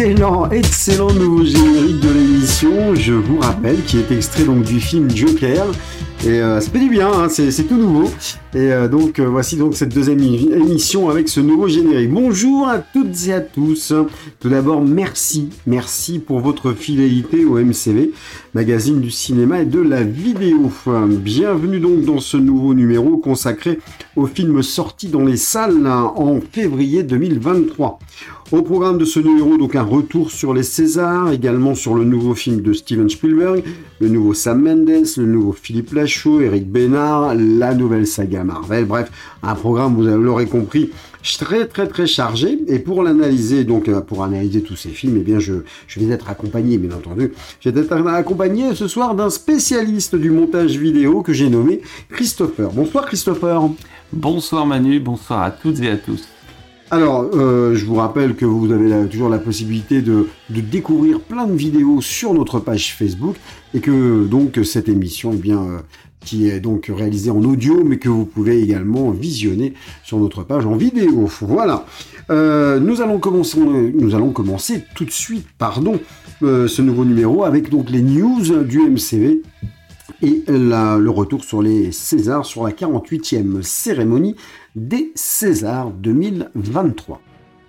Excellent nouveau générique de l'émission, je vous rappelle, qui est extrait donc du film Joker. Et ça fait du bien, hein, c'est tout nouveau. Et donc voici donc cette deuxième émission avec ce nouveau générique. Bonjour à toutes et à tous. Tout d'abord, merci pour votre fidélité au MCV, magazine du cinéma et de la vidéo. Bienvenue donc dans ce nouveau numéro consacré aux films sortis dans les salles en février 2023. Au programme de ce numéro, donc un retour sur les Césars, également sur le nouveau film de Steven Spielberg, le nouveau Sam Mendes, le nouveau Philippe Lachaud, Éric Bénard, la nouvelle saga Marvel. Bref, un programme, vous l'aurez compris, très chargé. Et pour l'analyser, donc pour analyser tous ces films, eh bien je vais être accompagné, bien entendu. Je vais être accompagné ce soir d'un spécialiste du montage vidéo que j'ai nommé Christopher. Bonsoir Christopher. Bonsoir Manu, bonsoir à toutes et à tous. Alors, je vous rappelle que vous avez toujours la possibilité de découvrir plein de vidéos sur notre page Facebook et que donc cette émission, eh bien, qui est donc réalisée en audio, mais que vous pouvez également visionner sur notre page en vidéo. Voilà. Nous allons commencer tout de suite, ce nouveau numéro avec donc les news du MCV. Et le retour sur les Césars, sur la 48e cérémonie des Césars 2023.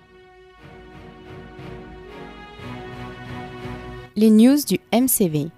Les news du MCV.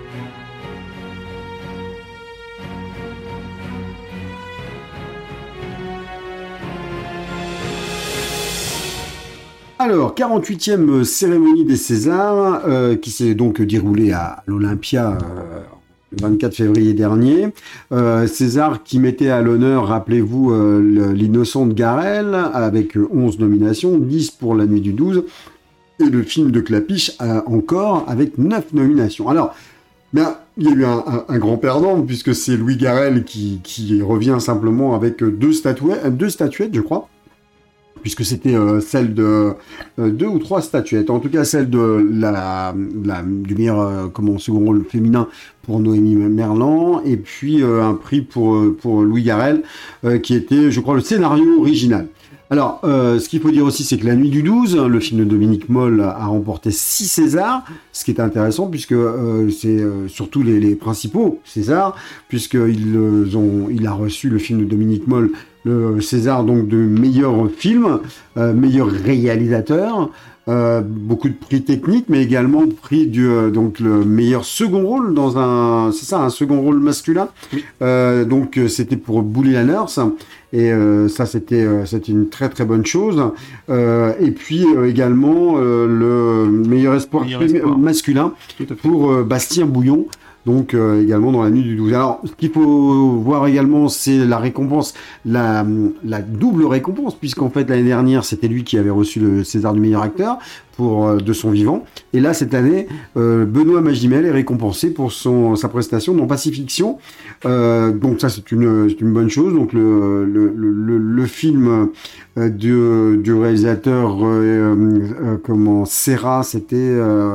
Alors, 48e cérémonie des Césars, qui s'est donc déroulée à l'Olympia le 24 février dernier. César qui mettait à l'honneur, rappelez-vous, l'innocente Garel, avec 11 nominations, 10 pour La Nuit du 12, et le film de Clapiche encore, avec 9 nominations. Alors, ben, il y a eu un grand perdant, puisque c'est Louis Garrel qui revient simplement avec deux statuettes, je crois, puisque c'était celle de 2 ou 3 statuettes, en tout cas celle de du meilleur second rôle féminin pour Noémie Merlan, et puis un prix pour Louis Garrel, qui était, je crois, le scénario original. Alors, ce qu'il faut dire aussi, c'est que La Nuit du 12, le film de Dominique Moll, a remporté 6 Césars, ce qui est intéressant, puisque c'est surtout les principaux Césars, puisqu'il a reçu, le film de Dominique Moll, le César donc de meilleur film, meilleur réalisateur, beaucoup de prix techniques, mais également prix donc le meilleur second rôle dans un second rôle masculin. Oui. Donc c'était pour Bully Lanners, et ça c'était une très bonne chose. Et puis également le meilleur espoir masculin pour Bastien Bouillon. Donc également dans La Nuit du 12. Alors, ce qu'il faut voir également, c'est la récompense, la double récompense, puisqu'en fait, l'année dernière, c'était lui qui avait reçu le César du meilleur acteur de son vivant. Et là, cette année, Benoît Magimel est récompensé pour sa prestation dans Pacifiction. Donc ça, c'est une bonne chose. Donc le film du réalisateur Serra, c'était...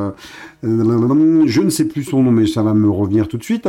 je ne sais plus son nom, mais ça va me revenir tout de suite.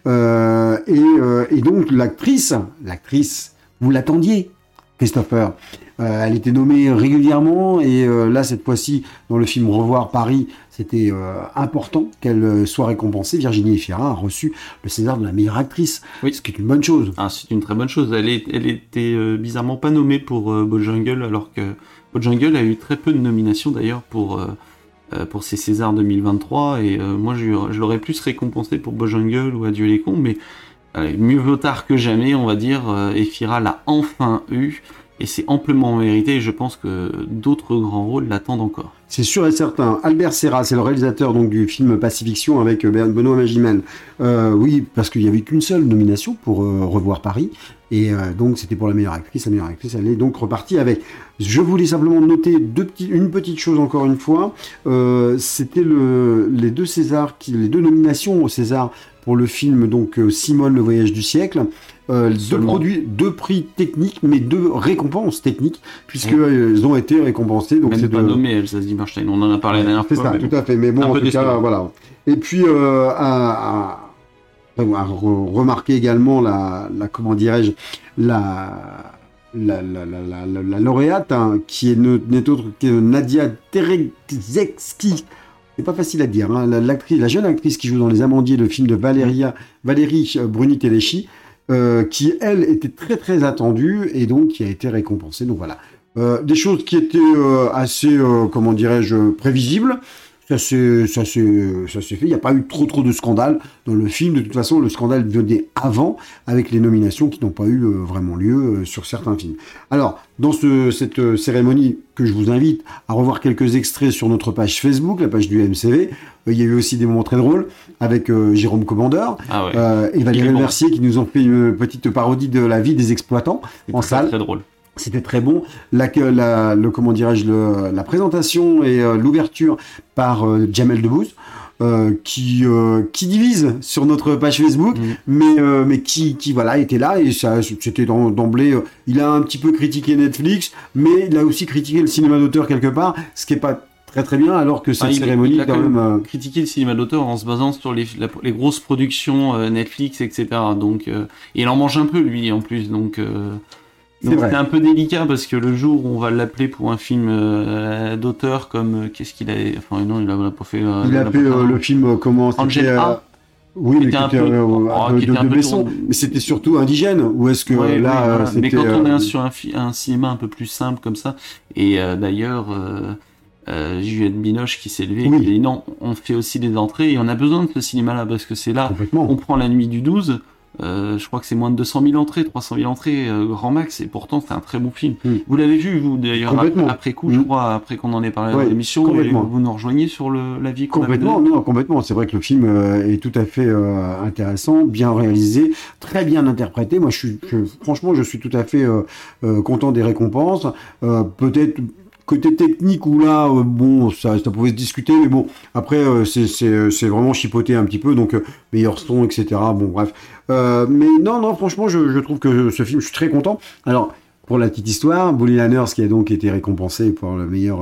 Et donc l'actrice, vous l'attendiez, Christopher. Elle était nommée régulièrement, et là cette fois-ci dans le film Revoir Paris, c'était important qu'elle soit récompensée. Virginie Efira a reçu le César de la meilleure actrice, oui. Ce qui est une bonne chose. Ah, c'est une très bonne chose. Elle était bizarrement pas nommée pour Bojangles, alors que Bojangles a eu très peu de nominations d'ailleurs pour ces Césars 2023, et moi je l'aurais plus récompensé pour Bojangles ou Adieu les cons, mais mieux vaut tard que jamais, on va dire. Efira l'a enfin eu, et c'est amplement mérité, et je pense que d'autres grands rôles l'attendent encore. C'est sûr et certain. Albert Serra, c'est le réalisateur donc du film Pacifiction avec Benoît Magimel. Oui, parce qu'il n'y avait qu'une seule nomination pour Revoir Paris, et donc c'était pour la meilleure actrice. La meilleure actrice, elle est donc repartie avec. Je voulais simplement noter une petite chose encore une fois. C'était les deux nominations au César pour le film donc Simone, le voyage du siècle. Deux prix techniques, mais 2 récompenses techniques, puisqu'elles ont été récompensées. Donc même pas nommé Elsa Zimmerstein, on en a parlé la dernière fois. C'est ça, tout à fait, mais bon, en tout cas, voilà. Et puis, à remarquer également la la lauréate, hein, qui n'est autre que Nadia Terezewski. C'est pas facile à dire, hein, la jeune actrice qui joue dans Les Amandiers, le film de Valérie Bruni-Tedeschi, qui, elle, était très très attendue et donc qui a été récompensée. Donc voilà. Des choses qui étaient assez, comment dirais-je, prévisibles. Ça s'est fait. Il n'y a pas eu trop de scandales dans le film. De toute façon, le scandale venait avant, avec les nominations qui n'ont pas eu vraiment lieu sur certains films. Alors, dans cette cérémonie que je vous invite à revoir quelques extraits sur notre page Facebook, la page du MCV, il y a eu aussi des moments très drôles avec Jérôme Commandeur et Valérie Mercier qui nous ont fait une petite parodie de la vie des exploitants en salle. Très drôle. C'était très bon. La présentation et l'ouverture par Jamel Debbouze, qui divise sur notre page Facebook, mais qui voilà, était là, et ça, c'était d'emblée. Il a un petit peu critiqué Netflix, mais il a aussi critiqué le cinéma d'auteur quelque part, ce qui est pas très bien, alors que cette cérémonie il a quand même critiqué le cinéma d'auteur en se basant sur les grosses productions Netflix, etc. Donc, et il en mange un peu lui en plus, donc c'était un peu délicat parce que le jour où on va l'appeler pour un film d'auteur comme qu'est-ce qu'il a, enfin non, il a pas fait. Il a fait le film comment Angel A. Oui, mais qui était de Besson. Mais c'était surtout indigène. Ou est-ce que là, c'était... Mais quand on est sur un cinéma un peu plus simple comme ça, et d'ailleurs. Juliette Binoche qui s'est levée et qui a dit non, on fait aussi des entrées et on a besoin de ce cinéma-là parce que c'est là, on prend La Nuit du 12, je crois que c'est moins de 200 000 entrées, 300 000 entrées, grand max, et pourtant c'est un très bon film. Vous l'avez vu, vous d'ailleurs, après coup, je crois, après qu'on en ait parlé dans l'émission, et vous nous rejoignez sur l'avis qu'on avait donné. Non, complètement, c'est vrai que le film est tout à fait intéressant, bien réalisé, très bien interprété. Moi, franchement, je suis tout à fait content des récompenses. Peut-être côté technique où là, bon, ça pouvait se discuter, mais bon, après, c'est vraiment chipoté un petit peu, donc meilleur son, etc. Bon, bref. Mais non, franchement, je trouve que ce film, je suis très content. Alors, pour la petite histoire, Bully Lanners, qui a donc été récompensé pour le meilleur,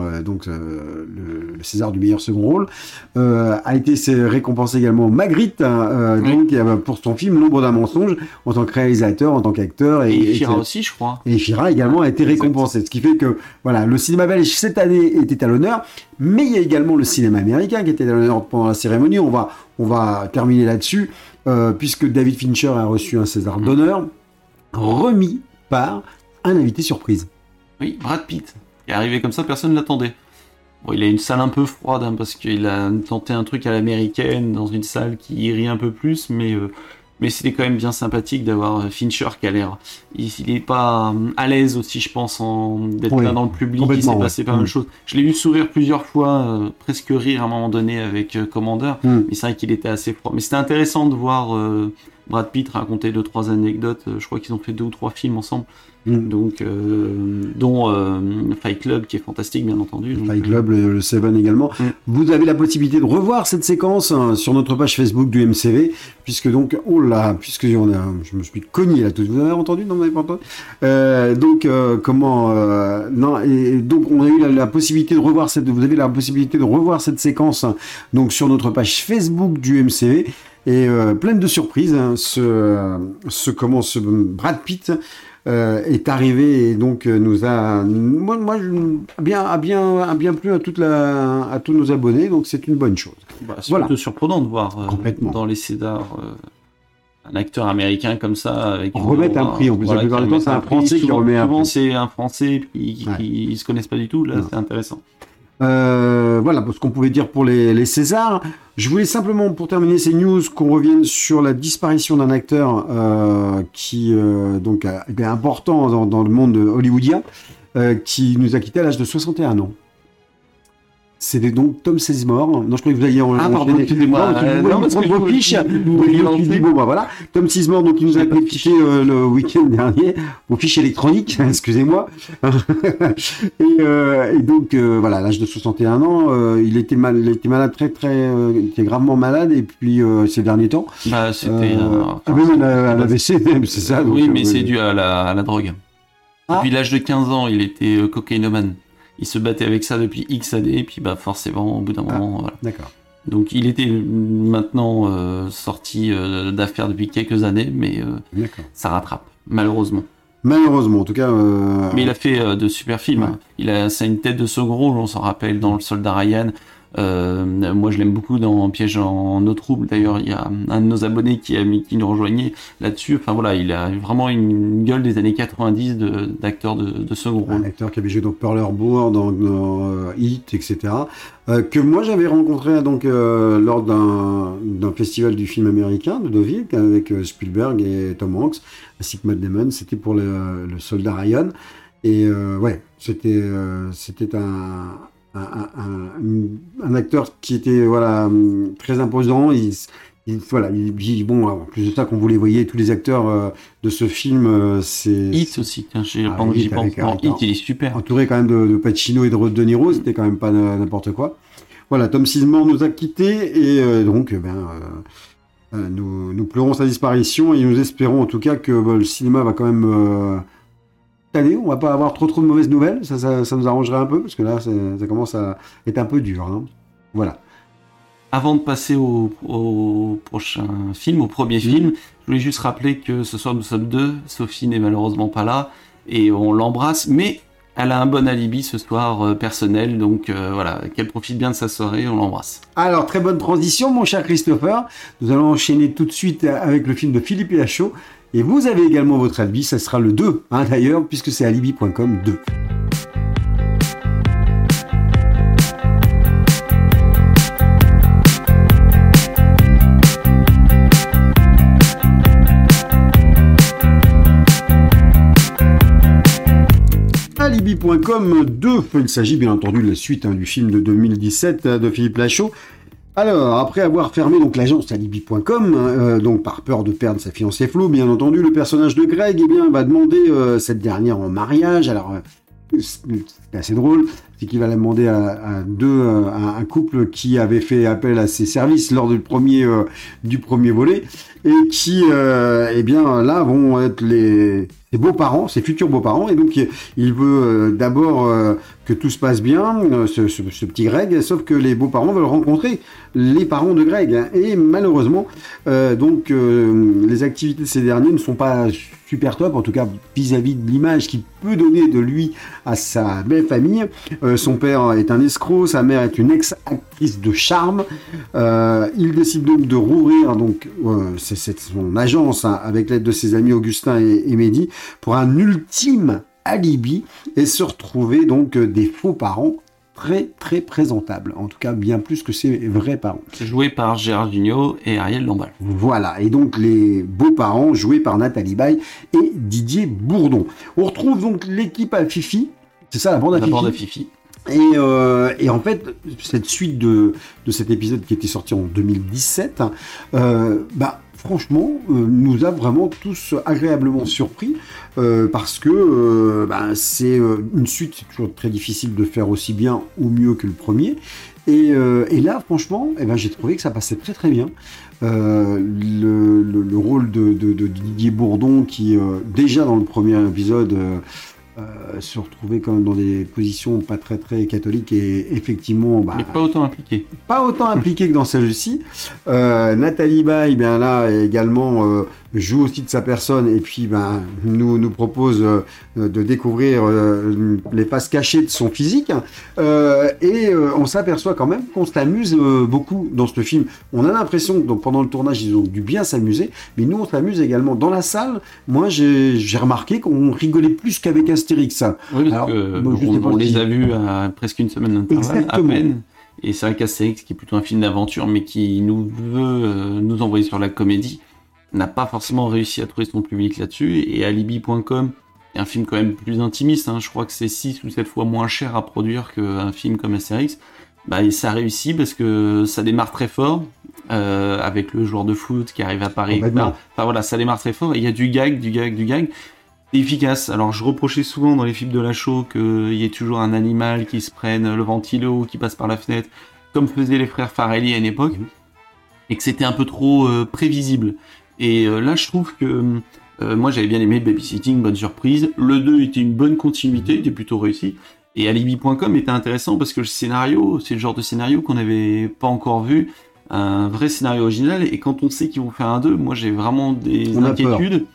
le César du meilleur second rôle, a été récompensé également au Magritte, donc pour son film L'ombre d'un mensonge, en tant que réalisateur, en tant qu'acteur. Et Fira aussi, je crois. Et Fira également a été récompensé, ce qui fait que voilà, le cinéma belge cette année était à l'honneur, mais il y a également le cinéma américain qui était à l'honneur pendant la cérémonie. On va terminer là-dessus, puisque David Fincher a reçu un César d'honneur remis par un invité surprise. Oui, Brad Pitt. Il est arrivé comme ça, personne ne l'attendait. Bon, il a une salle un peu froide, hein, parce qu'il a tenté un truc à l'américaine, dans une salle qui irit un peu plus, mais c'était quand même bien sympathique d'avoir Fincher qui a l'air... Il est pas à l'aise aussi, je pense, d'être là dans le public, il s'est passé pas mal de choses. Je l'ai vu sourire plusieurs fois, presque rire à un moment donné avec Commander, mais c'est vrai qu'il était assez froid. Mais c'était intéressant de voir Brad Pitt raconter 2-3 anecdotes, je crois qu'ils ont fait 2 ou 3 films ensemble. Donc, dont Fight Club qui est fantastique, bien entendu. Fight Club, le Seven également. Vous avez la possibilité de revoir cette séquence sur notre page Facebook du MCV, puisque donc, je me suis cogné là, vous avez entendu? Non, vous n'avez pas entendu? Donc on a eu la possibilité de revoir vous avez la possibilité de revoir cette séquence donc sur notre page Facebook du MCV. Et pleine de surprises, hein, ce Brad Pitt est arrivé et donc nous a bien plu à tous nos abonnés, donc c'est une bonne chose. C'est un peu surprenant de voir dans les Césars un acteur américain comme ça avec remettre un prix en plus. La plupart du temps, c'est un Français qui remet un prix. Souvent, c'est un Français qui se connaissent pas du tout. Là, c'est intéressant. Voilà ce qu'on pouvait dire pour les Césars. Je voulais simplement, pour terminer ces news, qu'on revienne sur la disparition d'un acteur qui donc est important dans le monde hollywoodien, qui nous a quitté à l'âge de 61 ans. C'était donc Tom Sizemore. Non, je croyais que vous alliez pardon, excusez-moi. Vos fiches. Bon, bah voilà. Tom Sizemore, donc, il nous a quitté le week-end dernier. Vos fiches électroniques, excusez-moi. et donc, voilà, à l'âge de 61 ans, il était malade il était gravement malade, et puis, ces derniers temps. C'était un AVC, c'est ça. Donc, oui, mais c'est dû à la drogue. Depuis l'âge de 15 ans, il était cocaïnomane. Il se battait avec ça depuis X années, et puis forcément, au bout d'un moment, voilà. D'accord. Donc il était maintenant sorti d'affaires depuis quelques années, mais ça rattrape, malheureusement. Malheureusement, en tout cas. Mais il a fait de super films. Ouais. C'est une tête de second rôle, on s'en rappelle dans Le Soldat Ryan. Moi, je l'aime beaucoup dans Piège en eau trouble. D'ailleurs, il y a un de nos abonnés qui nous rejoignait là-dessus. Enfin voilà, il a vraiment une gueule des années 90 d'acteur de second rôle. Un acteur qui avait joué dans Pearl Harbor, dans Heat, etc. Que moi j'avais rencontré donc lors d'un festival du film américain de Deauville avec Spielberg et Tom Hanks, ainsi que Matt Damon. C'était pour le Soldat Ryan. Et ouais, c'était un acteur qui était voilà très imposant. Bon, en plus de ça, quand vous les voyez, tous les acteurs de ce film, c'est... Heat aussi, pendant que j'y pense. Heat, il est super. Entouré quand même de Pacino et de Niro, c'était quand même pas n'importe quoi. Voilà, Tom Sizemore nous a quittés et donc nous pleurons sa disparition et nous espérons en tout cas que le cinéma va quand même... on va pas avoir trop de mauvaises nouvelles, ça nous arrangerait un peu, parce que là, ça commence à être un peu dur. Hein. Voilà. Avant de passer au prochain film, au premier film, je voulais juste rappeler que ce soir nous sommes deux, Sophie n'est malheureusement pas là, et on l'embrasse, mais elle a un bon alibi ce soir personnel, donc voilà, qu'elle profite bien de sa soirée, on l'embrasse. Alors, très bonne transition, mon cher Christopher. Nous allons enchaîner tout de suite avec le film de Philippe Lachaud. Et vous avez également votre alibi, ça sera le 2, d'ailleurs, puisque c'est alibi.com 2. Alibi.com 2, il s'agit bien entendu de la suite du film de 2017 de Philippe Lachaud. Alors, après avoir fermé donc l'agence Alibi.com, donc par peur de perdre sa fiancée Flo, bien entendu, le personnage de Greg va demander cette dernière en mariage. Alors, c'est assez drôle, c'est qu'il va la demander à un couple qui avait fait appel à ses services lors du premier volet, et qui, là, vont être ses beaux-parents, ses futurs beaux-parents, et donc il veut d'abord que tout se passe bien, ce petit Greg, sauf que les beaux-parents veulent rencontrer les parents de Greg, hein, et malheureusement, les activités de ces derniers ne sont pas super top, en tout cas vis-à-vis de l'image qu'il peut donner de lui à sa belle famille. Son père est un escroc, sa mère est une ex-actrice de charme. Il décide donc de rouvrir c'est son agence avec l'aide de ses amis Augustin et Mehdi pour un ultime alibi et se retrouver donc des faux parents très très présentables, en tout cas bien plus que ses vrais parents. Joué par Gérard Jugnot et Ariel Dombal. Voilà, et donc les beaux-parents joués par Nathalie Baye et Didier Bourdon. On retrouve donc l'équipe à Fifi, c'est ça la bande à Fifi. Et en fait, cette suite de cet épisode qui était sorti en 2017, franchement, nous a vraiment tous agréablement surpris parce que c'est une suite, c'est toujours très difficile de faire aussi bien ou mieux que le premier. Et là, franchement, j'ai trouvé que ça passait très très bien. Le rôle de Didier Bourdon qui, déjà dans le premier épisode, se retrouver quand même dans des positions pas très très catholiques et effectivement mais pas autant impliqué que dans celle-ci. Nathalie Baye là également joue aussi de sa personne et puis nous propose de découvrir les faces cachées de son physique et on s'aperçoit quand même qu'on s'amuse beaucoup dans ce film. On a l'impression que pendant le tournage ils ont dû bien s'amuser, mais nous on s'amuse également dans la salle. Moi j'ai remarqué qu'on rigolait plus qu'avec Astérix. Oui, parce on les a vus à presque une semaine d'intervalle à peine. Et c'est vrai qu'Astérix, qui est plutôt un film d'aventure, mais qui nous veut nous envoyer sur la comédie, n'a pas forcément réussi à trouver son public là-dessus. Et Alibi.com est un film quand même plus intimiste. Je crois que c'est 6 ou 7 fois moins cher à produire qu'un film comme Astérix. Et ça réussit parce que ça démarre très fort, avec le joueur de foot qui arrive à Paris. Enfin voilà, ça démarre très fort. Et il y a du gag. Efficace. Alors je reprochais souvent dans les films de Lachaud qu'il y ait toujours un animal qui se prenne le ventilo, qui passe par la fenêtre, comme faisaient les frères Farelli à une époque, et que c'était un peu trop prévisible. Et là je trouve que moi j'avais bien aimé Babysitting, bonne surprise. Le 2 était une bonne continuité, était plutôt réussi. Et Alibi.com était intéressant parce que le scénario, c'est le genre de scénario qu'on n'avait pas encore vu, un vrai scénario original, et quand on sait qu'ils vont faire un 2, moi j'ai vraiment des inquiétudes.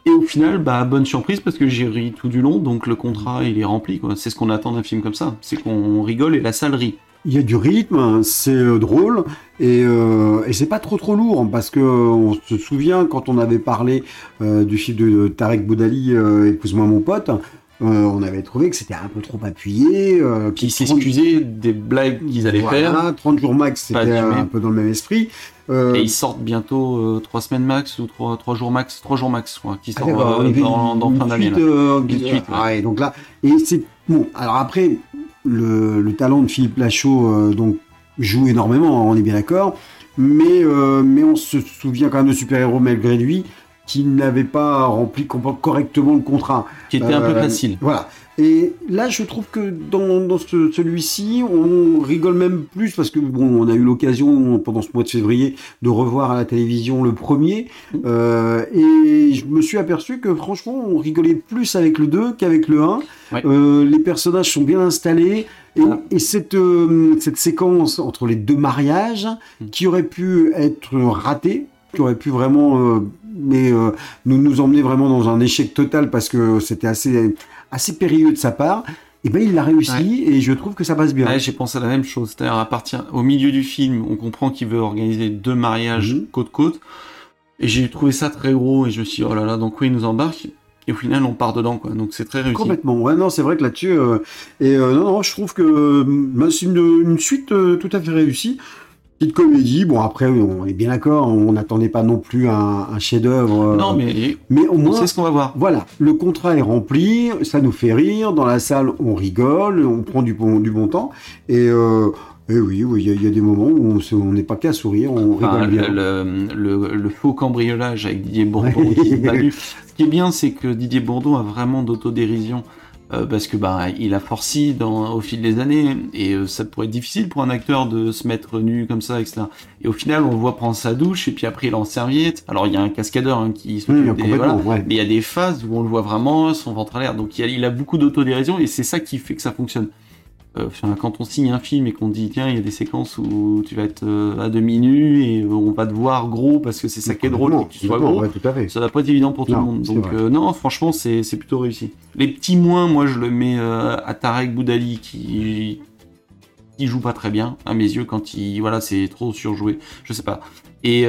Et au final, bonne surprise parce que j'ai ri tout du long, donc le contrat il est rempli, quoi. C'est ce qu'on attend d'un film comme ça, c'est qu'on rigole et la salle rit. Il y a du rythme, c'est drôle et c'est pas trop lourd parce que on se souvient quand on avait parlé du film de Tarek Boudali, Épouse-moi mon pote, on avait trouvé que c'était un peu trop appuyé. Qui s'excusaient des blagues qu'ils allaient faire. 30 jours max, c'était un peu dans le même esprit. Et ils sortent bientôt 3 semaines max ou 3 jours max, je crois, qui sortent dans fin d'année. Ouais, donc là, et c'est bon. Alors après, le talent de Philippe Lachaud donc joue énormément, on est bien d'accord. Mais on se souvient quand même de super-héros malgré lui qui n'avait pas rempli correctement le contrat. Qui était un peu facile. Voilà. Et là, je trouve que dans celui-ci, on rigole même plus parce que bon, on a eu l'occasion pendant ce mois de février de revoir à la télévision le premier, et je me suis aperçu que franchement, on rigolait plus avec le 2 qu'avec le 1. Ouais. Les personnages sont bien installés. Et cette séquence entre les deux mariages qui aurait pu être ratée, qui aurait pu vraiment nous emmener vraiment dans un échec total parce que c'était assez périlleux de sa part, et ben il l'a réussi et je trouve que ça passe bien. Ouais, j'ai pensé à la même chose, c'est-à-dire au milieu du film, on comprend qu'il veut organiser 2 mariages côte-côte, et j'ai trouvé ça très gros et je me suis dit oh là là, donc oui, il nous embarque. Et au final, on part dedans, quoi. Donc c'est très réussi. Complètement. Ouais, non, c'est vrai que là-dessus, non, je trouve que c'est une suite tout à fait réussie. Petite comédie. Bon, après, on est bien d'accord. On n'attendait pas non plus un chef-d'œuvre. Non, mais au moins, c'est ce qu'on va voir. Voilà, le contrat est rempli, ça nous fait rire. Dans la salle, on rigole, on prend du bon temps. Et oui, il y a des moments où on n'est pas qu'à sourire, on rigole bien. Le faux cambriolage avec Didier Bourdon qui Ce qui est bien, c'est que Didier Bourdon a vraiment d'autodérision. Parce que il a forci au fil des années, et ça pourrait être difficile pour un acteur de se mettre nu comme ça, etc. Et au final, on le voit prendre sa douche, et puis après il est en serviette. Alors il y a un cascadeur qui s'occupe mais il y a des phases où on le voit vraiment, son ventre à l'air. Donc il a beaucoup d'autodérision, et c'est ça qui fait que ça fonctionne. Quand on signe un film et qu'on dit tiens, il y a des séquences où tu vas être à demi nu et on va te voir gros parce que c'est ça qui est drôle, que tu sois gros, ouais, tout à fait. Ça va pas être évident pour tout le monde. Donc non, franchement, c'est plutôt réussi. Les petits moins, moi je le mets à Tarek Boudali qui joue pas très bien à mes yeux quand c'est trop surjoué, je sais pas. Et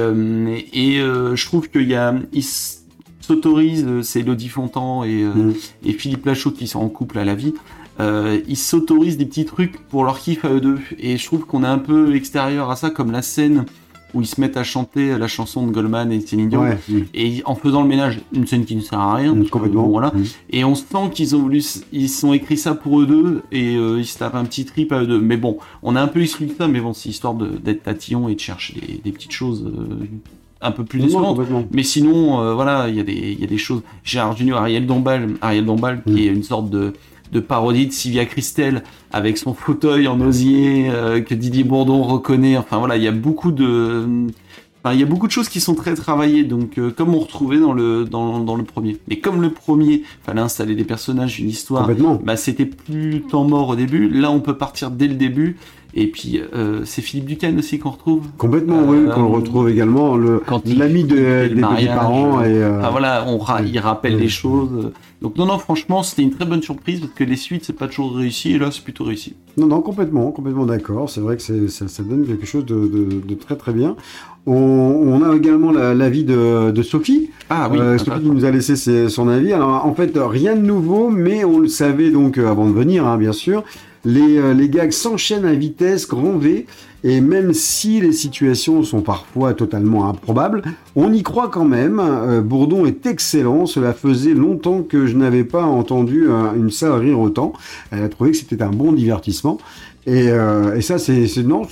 je trouve il s'autorise, c'est Elodie Fontan et Philippe Lachaud qui sont en couple à la vie. Ils s'autorisent des petits trucs pour leur kiff à eux deux, et je trouve qu'on est un peu extérieur à ça, comme la scène où ils se mettent à chanter la chanson de Goldman et Céline Dion, et en faisant le ménage, une scène qui ne sert à rien, complètement. Voilà. Et on sent qu'ils ont écrit ça pour eux deux, et ils se tapent un petit trip à eux deux. Mais bon, on a un peu exclu ça, mais bon, c'est histoire d'être tatillon et de chercher des petites choses un peu plus décevantes. Mais sinon, il y a des choses. Gérard Junior, Ariel Dombal qui est une sorte de parodie de Sylvia Christel avec son fauteuil en osier que Didier Bourdon reconnaît. Enfin voilà, il y a beaucoup de choses qui sont très travaillées, donc comme on retrouvait dans le premier. Mais comme le premier, fallait installer des personnages, une histoire, c'était plus temps mort au début. Là, on peut partir dès le début. Et puis, c'est Philippe Duquesne aussi qu'on retrouve. Complètement, oui, qu'on retrouve également, l'ami des parents. Il rappelle des choses. Donc non, franchement, c'était une très bonne surprise, parce que les suites, c'est pas toujours réussi, et là, c'est plutôt réussi. Non, complètement d'accord. C'est vrai que ça donne quelque chose de très très bien. On a également l'avis de Sophie. Ah oui. Sophie qui nous a laissé son avis. Alors, en fait, rien de nouveau, mais on le savait donc avant de venir, bien sûr. Les gags s'enchaînent à vitesse grand V, et même si les situations sont parfois totalement improbables, on y croit quand même. Bourdon est excellent, cela faisait longtemps que je n'avais pas entendu une salle rire autant. Elle a trouvé que c'était un bon divertissement. Et ça, c'est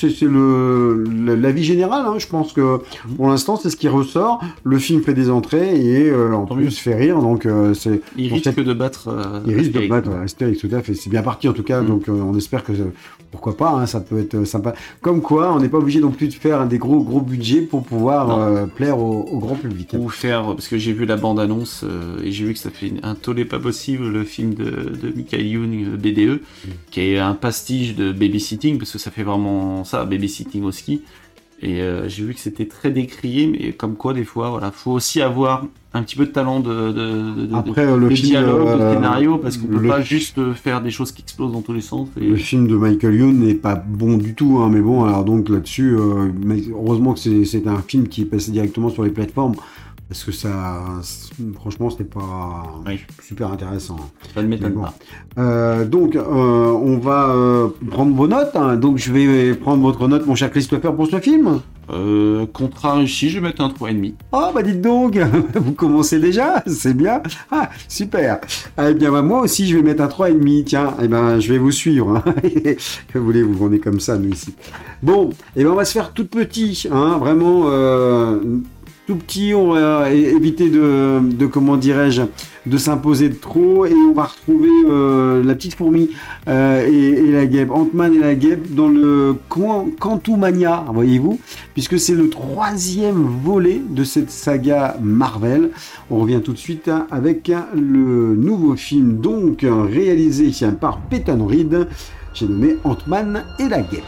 l'avis général. Je pense que pour l'instant, c'est ce qui ressort. Le film fait des entrées et en plus fait rire. Donc il risque de battre. Il risque de battre Astérix, tout à fait. C'est bien parti en tout cas. Donc on espère que pourquoi pas. Ça peut être sympa. Comme quoi, on n'est pas obligé non plus de faire des gros budgets pour pouvoir plaire au grand public. Ou faire, parce que j'ai vu la bande annonce et j'ai vu que ça fait un tollé pas possible, le film de Michael Youn, BDE, qui est un pastiche de babysitting, parce que ça fait vraiment ça, babysitting au ski. Et j'ai vu que c'était très décrié, mais comme quoi des fois, voilà, faut aussi avoir un petit peu de talent de dialogue, de scénario, parce qu'on peut pas juste faire des choses qui explosent dans tous les sens. Le film de Michael Youn n'est pas bon du tout, hein, mais bon, alors donc là-dessus, heureusement que c'est un film qui est passé directement sur les plateformes, parce que franchement, c'était pas super intéressant. Ça ne m'étonne pas. Donc, on va prendre vos notes. Hein. Donc, je vais prendre votre note, mon cher Christopher, pour ce film. Contrat réussi, je vais mettre un 3,5. Oh, bah dites donc, vous commencez déjà, c'est bien. Ah, super. Eh bien, moi aussi, je vais mettre un 3,5. Tiens, eh ben, je vais vous suivre. Hein. Que voulez-vous, on est comme ça, nous, ici. Bon, eh ben, on va se faire tout petit, hein, vraiment... tout petit, on va éviter de comment dirais-je, de s'imposer de trop, et on va retrouver la petite fourmi et la guêpe, Ant-Man et la guêpe dans le Quantumania, voyez-vous, puisque c'est le 3e volet de cette saga Marvel. On revient tout de suite avec le nouveau film, donc réalisé par Peyton Reed, j'ai nommé Ant-Man et la guêpe.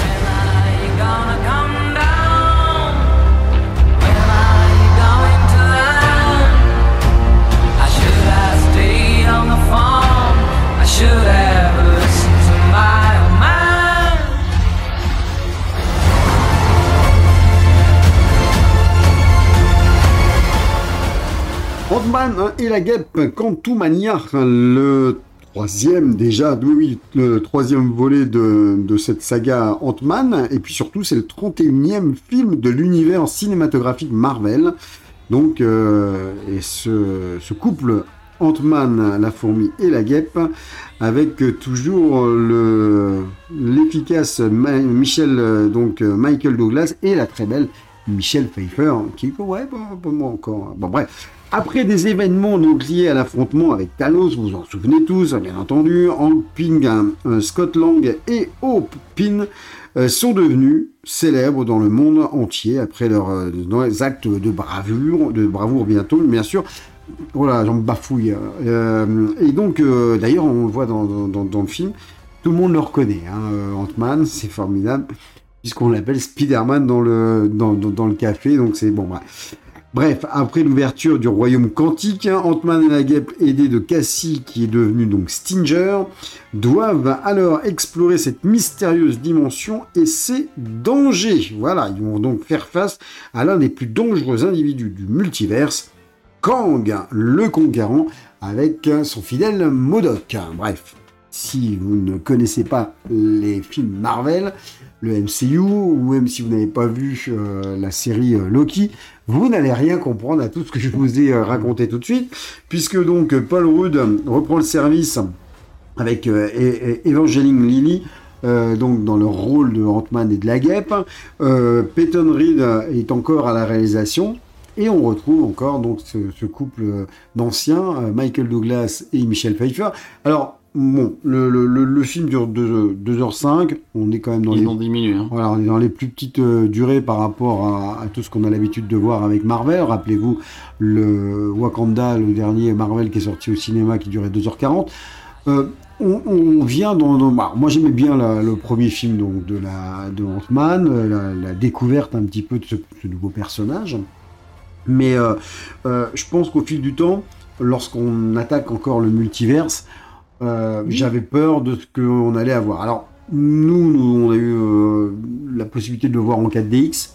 Ant-Man et la guêpe, Quantumania, le 3e déjà, oui, le 3e volet de cette saga Ant-Man, et puis surtout c'est le 31e film de l'univers cinématographique Marvel. Donc, et ce couple Ant-Man, la fourmi et la guêpe, avec toujours l'efficace Michael Douglas et la très belle Michelle Pfeiffer, qui moi encore. Bon bref. Après des événements donc liés à l'affrontement avec Thanos, vous vous en souvenez tous, bien entendu, Hank Pym, Scott Lang et Hope Pym sont devenus célèbres dans le monde entier après leurs actes de bravoure bien sûr. Voilà, j'en bafouille. Et donc, d'ailleurs, on le voit dans le film, tout le monde le reconnaît. Hein, Ant-Man, c'est formidable, puisqu'on l'appelle Spider-Man dans le café, donc c'est bon. Bref, après l'ouverture du royaume quantique, Ant-Man et la guêpe, aidés de Cassie, qui est devenue donc Stinger, doivent alors explorer cette mystérieuse dimension et ses dangers. Voilà, ils vont donc faire face à l'un des plus dangereux individus du multiverse, Kang, le Conquérant, avec son fidèle MODOK. Bref, si vous ne connaissez pas les films Marvel, le MCU, ou même si vous n'avez pas vu la série Loki, vous n'allez rien comprendre à tout ce que je vous ai raconté tout de suite, puisque donc Paul Rudd reprend le service avec Evangeline Lilly, donc dans le rôle de Ant-Man et de la guêpe. Peyton Reed est encore à la réalisation. Et on retrouve encore donc ce couple d'anciens, Michael Douglas et Michelle Pfeiffer. Alors, bon, le film dure 2h05, on est quand même Ils ont diminué. Hein. Voilà, on est dans les plus petites durées par rapport à tout ce qu'on a l'habitude de voir avec Marvel. Rappelez-vous, le Wakanda, le dernier Marvel qui est sorti au cinéma, qui durait 2h40. On vient moi j'aimais bien le premier film donc, de Ant-Man, la découverte un petit peu de ce nouveau personnage. Mais je pense qu'au fil du temps, lorsqu'on attaque encore le multiverse, j'avais peur de ce qu'on allait avoir. Alors, nous on a eu la possibilité de le voir en 4DX.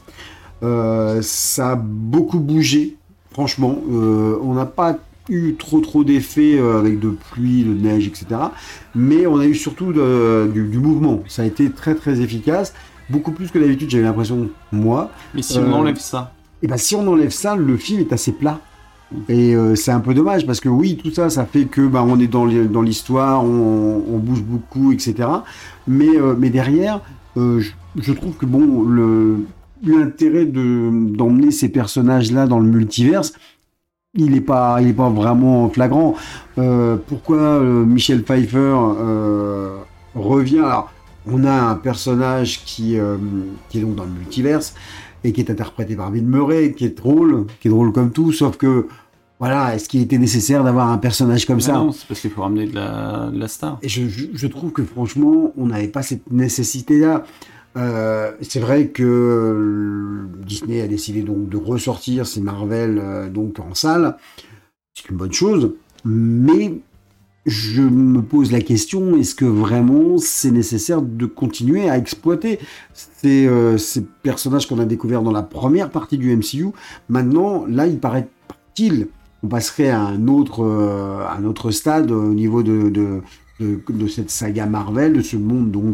Ça a beaucoup bougé, franchement. On n'a pas eu trop d'effets avec de pluie, de neige, etc. Mais on a eu surtout du mouvement. Ça a été très très efficace. Beaucoup plus que d'habitude, j'avais l'impression, moi. Mais si on enlève ça, et bien si on enlève ça, le film est assez plat. Et c'est un peu dommage parce que oui, tout ça, ça fait que on est dans l'histoire, on bouge beaucoup, etc. Mais derrière, je trouve que bon, l'intérêt d'emmener ces personnages-là dans le multiverse, il est pas vraiment flagrant. Pourquoi Michelle Pfeiffer revient? Alors, on a un personnage qui est donc dans le multiverse et qui est interprété par Bill Murray, qui est drôle comme tout, sauf que, voilà, est-ce qu'il était nécessaire d'avoir un personnage comme ça? Non, c'est parce qu'il faut ramener de la star. Et je trouve que franchement, on n'avait pas cette nécessité-là. C'est vrai que Disney a décidé donc de ressortir ces Marvel donc en salle. C'est une bonne chose, mais je me pose la question, est-ce que vraiment c'est nécessaire de continuer à exploiter ces personnages qu'on a découverts dans la première partie du MCU? Maintenant, là, il paraît-il, on passerait à un autre stade au niveau de cette saga Marvel, de ce monde donc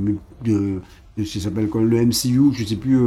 ça s'appelle quoi, le MCU, je sais plus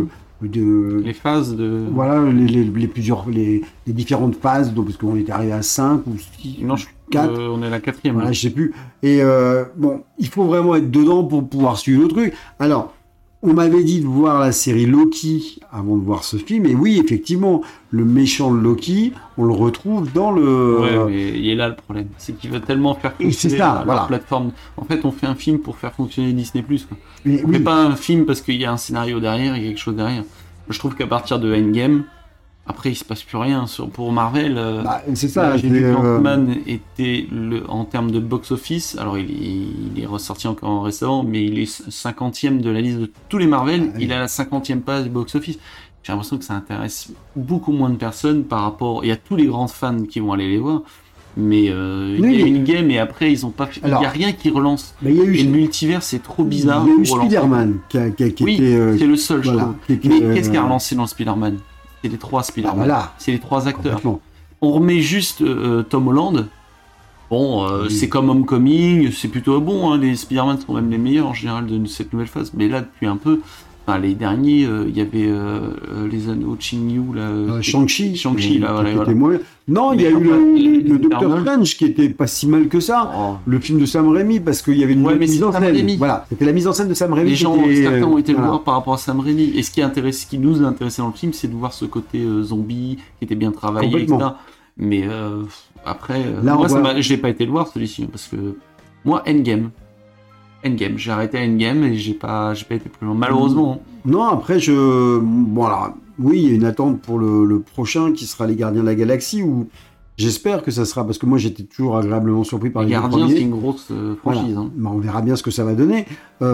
Les phases de... Voilà, les différentes phases, donc, parce qu'on était arrivé à 5 ou 6, Non, 4. On est à la 4e. Voilà, je sais plus. Et bon, il faut vraiment être dedans pour pouvoir suivre le truc. Alors, on m'avait dit de voir la série Loki avant de voir ce film, et oui, effectivement, le méchant Loki, on le retrouve dans le... Ouais, mais il est là le problème. C'est qu'il veut tellement faire Et c'est fonctionner ça, la voilà. plateforme. En fait, on fait un film pour faire fonctionner Disney+. Quoi. Mais On oui, fait pas un film parce qu'il y a un scénario derrière, il y a quelque chose derrière. Je trouve qu'à partir de Endgame, après, il se passe plus rien. Pour Marvel, c'est ça. j'ai vu qu'Ant-Man était, en termes de box-office, alors il est ressorti encore récemment, mais il est 50e de la liste de tous les Marvel. Ah, oui. Il a la 50e place du box-office. J'ai l'impression que ça intéresse beaucoup moins de personnes par rapport... Il y a tous les grands fans qui vont aller les voir, mais il y a une game et après, ils ont pas... Il n'y a rien qui relance. Il y a eu... Et le multivers, c'est trop bizarre. Il y a eu Spider-Man qui oui, était... c'est le seul, voilà, je trouve. Mais qu'est-ce qui a relancé dans Spider-Man? C'est les 3 Spider-Man. voilà. C'est les 3 acteurs. Complètement. On remet juste Tom Holland. Bon, c'est comme Homecoming, c'est plutôt bon. Hein, les Spider-Man sont même les meilleurs en général de cette nouvelle phase. Mais là, depuis un peu, les derniers, il y avait les anneaux Chin-Yu, là. Shang-Chi. Shang-Chi, là, voilà. Non, il y a eu le Doctor Strange qui était pas si mal que ça. Oh. Le film de Sam Raimi, parce qu'il y avait une mise en scène. Voilà, c'était la mise en scène de Sam Raimi. Les gens, certains ont été le voir par rapport à Sam Raimi. Et ce qui nous a intéressé dans le film, c'est de voir ce côté zombie qui était bien travaillé, etc. Mais après, là, moi, j'ai pas été le voir celui-ci parce que moi, Endgame, j'ai arrêté à Endgame et j'ai pas été plus loin, malheureusement. Non, après, bon, alors, oui, il y a une attente pour le prochain qui sera Les Gardiens de la Galaxie, où j'espère que ça sera, parce que moi j'étais toujours agréablement surpris par les Gardiens, c'est une grosse franchise. Voilà. Hein. Bah, on verra bien ce que ça va donner.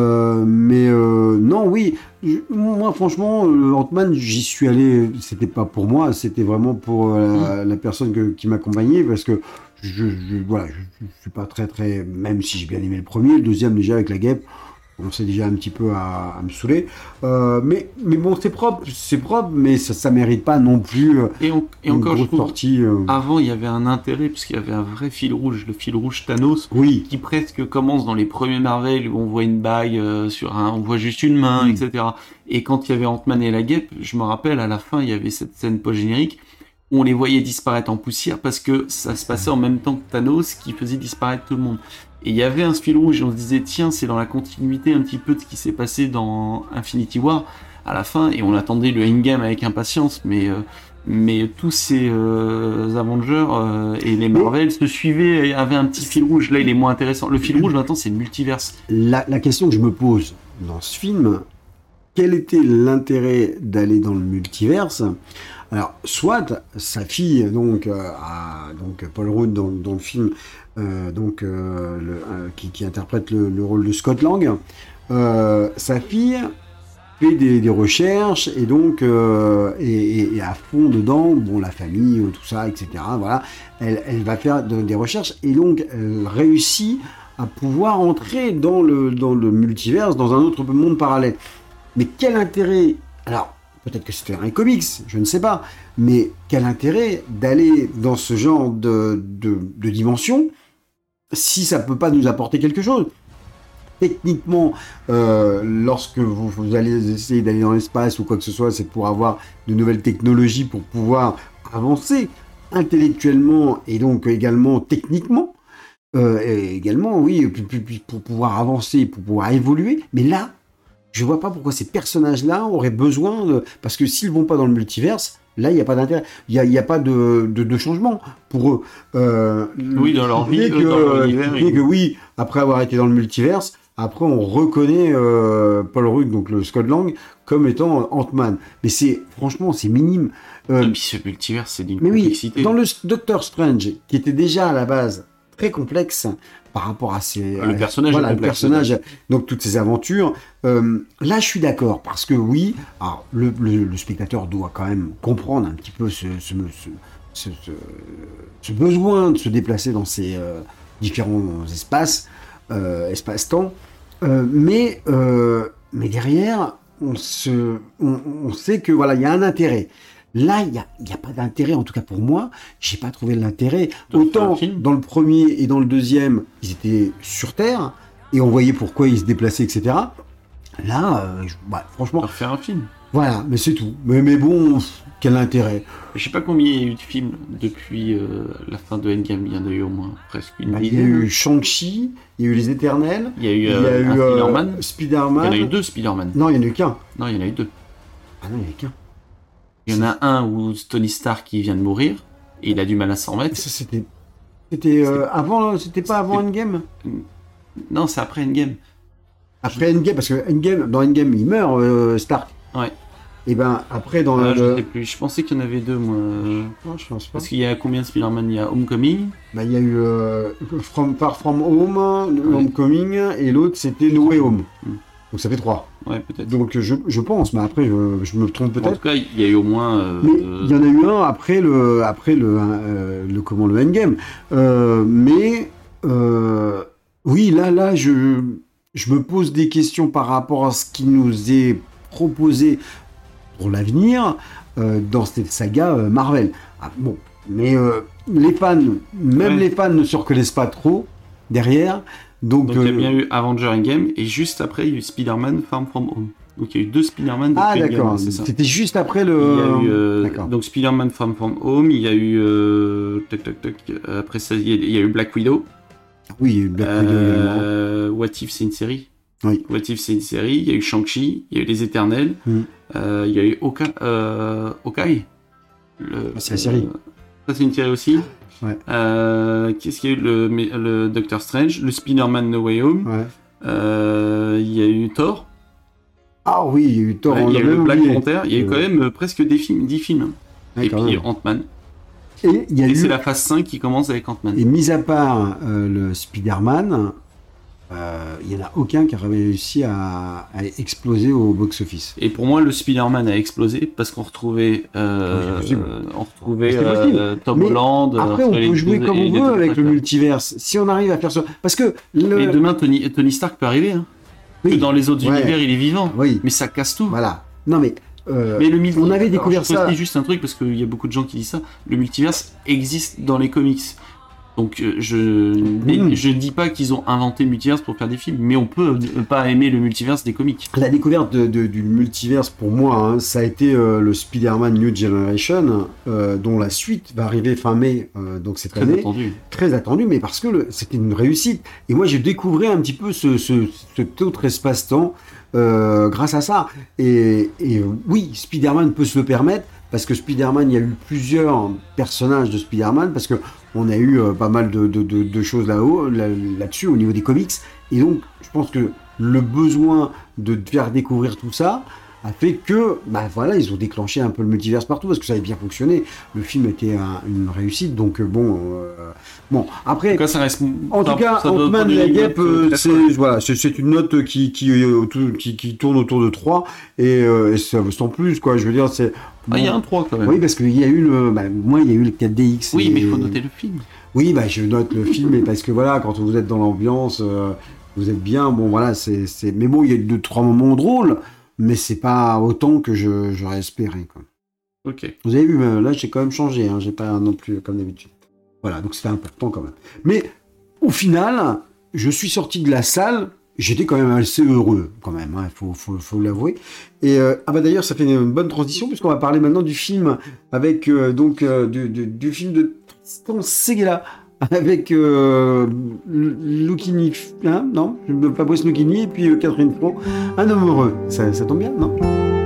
Non, oui, moi franchement, Ant-Man, j'y suis allé, c'était pas pour moi, c'était vraiment pour la personne qui m'accompagnait, parce que je suis pas très, même si j'ai bien aimé le premier, le deuxième déjà avec la guêpe, on s'est déjà un petit peu à me saouler. Mais bon, c'est propre, mais ça mérite pas non plus et encore, grosse sortie. Avant, il y avait un intérêt, parce qu'il y avait un vrai fil rouge, le fil rouge Thanos, oui. qui presque commence dans les premiers Marvel, où on voit une bague on voit juste une main, etc. Et quand il y avait Ant-Man et la guêpe, je me rappelle, à la fin, il y avait cette scène post-générique, où on les voyait disparaître en poussière, parce que ça se passait en même temps que Thanos, qui faisait disparaître tout le monde. Et il y avait un fil rouge et on se disait tiens, c'est dans la continuité un petit peu de ce qui s'est passé dans Infinity War à la fin, et on attendait le Endgame avec impatience, mais tous ces Avengers et les Marvel se suivaient et avaient un petit fil rouge. Là, il est moins intéressant. Le fil rouge maintenant, c'est le multiverse. La question que je me pose dans ce film, quel était l'intérêt d'aller dans le multiverse? Alors, soit sa fille, donc Paul Rudd dans le film, qui interprète le rôle de Scott Lang, sa fille fait des recherches et donc et à fond dedans, bon, la famille, tout ça, etc. Voilà, elle va faire des recherches et donc elle réussit à pouvoir entrer dans le multiverse, dans un autre monde parallèle. Mais quel intérêt? Alors, peut-être que c'était un comics, je ne sais pas, mais quel intérêt d'aller dans ce genre de dimension si ça ne peut pas nous apporter quelque chose? Techniquement, lorsque vous allez essayer d'aller dans l'espace ou quoi que ce soit, c'est pour avoir de nouvelles technologies pour pouvoir avancer intellectuellement et donc également techniquement. Et également, oui, pour pouvoir avancer, pour pouvoir évoluer. Mais là, je vois pas pourquoi ces personnages-là auraient besoin de... Parce que s'ils vont pas dans le multiverse, là, il n'y a pas d'intérêt. Il n'y a pas de changement pour eux. Oui, dans leur vie, dans leur univers. Que oui, après avoir été dans le multiverse, après on reconnaît Paul Rudd, donc le Scott Lang, comme étant Ant-Man. Mais franchement, c'est minime. Et puis ce multiverse, c'est d'une mais complexité. Oui, dans le Doctor Strange, qui était déjà à la base très complexe par rapport à ces... Le personnage voilà, est le complexe. personnage, donc toutes ces aventures. Là, je suis d'accord, parce que oui, alors, le spectateur doit quand même comprendre un petit peu ce besoin de se déplacer dans ces différents espaces-temps. Mais derrière, on sait que voilà, il y a un intérêt. Là, il y a pas d'intérêt, en tout cas pour moi, j'ai pas trouvé l'intérêt. Autant dans le premier et dans le deuxième, ils étaient sur Terre et on voyait pourquoi ils se déplaçaient, etc. Là, franchement, Leur faire un film. voilà, mais c'est tout. Mais bon, quel intérêt? Je sais pas combien il y a eu de films depuis la fin de Endgame. Il y en a eu au moins presque une Il y a dizaine. eu Shang-Chi, il y a eu Les Éternels, Il y a eu, il y a eu un Spider-Man. Spider-Man. Il y en a eu 2 Spider-Man. Non, il y en a eu qu'un. Non, il y en a eu 2. Ah non, il y en a eu qu'un. Il y en a un où Tony Stark qui vient de mourir et il a du mal à s'en remettre. Ça, c'était avant, c'était pas avant Endgame? Non, c'est après Endgame. Après Endgame, parce que dans Endgame, il meurt, Stark. Ouais. Et ben après dans Je sais plus. Je pensais qu'il y en avait 2 moi. Non, je pense pas. Parce qu'il y a combien de Spider-Man? Il y a Homecoming. Bah, il y a eu Far From Home, Homecoming, et l'autre c'était No Way Home. Donc ça fait 3. Ouais, peut-être. Donc je pense, mais après je me trompe En peut-être. tout cas, il y a eu au moins. Mais il y en a eu un après le Endgame. Oui, là je me pose des questions par rapport à ce qui nous est proposé pour l'avenir dans cette saga Marvel. Ah, bon, mais les fans, les fans ne se reconnaissent pas trop derrière. Donc il y a bien eu Avenger Endgame et juste après il y a eu Spider-Man Far From Home. Donc il y a eu 2 Spider-Man depuis Endgame. D'accord, c'est ça. c'était juste après Il y a eu, D'accord. donc Spider-Man Far From Home, il y a eu après ça il y a eu Black Widow. Oui, il y a eu Black Widow également. What If c'est une série. Oui. What If c'est une série, il y a eu Shang-Chi, il y a eu Les Éternels, il y a eu Hawkeye. C'est la série. Ça c'est une série aussi. Ouais. Qu'est-ce qu'il y a eu le Doctor Strange, le Spider-Man No Way Home. Ouais. Il y a eu Thor. Ah oui, il y a eu Thor. Il y a eu le Black Panther. Il y a eu quand Ouais. même presque 10 films. Ouais, Et quand puis même. Ant-Man. Et il y a Et eu c'est la phase 5 qui commence avec Ant-Man. et mis à part le Spider-Man, il n'y en a aucun qui a réussi à exploser au box-office. Et pour moi, le Spider-Man a explosé parce qu'on retrouvait, c'est possible. C'est Tom possible. Mais Holland. Après, on peut jouer comme on veut avec le multiverse. Si on arrive à faire ça, parce que Et demain, Tony Stark peut arriver. Hein. Oui. Que dans les autres Ouais. univers, il est vivant. Oui. Mais ça casse tout. Voilà. Non mais Mais le multiverse, on avait découvert je ça. précise juste un truc parce qu'il y a beaucoup de gens qui disent ça. Le multiverse existe dans les comics. Donc je dis pas qu'ils ont inventé le multiverse pour faire des films, mais on peut pas aimer le multiverse des comics. La découverte du multiverse, pour moi, hein, ça a été le Spider-Man New Generation, dont la suite va arriver fin mai, donc cette Très année. attendu. Très attendu, mais parce que c'était une réussite. Et moi, j'ai découvert un petit peu cet autre espace-temps grâce à ça. Et oui, Spider-Man peut se le permettre, parce que Spider-Man, il y a eu plusieurs personnages de Spider-Man, parce que on a eu pas mal de choses là-dessus, au niveau des comics. Et donc, je pense que le besoin de faire découvrir tout ça a fait que, voilà, ils ont déclenché un peu le multiverse partout, parce que ça avait bien fonctionné. Le film était une réussite, donc bon, après... En tout cas, ça reste. En tout cas, ça doit Ant-Man produire et la une guêpe, note très forte. c'est une note qui tourne autour de 3, et ça sans plus, quoi. Je veux dire, c'est... Il y a un 3 quand même. Oui, parce qu'il y a eu moi, il y a eu le 4DX. Oui, mais il faut noter le film. Oui, je note le film, mais parce que voilà, quand vous êtes dans l'ambiance, vous êtes bien. Bon, voilà, mais bon, il y a eu 2-3 moments drôles, mais c'est pas autant que j'aurais espéré, quoi. Ok. Vous avez vu, là, j'ai quand même changé, hein, j'ai pas non plus comme d'habitude. Voilà, donc c'était important quand même. Mais au final, je suis sorti de la salle, j'étais quand même assez heureux, quand même, hein, faut l'avouer. Et d'ailleurs, ça fait une bonne transition, puisqu'on va parler maintenant du film, avec du film de Tristan Segela, avec Lucchini, hein, non, Fabrice Lucchini, et puis Catherine Fro, Un homme heureux. Ça tombe bien, non?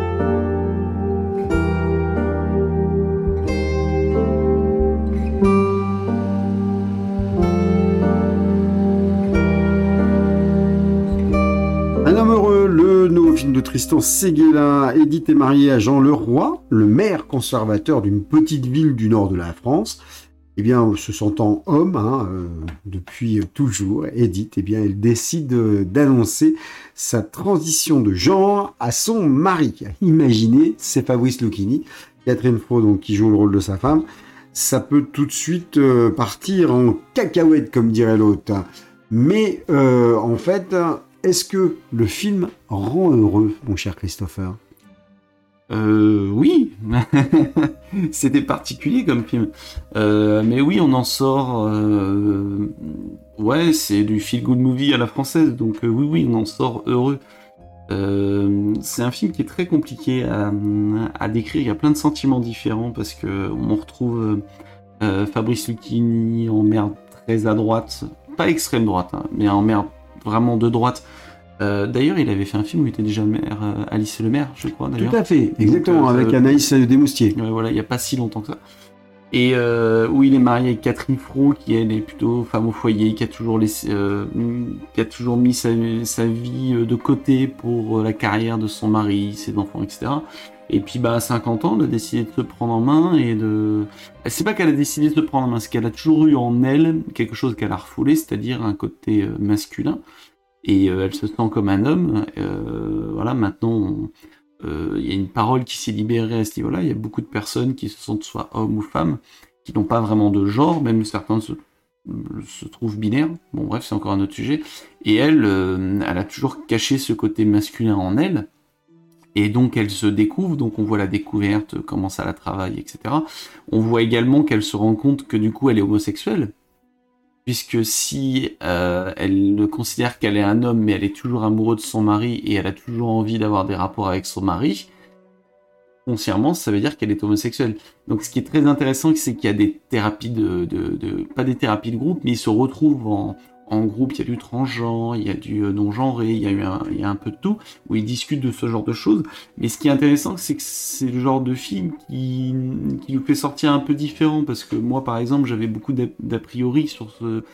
Un homme heureux, le nouveau film de Tristan Segela. Edith est mariée à Jean Leroy, le maire conservateur d'une petite ville du nord de la France. eh bien, se sentant homme, depuis toujours, Edith, eh bien, elle décide d'annoncer sa transition de genre à son mari. Imaginez, c'est Fabrice Lucchini, Catherine Fro, donc, qui joue le rôle de sa femme. Ça peut tout de suite partir en cacahuète, comme dirait l'autre. Mais en fait, est-ce que le film rend heureux, mon cher Christopher ? Oui, c'était particulier comme film. Mais oui, on en sort. Ouais, c'est du feel-good movie à la française, donc oui, on en sort heureux. C'est un film qui est très compliqué à décrire. Il y a plein de sentiments différents parce que on retrouve Fabrice Lucchini en merde très à droite, pas extrême droite, mais en merde vraiment de droite. D'ailleurs, il avait fait un film où il était déjà le maire, Alice et le maire, je crois. D'ailleurs. Tout à fait, exactement, donc, avec Anaïs Desmoustiers. Voilà, il n'y a pas si longtemps que ça. Et où il est marié avec Catherine Fro, qui elle est plutôt femme au foyer, qui a toujours mis sa vie de côté pour la carrière de son mari, ses enfants, etc. Et puis à 50 ans, elle a décidé de se prendre en main et de... C'est pas qu'elle a décidé de se prendre en main, c'est qu'elle a toujours eu en elle quelque chose qu'elle a refoulé, c'est-à-dire un côté masculin. Et elle se sent comme un homme. Voilà, maintenant, il y a une parole qui s'est libérée à ce niveau-là. Il y a beaucoup de personnes qui se sentent soit hommes ou femmes, qui n'ont pas vraiment de genre, même certains se trouvent binaires. Bon, bref, c'est encore un autre sujet. Et elle a toujours caché ce côté masculin en elle. Et donc, elle se découvre. Donc, on voit la découverte, comment ça la travaille, etc. On voit également qu'elle se rend compte que, du coup, elle est homosexuelle. Puisque si elle considère qu'elle est un homme, mais elle est toujours amoureuse de son mari et elle a toujours envie d'avoir des rapports avec son mari, foncièrement, ça veut dire qu'elle est homosexuelle. Donc ce qui est très intéressant, c'est qu'il y a des thérapies pas des thérapies de groupe, mais ils se retrouvent en groupe. Il y a du transgenre, il y a du non-genré, il y a un peu de tout, où ils discutent de ce genre de choses. Mais ce qui est intéressant, c'est que c'est le genre de film qui nous fait sortir un peu différent, parce que moi, par exemple, j'avais beaucoup d'a priori sur ce...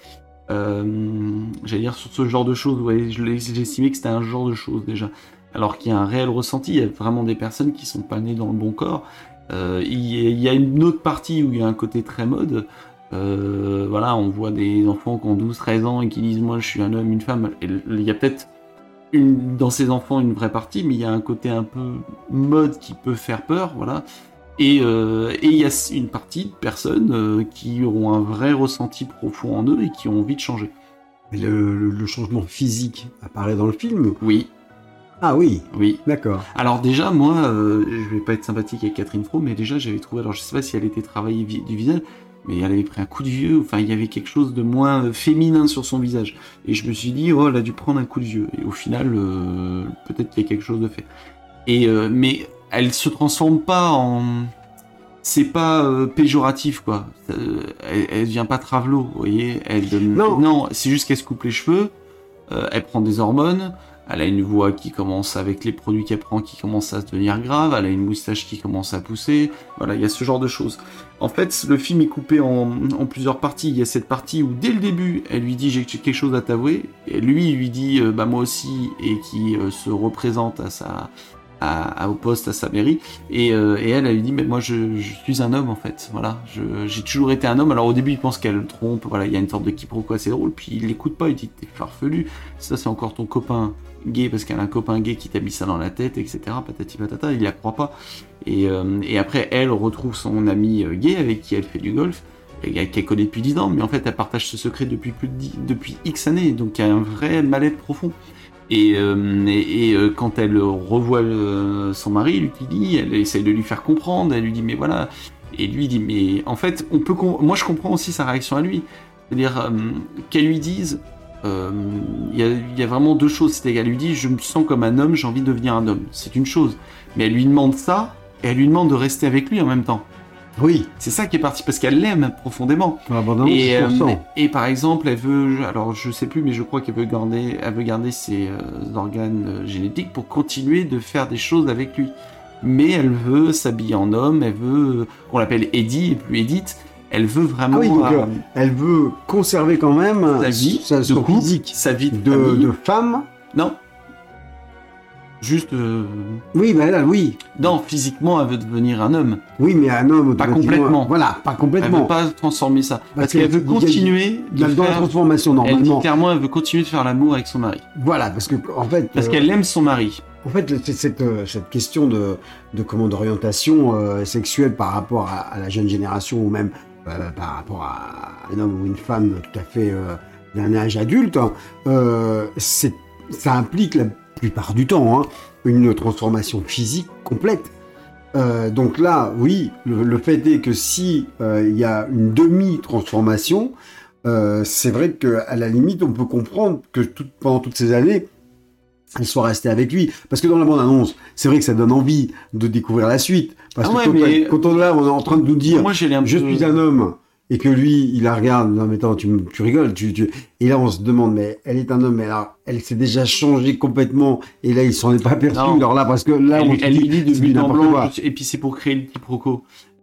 sur ce genre de choses. Ouais, j'estimais que c'était un genre de choses, déjà. Alors qu'il y a un réel ressenti, il y a vraiment des personnes qui sont pas nées dans le bon corps. Il y a une autre partie où il y a un côté très mode. Voilà, on voit des enfants qui ont 12-13 ans et qui disent moi je suis un homme, une femme. Et il y a peut-être dans ces enfants une vraie partie, mais il y a un côté un peu mode qui peut faire peur, voilà. Et il y a une partie de personnes qui auront un vrai ressenti profond en eux et qui ont envie de changer. Mais le changement physique apparaît dans le film ? Oui. Ah oui, oui, d'accord. Alors déjà, moi, je vais pas être sympathique avec Catherine Fro, mais déjà j'avais trouvé, alors je sais pas si elle était travaillée du visage, mais elle avait pris un coup de vieux, enfin il y avait quelque chose de moins féminin sur son visage. Et je me suis dit, oh, elle a dû prendre un coup de vieux. Et au final, peut-être qu'il y a quelque chose de fait. Et mais elle se transforme pas en... C'est pas péjoratif, quoi. Elle devient pas travelot, vous voyez. Non, c'est juste qu'elle se coupe les cheveux, elle prend des hormones, elle a une voix qui commence, avec les produits qu'elle prend, qui commence à devenir grave, elle a une moustache qui commence à pousser, voilà, il y a ce genre de choses. En fait, le film est coupé en plusieurs parties. Il y a cette partie où, dès le début, elle lui dit « j'ai quelque chose à t'avouer », et lui, il lui dit « bah moi aussi », et qui se représente au poste, à sa mairie, et elle lui dit mais moi je suis un homme en fait, voilà, j'ai toujours été un homme. Alors au début il pense qu'elle le trompe, voilà, il y a une sorte de quiproquo assez drôle, puis il l'écoute pas, il dit t'es farfelu, ça c'est encore ton copain gay parce qu'elle a un copain gay qui t'a mis ça dans la tête, etc. patati patata, il y croit pas, et après elle retrouve son ami gay avec qui elle fait du golf, qu'elle connaît depuis 10 ans, mais en fait elle partage ce secret depuis X années, donc il y a un vrai mal-être profond. Et quand elle revoit son mari, elle essaye de lui faire comprendre, elle lui dit mais voilà, et lui dit mais en fait moi je comprends aussi sa réaction à lui, c'est-à-dire qu'elle lui dise il y a vraiment deux choses, c'est-à-dire qu'elle lui dit je me sens comme un homme, j'ai envie de devenir un homme, c'est une chose, mais elle lui demande ça et elle lui demande de rester avec lui en même temps. Oui. C'est ça qui est parti, parce qu'elle l'aime profondément. Et par exemple, elle veut, alors je sais plus, mais je crois qu'elle veut garder ses organes génétiques pour continuer de faire des choses avec lui. Mais elle veut s'habiller en homme, elle veut, on l'appelle Eddie et plus Edith, elle veut vraiment... Ah oui, donc elle veut conserver quand même sa vie, son physique, sa vie de femme. Non. Juste. Oui, bah là, oui. Non, physiquement, elle veut devenir un homme. Oui, mais un homme. Pas complètement. Voilà, pas Elle complètement. veut pas transformer ça. Parce que qu'elle veut continuer de dans la faire. transformation, Elle dit normalement. clairement, elle veut continuer de faire l'amour avec son mari. Voilà, parce que, en fait. Parce qu'elle aime son mari. En fait, c'est cette question d'orientation sexuelle par rapport à la jeune génération ou même par rapport à un homme ou une femme tout à fait d'un âge adulte, hein, ça implique la plupart du temps une transformation physique complète. Donc là, oui, le fait est que si il y a une demi-transformation, c'est vrai qu'à la limite, on peut comprendre que pendant toutes ces années, elle soit restée avec lui. Parce que dans la bande-annonce, c'est vrai que ça donne envie de découvrir la suite. Parce que quand on est là, on est en train de nous dire « Je suis un homme », et que lui, il la regarde, non mais attends, tu rigoles, et là on se demande, mais elle est un homme, mais alors, elle s'est déjà changée complètement, et là il s'en est pas aperçu, alors là, parce que là, elle lui dit de but en blanc, et puis c'est pour créer le quiproquo.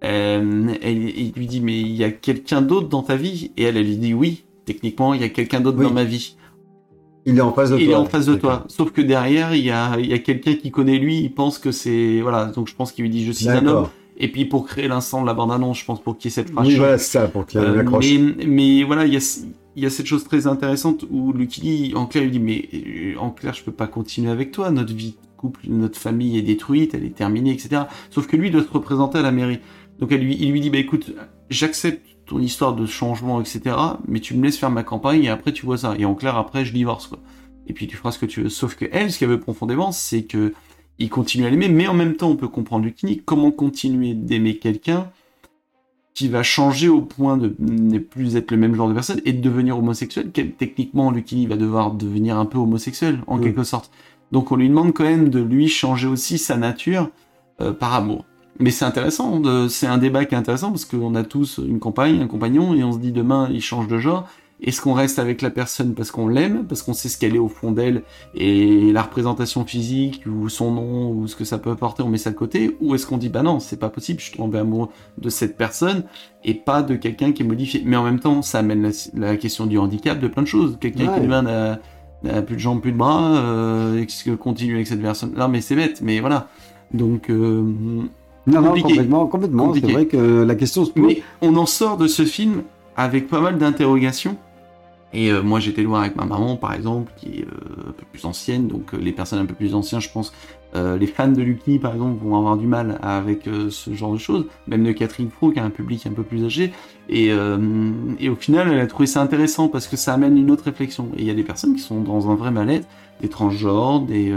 Il lui dit, mais il y a quelqu'un d'autre dans ta vie? Et elle lui dit, oui, techniquement, il y a quelqu'un d'autre dans ma vie. Il est en face de toi. Il est en face de toi. Sauf que derrière, il y a quelqu'un qui connaît lui, il pense que c'est, voilà, donc je pense qu'il lui dit, je suis un homme. Et puis pour créer l'instant de la bande-annonce, je pense pour qu'il y ait cette phrase. Oui, voilà, c'est ça, pour qu'il y ait une accroche. Mais voilà, il y a cette chose très intéressante où Lucky Lee, en clair, lui dit, mais en clair, je peux pas continuer avec toi, notre vie de couple, notre famille est détruite, elle est terminée, etc. Sauf que lui, il doit se représenter à la mairie. Donc il lui dit, bah écoute, j'accepte ton histoire de changement, etc., mais tu me laisses faire ma campagne et après tu vois ça. Et en clair, après, je divorce, quoi. Et puis tu feras ce que tu veux. Sauf que elle, ce qu'elle veut profondément, c'est que il continue à l'aimer, mais en même temps, on peut comprendre Lucky Lee. Comment continuer d'aimer quelqu'un qui va changer au point de ne plus être le même genre de personne et de devenir homosexuel? Techniquement, Lucky Lee va devoir devenir un peu homosexuel, en quelque sorte. Donc on lui demande quand même de lui changer aussi sa nature par amour. Mais c'est intéressant, c'est un débat qui est intéressant, parce qu'on a tous une compagne, un compagnon, et on se dit demain, il change de genre. Est-ce qu'on reste avec la personne parce qu'on l'aime, parce qu'on sait ce qu'elle est au fond d'elle, et la représentation physique, ou son nom, ou ce que ça peut apporter, on met ça de côté, ou est-ce qu'on dit, bah non, c'est pas possible, je suis tombé amoureux de cette personne, et pas de quelqu'un qui est modifié. Mais en même temps, ça amène la question du handicap, de plein de choses. Quelqu'un qui demain n'a plus de jambes, plus de bras, est-ce que continue avec cette personne? Non, mais c'est bête, mais voilà. Donc... Non, complètement. C'est vrai que la question se pose. Mais on en sort de ce film avec pas mal d'interrogations. Et moi, j'étais le voir avec ma maman, par exemple, qui est un peu plus ancienne. Donc, les personnes un peu plus anciennes, je pense, les fans de Lucky, par exemple, vont avoir du mal avec ce genre de choses. Même de Catherine Fro, qui a un public un peu plus âgé. Et au final, elle a trouvé ça intéressant parce que ça amène une autre réflexion. Et il y a des personnes qui sont dans un vrai mal-être, des transgenres, des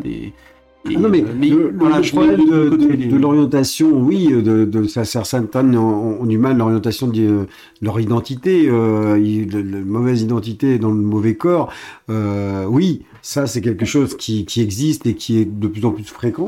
non, mais le problème de l'orientation, oui, certaines ont du mal, l'orientation de leur identité, la mauvaise identité dans le mauvais corps, oui, ça c'est quelque chose qui existe et qui est de plus en plus fréquent.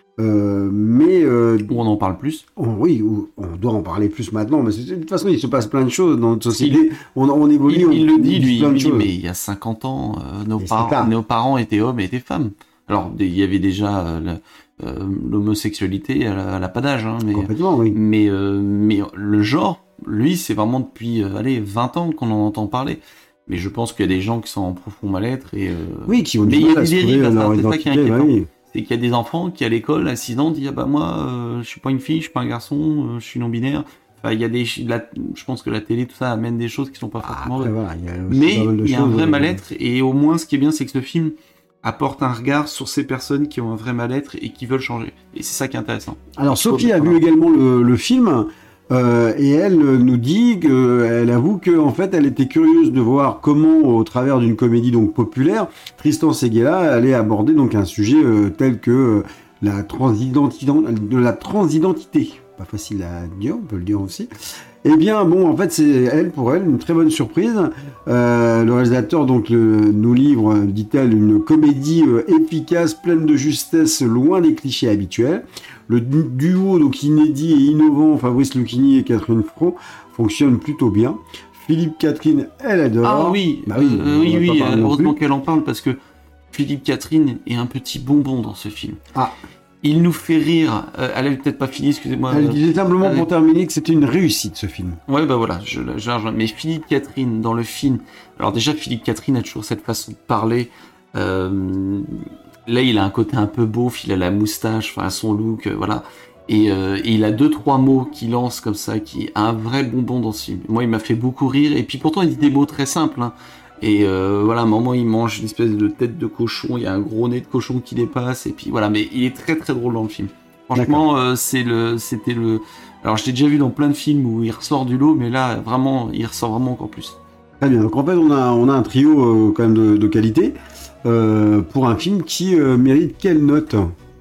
Mais où on en parle plus. Oui, on doit en parler plus maintenant, mais de toute façon il se passe plein de choses dans notre société. On évolue. Il le dit lui, mais il y a 50 ans, nos parents étaient hommes et étaient femmes. Alors, il y avait déjà l'homosexualité, elle a pas d'âge, hein, mais, complètement, oui. Mais le genre, lui, c'est vraiment depuis 20 ans qu'on en entend parler. Mais je pense qu'il y a des gens qui sont en profond mal-être. Oui, qui ont du mal à se trouver leur identité. C'est qu'il y a des enfants qui, à l'école, à 6 ans, disent « Ah bah moi, je suis pas une fille, je suis pas un garçon, je suis non-binaire ». Enfin, il y a je pense que la télé, tout ça, amène des choses qui sont pas forcément vraies. Voilà, mais il y a un vrai mal-être, et au moins, ce qui est bien, c'est que ce film apporte un regard sur ces personnes qui ont un vrai mal-être et qui veulent changer. Et c'est ça qui est intéressant. Alors Sophie a vu également le film et elle nous dit qu'elle avoue qu'en fait elle était curieuse de voir comment, au travers d'une comédie donc populaire, Tristan Seguela allait aborder donc un sujet tel que la transidentité. Pas facile à dire, on peut le dire aussi. Eh bien, bon, en fait, c'est pour elle, une très bonne surprise. Le réalisateur donc nous livre, dit-elle, une comédie efficace, pleine de justesse, loin des clichés habituels. Le duo donc inédit et innovant, Fabrice Lucchini et Catherine Fro, fonctionne plutôt bien. Philippe Catherine, elle adore. Ah oui, oui, heureusement qu'elle en parle parce que Philippe Catherine est un petit bonbon dans ce film. Ah. Il nous fait rire. Elle avait peut-être pas fini, excusez-moi. Elle disait simplement pour terminer que c'était une réussite ce film. Ouais, bah voilà, je rejoins. Mais Philippe Catherine dans le film. Alors déjà, Philippe Catherine a toujours cette façon de parler Là, il a un côté un peu beauf, il a la moustache, enfin son look, voilà. Et il a 2-3 mots qu'il lance comme ça, qui a un vrai bonbon dans ce film. Moi, il m'a fait beaucoup rire, et puis pourtant, il dit des mots très simples, hein. Et voilà, à un moment, il mange une espèce de tête de cochon, il y a un gros nez de cochon qui dépasse, et puis voilà, mais il est très très drôle dans le film. Franchement, c'était le... Alors, je l'ai déjà vu dans plein de films où il ressort du lot, mais là, vraiment, il ressort vraiment encore plus. Très bien, donc en fait, on a un trio quand même de qualité pour un film qui mérite quelle note?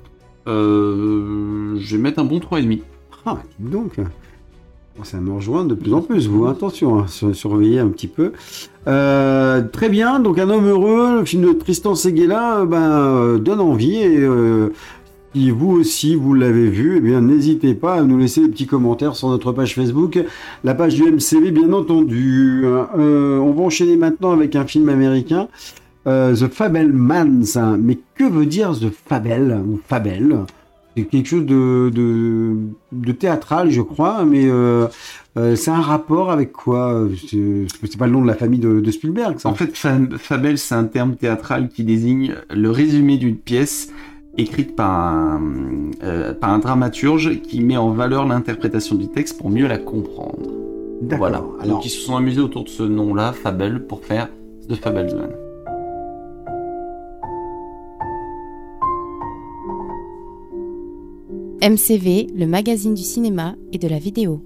Je vais mettre un bon 3,5. Ah, dis donc, ça me rejoint de plus en plus, vous, attention, hein, surveillez un petit peu. Très bien, donc Un homme heureux, le film de Tristan Seguela, donne envie, et si vous aussi vous l'avez vu, eh bien n'hésitez pas à nous laisser des petits commentaires sur notre page Facebook, la page du MCV bien entendu. On va enchaîner maintenant avec un film américain, The Fabelmans. Mais que veut dire The Fabel ou Fabel? C'est quelque chose de théâtral, je crois, mais c'est un rapport avec quoi? C'est pas le nom de la famille de Spielberg, ça. En fait, Fabel, c'est un terme théâtral qui désigne le résumé d'une pièce écrite par un dramaturge qui met en valeur l'interprétation du texte pour mieux la comprendre. D'accord. Voilà. Alors, donc ils se sont amusés autour de ce nom-là, Fabel, pour faire The Fabelman. MCV, le magazine du cinéma et de la vidéo.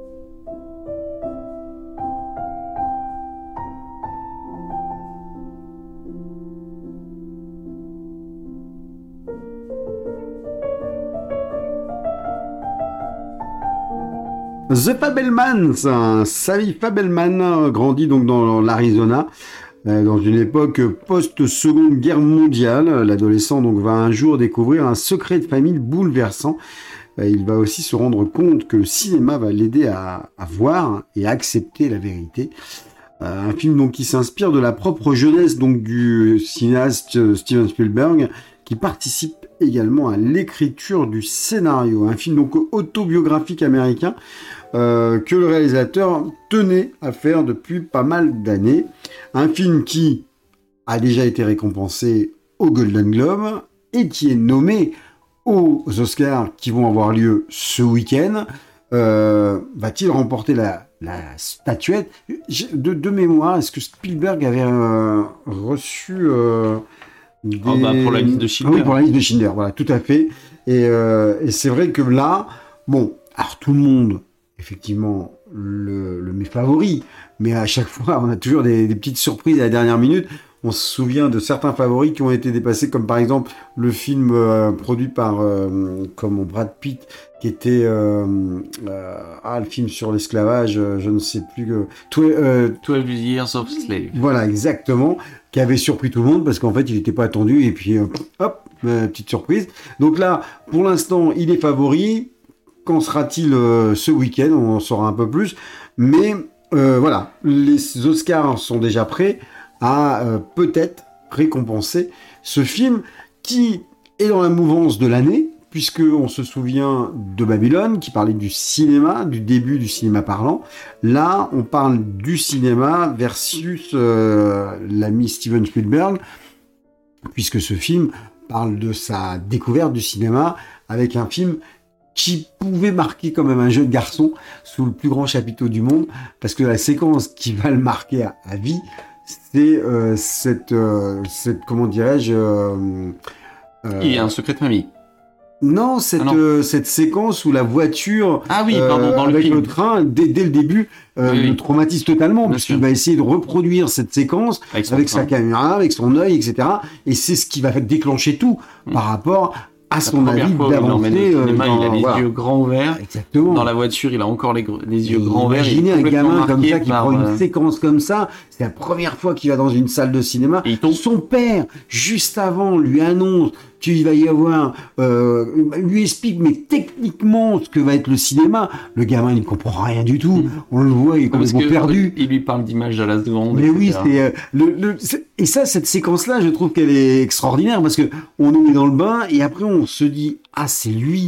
The Fabelmans, Savy Fabelman grandit donc dans l'Arizona, dans une époque post-seconde guerre mondiale. L'adolescent donc va un jour découvrir un secret de famille bouleversant. Il va aussi se rendre compte que le cinéma va l'aider à voir et à accepter la vérité. Un film donc qui s'inspire de la propre jeunesse donc du cinéaste Steven Spielberg, qui participe également à l'écriture du scénario. Un film donc autobiographique américain que le réalisateur tenait à faire depuis pas mal d'années. Un film qui a déjà été récompensé au Golden Globe et qui est nommé aux Oscars qui vont avoir lieu ce week-end. Va-t-il remporter la statuette de mémoire? Est-ce que Spielberg avait reçu pour la liste de Schindler. Oui, pour la liste de Schindler, voilà, tout à fait. Et c'est vrai que là, bon, alors tout le monde, effectivement, le met favori, mais à chaque fois, on a toujours des petites surprises à la dernière minute. On se souvient de certains favoris qui ont été dépassés, comme par exemple le film produit par comme Brad Pitt, qui était le film sur l'esclavage, je ne sais plus que 12 Years of Slave. Voilà, exactement, qui avait surpris tout le monde parce qu'en fait il n'était pas attendu et puis hop, petite surprise. Donc là, pour l'instant, il est favori. Qu'en sera-t-il ce week-end? On en saura un peu plus. Mais voilà, les Oscars sont déjà prêts à peut-être récompenser ce film qui est dans la mouvance de l'année, puisqu'on se souvient de Babylone, qui parlait du cinéma, du début du cinéma parlant. Là, on parle du cinéma versus l'ami Steven Spielberg, puisque ce film parle de sa découverte du cinéma avec un film qui pouvait marquer quand même un jeune garçon sous le plus grand chapiteau du monde, parce que la séquence qui va le marquer à vie, c'est cette comment dirais-je Il y a un secret de famille. Non, cette séquence où la voiture dans le avec film. le train, dès le début, le traumatise totalement, parce qu'il va essayer de reproduire cette séquence avec sa caméra, avec son œil, etc. Et c'est ce qui va déclencher tout par rapport à son avis d'avancer. Il a les yeux grands ouverts. Exactement. Dans la voiture, il a encore les yeux grands ouverts. Imaginez un gamin comme ça qui prend une séquence comme ça. C'est la première fois qu'il va dans une salle de cinéma. Et son père, juste avant, lui annonce qu'il va y avoir, lui explique, mais techniquement, ce que va être le cinéma. Le gamin, il ne comprend rien du tout. On le voit, il est complètement perdu. Il lui parle d'images à la seconde. Mais etc. oui, et ça, cette séquence-là, je trouve qu'elle est extraordinaire parce que on est dans le bain et après on se dit, ah, c'est lui,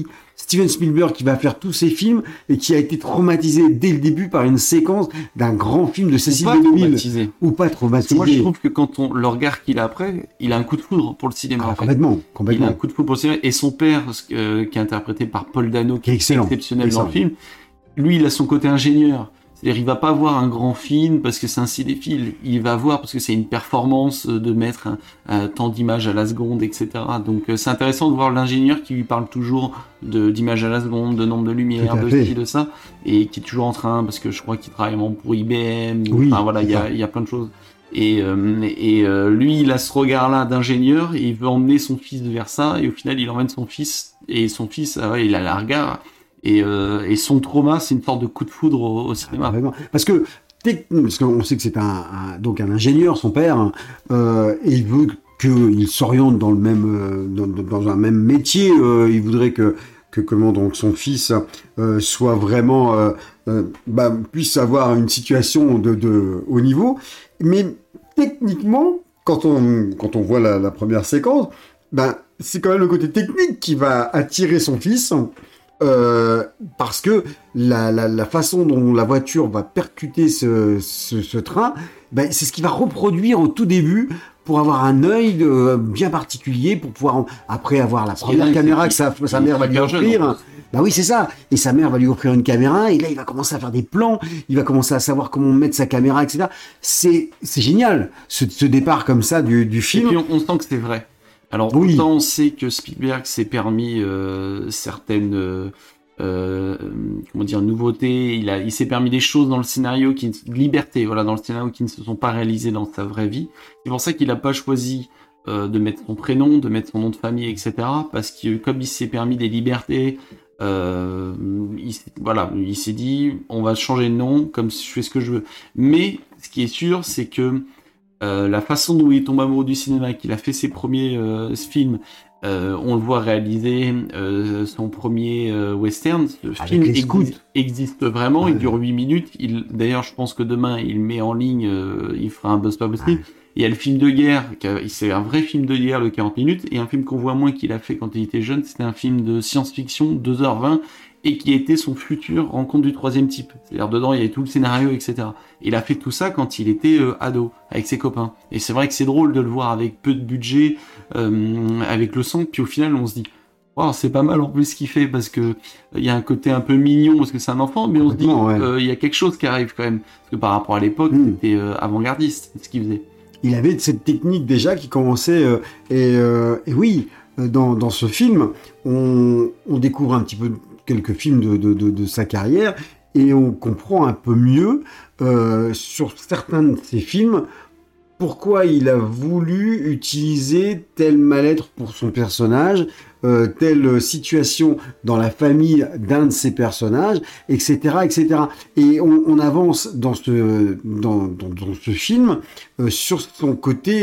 Steven Spielberg qui va faire tous ses films et qui a été traumatisé dès le début par une séquence d'un grand film de Cécile B2000. Ou pas traumatisé. Moi, je trouve que quand le regard qu'il a après, il a un coup de foudre pour le cinéma. Ah, complètement. Il a un coup de foudre pour le cinéma. Et son père, qui est interprété par Paul Dano, qui est exceptionnel dans le film, lui, il a son côté ingénieur. C'est-à-dire, il va pas voir un grand film parce que c'est un cinéphile. Il va voir parce que c'est une performance de mettre tant d'images à la seconde, etc. Donc, c'est intéressant de voir l'ingénieur qui lui parle toujours d'images à la seconde, de nombre de lumière, de ci, de ça, et qui est toujours en train, parce que je crois qu'il travaille pour IBM. Enfin, voilà, il y a plein de choses. Et lui, il a ce regard-là d'ingénieur et il veut emmener son fils vers ça. Et au final, il emmène son fils. Et son fils, il a la regard. Et son trauma, c'est une sorte de coup de foudre au cinéma. Ah, parce qu'on sait que c'est donc un ingénieur, son père, et il veut qu'il s'oriente dans le même dans un même métier. Il voudrait que comment donc son fils soit vraiment puisse avoir une situation de haut niveau. Mais techniquement, quand on voit la première séquence, c'est quand même le côté technique qui va attirer son fils. Parce que la façon dont la voiture va percuter ce train, c'est ce qu'il va reproduire au tout début pour avoir un œil bien particulier, pour pouvoir après avoir la première caméra que sa mère va lui offrir. Oui, c'est ça. Et sa mère va lui offrir une caméra, et là, il va commencer à faire des plans, il va commencer à savoir comment mettre sa caméra, etc. C'est génial, ce départ comme ça du film. Et puis, on sent que c'est vrai. Alors, autant on sait que Spielberg s'est permis certaines nouveautés, il s'est permis des choses dans le scénario, liberté, dans le scénario qui ne se sont pas réalisées dans sa vraie vie. C'est pour ça qu'il n'a pas choisi de mettre son prénom, de mettre son nom de famille, etc. Parce que comme il s'est permis des libertés, il s'est dit, on va changer de nom, comme si je fais ce que je veux. Mais ce qui est sûr, c'est que la façon dont il tombe amoureux du cinéma, qu'il a fait ses premiers films, on le voit réaliser son premier western. Ce film existe vraiment, il dure 8 minutes. D'ailleurs, je pense que demain, il met en ligne, il fera un buzz pas possible. Il y a le film de guerre, c'est un vrai film de guerre de 40 minutes, et un film qu'on voit moins qu'il a fait quand il était jeune, c'était un film de science-fiction, 2h20, et qui était son futur Rencontre du troisième type. C'est-à-dire, dedans, il y avait tout le scénario, etc. Il a fait tout ça quand il était ado, avec ses copains. Et c'est vrai que c'est drôle de le voir avec peu de budget, avec le sang, puis au final, on se dit, wow, c'est pas mal en plus ce qu'il fait, parce que il y a un côté un peu mignon, parce que c'est un enfant, mais on se dit, il y a quelque chose qui arrive quand même. Parce que par rapport à l'époque, c'était avant-gardiste, ce qu'il faisait. Il avait cette technique déjà qui commençait, et oui, dans ce film, on découvre un petit peu quelques films de sa carrière, et on comprend un peu mieux sur certains de ses films pourquoi il a voulu utiliser tel mal-être pour son personnage, telle situation dans la famille d'un de ses personnages, etc., etc. Et on avance dans ce film sur son côté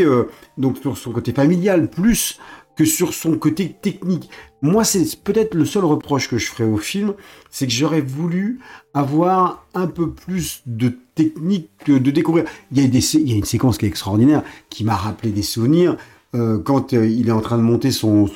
familial plus que sur son côté technique. Moi, c'est peut-être le seul reproche que je ferais au film, c'est que j'aurais voulu avoir un peu plus de technique, de découvrir. Il y a une séquence qui est extraordinaire, qui m'a rappelé des souvenirs, quand il est en train de monter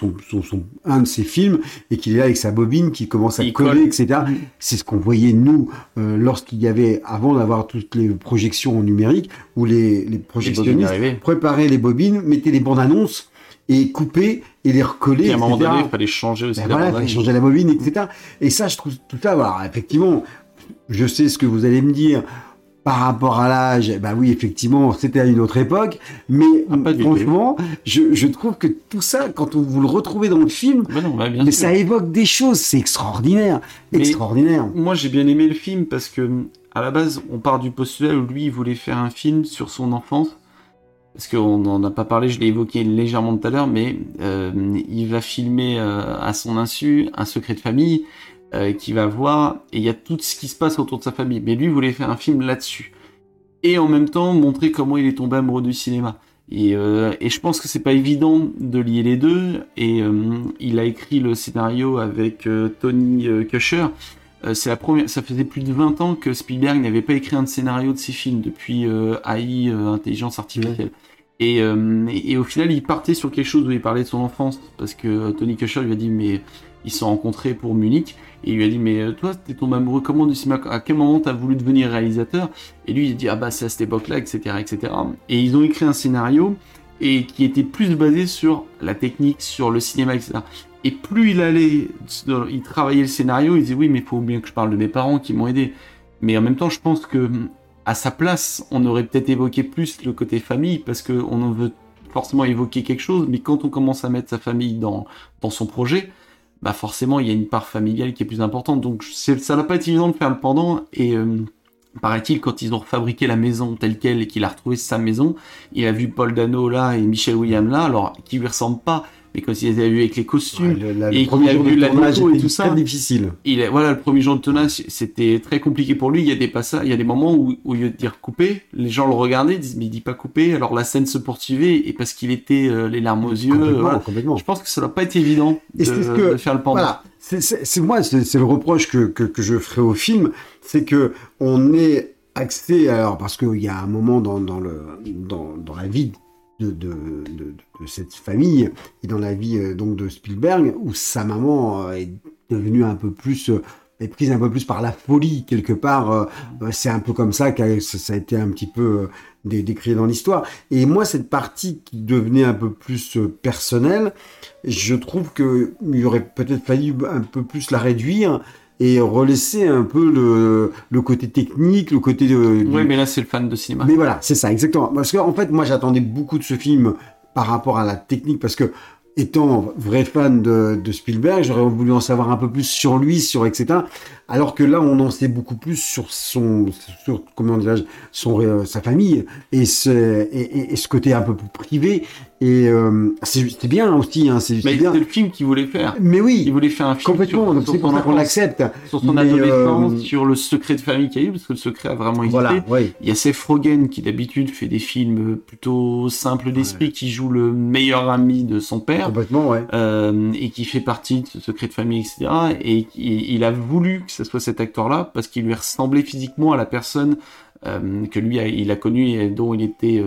un de ses films, et qu'il est là avec sa bobine, qui commence à coller, etc. C'est ce qu'on voyait, nous, lorsqu'il y avait, avant d'avoir toutes les projections en numérique, où les projectionnistes préparaient les bobines, mettaient les bandes annonces, et couper et les recoller, et à un moment donné, il fallait changer aussi il fallait changer la bobine, etc. Et ça, je trouve tout ça, voilà, effectivement, je sais ce que vous allez me dire par rapport à l'âge, oui, effectivement, c'était à une autre époque, mais franchement, je trouve que tout ça, quand vous le retrouvez dans le film, mais ça évoque des choses, c'est extraordinaire, extraordinaire. Moi, j'ai bien aimé le film parce que, à la base, on part du postulat où lui, il voulait faire un film sur son enfance. Parce qu'on n'en a pas parlé, je l'ai évoqué légèrement tout à l'heure, mais il va filmer à son insu un secret de famille qu'il va voir, et il y a tout ce qui se passe autour de sa famille. Mais lui voulait faire un film là-dessus. Et en même temps, montrer comment il est tombé amoureux du cinéma. Et je pense que c'est pas évident de lier les deux, et il a écrit le scénario avec Tony Kushner. C'est la première, ça faisait plus de 20 ans que Spielberg n'avait pas écrit un scénario de ses films depuis AI, intelligence artificielle. Et au final, il partait sur quelque chose où il parlait de son enfance, parce que Tony Kushner lui a dit, mais ils se sont rencontrés pour Munich, et il lui a dit, mais toi, t'es tombé amoureux comment du cinéma, à quel moment t'as voulu devenir réalisateur? Et lui, il a dit, ah bah c'est à cette époque-là, etc., etc. Et ils ont écrit un scénario, et qui était plus basé sur la technique, sur le cinéma, etc. Et plus il travaillait le scénario, il disait, oui, mais il faut bien que je parle de mes parents qui m'ont aidé. Mais en même temps, je pense que à sa place, on aurait peut-être évoqué plus le côté famille, parce qu'on en veut forcément évoquer quelque chose, mais quand on commence à mettre sa famille dans son projet, bah forcément, il y a une part familiale qui est plus importante. Donc ça n'a pas été évident de faire le pendant, et paraît-il, quand ils ont refabriqué la maison telle quelle et qu'il a retrouvé sa maison, il a vu Paul Dano là et Michelle Williams là, alors qui lui ressemblent pas, mais quand il les a vus avec les costumes, et qu'il a vu la déco et tout ça, très difficile. Voilà, le premier jour de tournage, c'était très compliqué pour lui. Il y a des moments où, au lieu de dire couper, les gens le regardaient, ils disent, mais il dit pas couper, alors la scène se poursuivait, et parce qu'il était les larmes aux yeux, Complètement. Je pense que ça n'a pas été évident de faire le pendant. Voilà. C'est le reproche que je ferai au film, c'est que on est axé, alors parce qu'il y a un moment dans la vie de cette famille et dans la vie donc de Spielberg où sa maman est devenue un peu plus est prise un peu plus par la folie quelque part. C'est un peu comme ça que ça a été un petit peu décrit dans l'histoire. Et moi, cette partie qui devenait un peu plus personnelle, je trouve que il aurait peut-être fallu un peu plus la réduire et relaisser un peu le côté technique, le côté Oui, mais là, c'est le fan de cinéma. Mais voilà, c'est ça, exactement. Parce qu'en fait, moi, j'attendais beaucoup de ce film par rapport à la technique, parce que, étant vrai fan de Spielberg, j'aurais voulu en savoir un peu plus sur lui, sur etc. Alors que là, on en sait beaucoup plus sur comment dirais-je, sa famille et ce côté un peu plus privé. Et c'est bien aussi, hein, mais bien. C'est le film qu'il voulait faire. Mais oui, il voulait faire un film complètement. Donc c'est pour ça qu'on l'accepte. Sur son adolescence, sur le secret de famille qu'il y a eu, parce que le secret a vraiment existé. Voilà, oui. Il y a Seth Rogen qui d'habitude fait des films plutôt simples d'esprit, qui joue le meilleur ami de son père. Complètement, ouais. Et qui fait partie de ce secret de famille, etc. Et il a voulu que ce soit cet acteur-là parce qu'il lui ressemblait physiquement à la personne que lui il a connue et dont il était.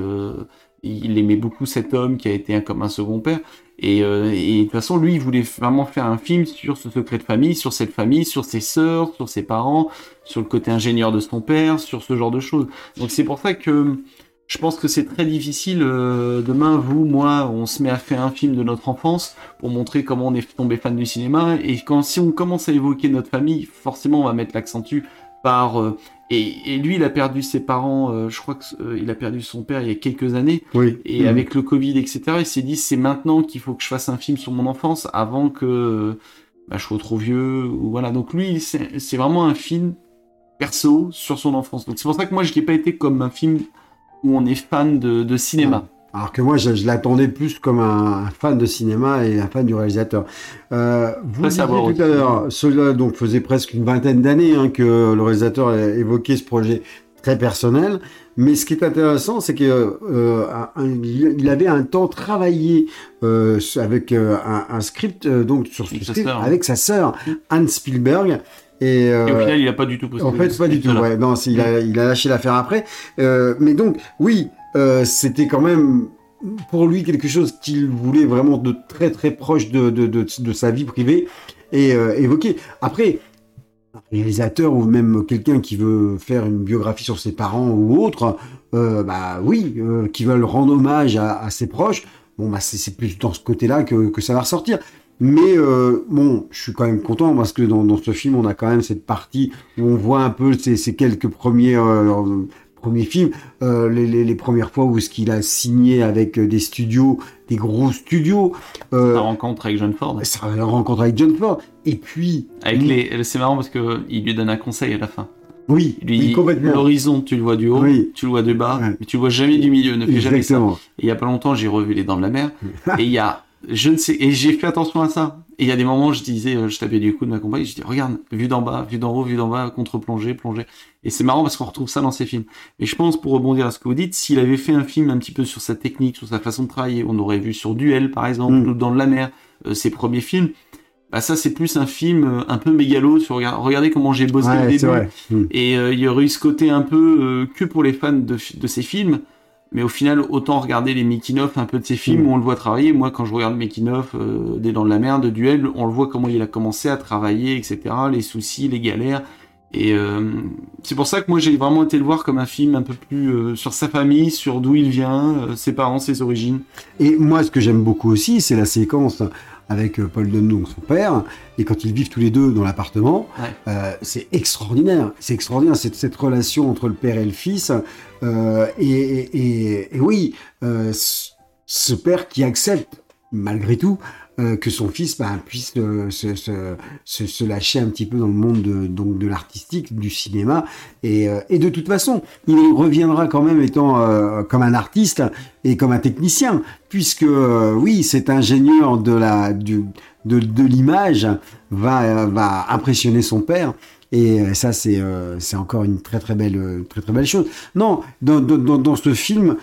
Il aimait beaucoup cet homme qui a été comme un second père. Et de toute façon, lui, il voulait vraiment faire un film sur ce secret de famille, sur cette famille, sur ses sœurs, sur ses parents, sur le côté ingénieur de son père, sur ce genre de choses. Donc c'est pour ça que je pense que c'est très difficile. Demain, vous, moi, on se met à faire un film de notre enfance pour montrer comment on est tombé fan du cinéma. Et si on commence à évoquer notre famille, forcément, on va mettre l'accent dessus par... Et lui, il a perdu ses parents, je crois qu'il a perdu son père il y a quelques années. Oui. Et avec le Covid, etc., il s'est dit, c'est maintenant qu'il faut que je fasse un film sur mon enfance avant que je sois trop vieux. Ou voilà. Donc lui, c'est vraiment un film perso sur son enfance. Donc c'est pour ça que moi, je n'ai pas été comme un film où on est fan de cinéma. Alors que moi, je l'attendais plus comme un fan de cinéma et un fan du réalisateur. Vous disiez tout à l'heure, cela donc faisait presque une vingtaine d'années que le réalisateur a évoqué ce projet très personnel. Mais ce qui est intéressant, c'est qu'il avait un temps travaillé avec un script donc sur ce script avec sa sœur Anne Spielberg. Et au final, il n'a pas du tout posté. En fait, pas du tout. Ouais, non, il a lâché l'affaire après. Mais donc, oui. C'était quand même pour lui quelque chose qu'il voulait vraiment de très très proche de sa vie privée et évoquer. Après, un réalisateur ou même quelqu'un qui veut faire une biographie sur ses parents ou autre, qui veulent rendre hommage à ses proches, c'est plus dans ce côté-là que ça va ressortir. Mais je suis quand même content parce que dans ce film, on a quand même cette partie où on voit un peu ces quelques premiers films, les premières fois où ce qu'il a signé avec des studios, des gros studios. Sa rencontre avec John Ford. Et puis... C'est marrant parce qu'il lui donne un conseil à la fin. Oui, complètement. L'horizon, tu le vois du haut, tu le vois du bas, mais tu le vois jamais du milieu, ne fais jamais ça. Et il y a pas longtemps, j'ai revu Les Dents de la Mer, et il y a... et j'ai fait attention à ça. Et il y a des moments où je tapais du coup de ma compagne, je dis regarde, vue d'en bas, vue d'en haut, vue d'en bas, contre-plongée, plongée. Et c'est marrant parce qu'on retrouve ça dans ses films. Et je pense, pour rebondir à ce que vous dites, s'il avait fait un film un petit peu sur sa technique, sur sa façon de travailler, on aurait vu sur Duel par exemple, ou Dans de la mer, ses premiers films. Ça c'est plus un film un peu mégalo sur regardez comment j'ai bossé au début. Et il y aurait eu ce côté un peu que pour les fans de ces films. Mais au final, autant regarder les making-of un peu de ces films où on le voit travailler. Moi, quand je regarde le making-of des Dents de la Mer, de Duel, on le voit comment il a commencé à travailler, etc. Les soucis, les galères. Et c'est pour ça que moi, j'ai vraiment été le voir comme un film un peu plus sur sa famille, sur d'où il vient, ses parents, ses origines. Et moi, ce que j'aime beaucoup aussi, c'est la séquence avec Paul Dano, son père, et quand ils vivent tous les deux dans l'appartement, c'est extraordinaire. C'est extraordinaire, cette relation entre le père et le fils. Et oui, ce père qui accepte, malgré tout, que son fils puisse se lâcher un petit peu dans le monde de l'artistique, du cinéma. Et de toute façon, il reviendra quand même étant comme un artiste et comme un technicien, puisque oui, cet ingénieur de l'image va impressionner son père. Et ça, c'est encore une très très belle chose. Non, dans ce film,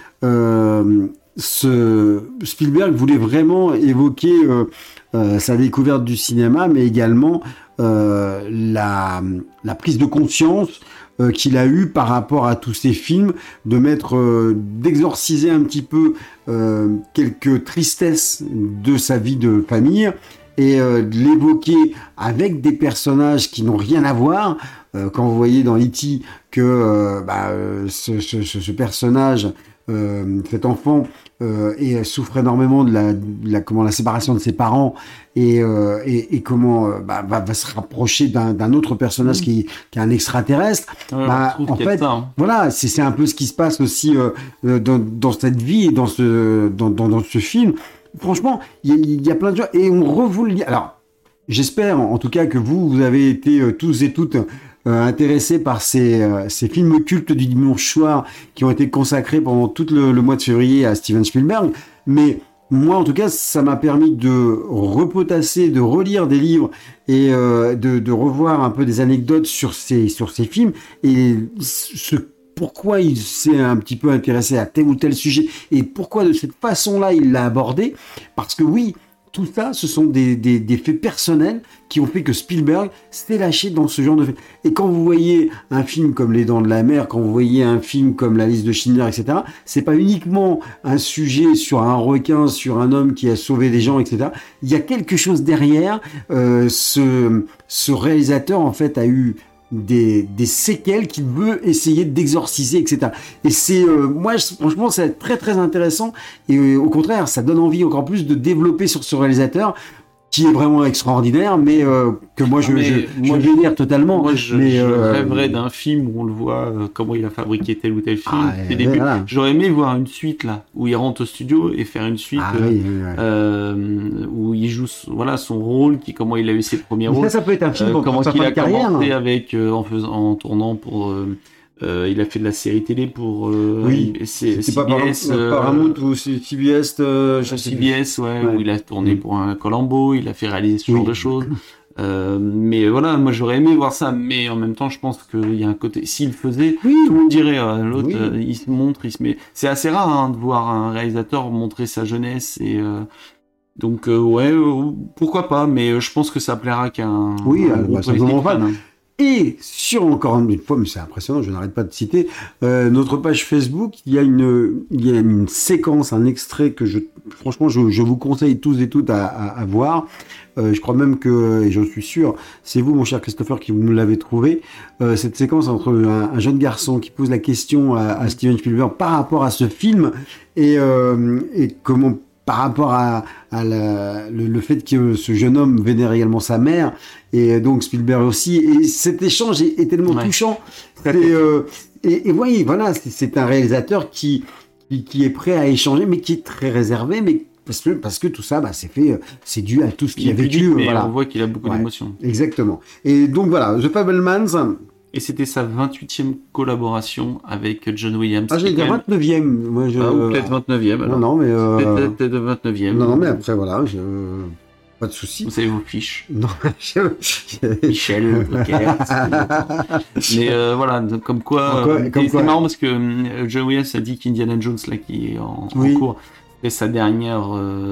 Spielberg voulait vraiment évoquer sa découverte du cinéma, mais également la prise de conscience qu'il a eue par rapport à tous ces films, d'exorciser un petit peu quelques tristesses de sa vie de famille et de l'évoquer avec des personnages qui n'ont rien à voir. Quand vous voyez dans E.T. que ce personnage, cet enfant souffre énormément de la séparation de ses parents et comment va se rapprocher d'un autre personnage qui est un extraterrestre. En fait, voilà, c'est un peu ce qui se passe aussi dans cette vie et dans ce film. Franchement, il y a plein de choses et on revoit le lien. Alors, j'espère en tout cas que vous avez été tous et toutes intéressés par ces films cultes du dimanche soir qui ont été consacrés pendant tout le mois de février à Steven Spielberg. Mais moi, en tout cas, ça m'a permis de repotasser, de relire des livres et de revoir un peu des anecdotes sur ces films et pourquoi il s'est un petit peu intéressé à tel ou tel sujet et pourquoi de cette façon-là il l'a abordé. Parce que oui, tout ça, ce sont des faits personnels qui ont fait que Spielberg s'est lâché dans ce genre de fait. Et quand vous voyez un film comme Les Dents de la Mer, quand vous voyez un film comme La Liste de Schindler, etc., c'est pas uniquement un sujet sur un requin, sur un homme qui a sauvé des gens, etc. Il y a quelque chose derrière. Ce réalisateur, en fait, a eu des séquelles qu'il veut essayer d'exorciser, etc. Et c'est moi franchement c'est très très intéressant et au contraire ça donne envie encore plus de développer sur ce réalisateur qui est vraiment extraordinaire, mais que moi je vénère totalement. Moi je rêverais d'un film où on le voit comment il a fabriqué tel ou tel film. Voilà. J'aurais aimé voir une suite là où il rentre au studio et faire une suite où il joue son rôle, comment il a eu ses premiers rôles. Ça peut être un film comment il a commencé avec en tournant pour. Il a fait de la série télé pour c'est pas Paramount ou CBS CBS où il a tourné pour un Columbo, il a fait réaliser ce genre de choses. Mais voilà, moi j'aurais aimé voir ça, mais en même temps je pense qu'il y a un côté, s'il le faisait, tout le monde dirait l'autre il se montre, il se met. C'est assez rare de voir un réalisateur montrer sa jeunesse et donc pourquoi pas, mais je pense que ça plaira qu'à un groupe fan. Et sur encore une fois, mais c'est impressionnant, je n'arrête pas de citer, notre page Facebook, il y a une séquence, un extrait que franchement, je vous conseille tous et toutes à voir. Je crois même que, et j'en suis sûr, c'est vous, mon cher Christopher, qui nous l'avez trouvé. Cette séquence entre un jeune garçon qui pose la question à Steven Spielberg par rapport à ce film et comment, par rapport à le fait que ce jeune homme vénère également sa mère, et donc Spielberg aussi, et cet échange est tellement touchant. Et voyez, voilà, c'est un réalisateur qui est prêt à échanger, mais qui est très réservé, mais parce que tout ça, c'est dû à tout ce qu'il a vécu. Mais on voit qu'il a beaucoup d'émotions. Exactement. Et donc voilà, The Fabelmans. Et c'était sa 28e collaboration avec John Williams. Ah, j'allais dire 29e. Moi, ou peut-être 29e. Alors. Non, mais... Peut-être 29e. Non, mais après, voilà, pas de souci. Vous savez vos fiches. Non, Michel, mais voilà, comme quoi... c'est marrant parce que John Williams a dit qu'Indiana Jones, là, qui est en cours... Et son dernière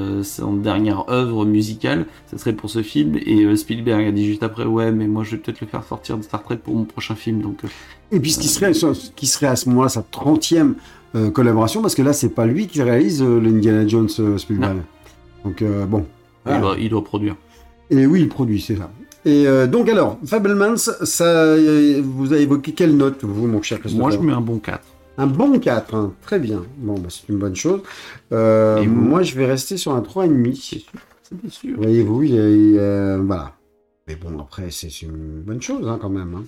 œuvre musicale, ça serait pour ce film. Et Spielberg a dit juste après, mais moi je vais peut-être le faire sortir de Star Trek pour mon prochain film. Donc, et puis ce qui serait à ce moment-là sa 30e collaboration, parce que là, c'est pas lui qui réalise l'Indiana Jones Spielberg. Donc, bon. Voilà. Il doit produire. Et oui, il produit, c'est ça. Et donc, alors, Fabelmans, ça, vous avez évoqué quelle note, vous, mon cher Christopher? Moi, je mets un bon 4. Un bon 4, hein. Très bien. Bon, bah, c'est une bonne chose. Moi, je vais rester sur un 3,5. C'est bien sûr. Voyez-vous, voilà. Mais bon, après, c'est une bonne chose, hein, quand même. Hein.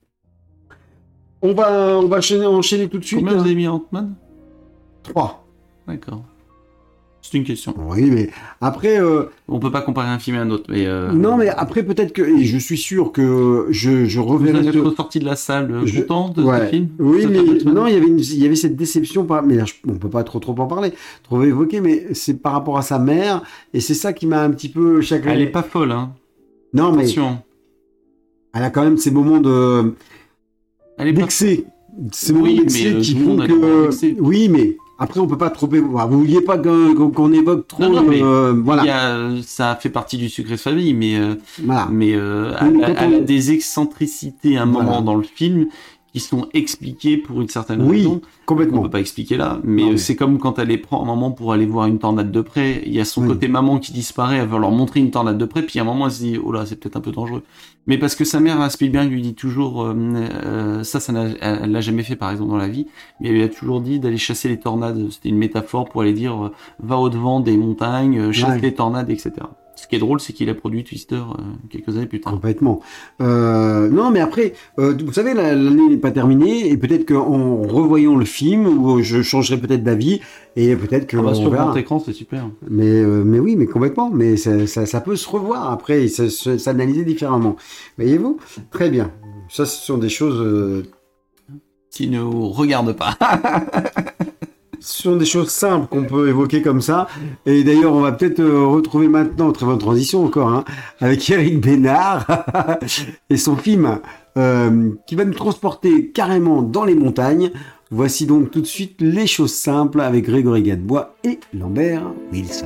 On va enchaîner tout de suite. Combien vous avez mis à Ant-Man? 3. D'accord. C'est une question. Oui, mais après... On peut pas comparer un film à un autre, mais... Non, mais après, peut-être que... Et je suis sûr que je reverrai... Vous êtes ressorti de la salle content de ce film? Oui, mais non, il y avait cette déception... Mais là, on peut pas trop en parler, trop évoquer, mais c'est par rapport à sa mère, et c'est ça qui m'a un petit peu chagriné. Elle est pas folle, hein. Non, attention. Mais... Elle a quand même ces moments de... Elle est d'excès. Ces moments oui, d'excès mais qui font que... Oui, mais... Après, on peut pas trop... Vous vouliez pas qu'on évoque trop... Non, mais voilà. Ça fait partie du secret de famille, mais, voilà. Elle a des excentricités à un moment dans le film qui sont expliquées pour une certaine raison. Complètement. On peut pas expliquer là, mais c'est comme quand elle les prend un moment pour aller voir une tornade de près. Il y a son côté maman qui disparaît, elle va leur montrer une tornade de près, puis à un moment elle se dit oh là c'est peut-être un peu dangereux. Mais parce que sa mère à Spielberg lui dit toujours elle l'a jamais fait par exemple dans la vie, mais elle lui a toujours dit d'aller chasser les tornades. C'était une métaphore pour aller dire va au-devant des montagnes, chasse les tornades, etc. Ce qui est drôle, c'est qu'il a produit Twister quelques années plus tard. Complètement. Non, mais après, vous savez, l'année n'est pas terminée, et peut-être qu'en revoyant le film, ou je changerai peut-être d'avis, et peut-être que... sur grand écran, c'est super. Mais oui, mais complètement. Mais ça peut se revoir après, et s'analyser différemment. Voyez-vous? Très bien. Ça, ce sont des choses... Qui ne vous regardent pas. Ce sont des choses simples qu'on peut évoquer comme ça. Et d'ailleurs, on va peut-être retrouver maintenant, très bonne transition encore, hein, avec Éric Bénard et son film qui va nous transporter carrément dans les montagnes. Voici donc tout de suite Les choses simples avec Grégory Gadebois et Lambert Wilson.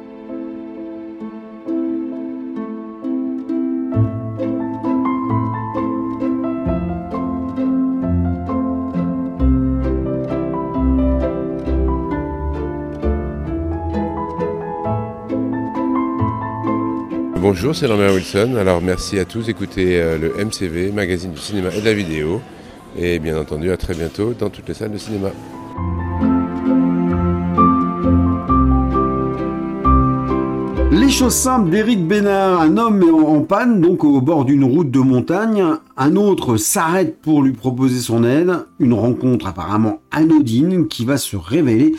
Bonjour, c'est Lambert Wilson. Alors merci à tous d'écouter le MCV, magazine du cinéma et de la vidéo. Et bien entendu, à très bientôt dans toutes les salles de cinéma. Les choses simples d'Éric Bénard. Un homme est en panne, donc au bord d'une route de montagne. Un autre s'arrête pour lui proposer son aide. Une rencontre apparemment anodine qui va se révéler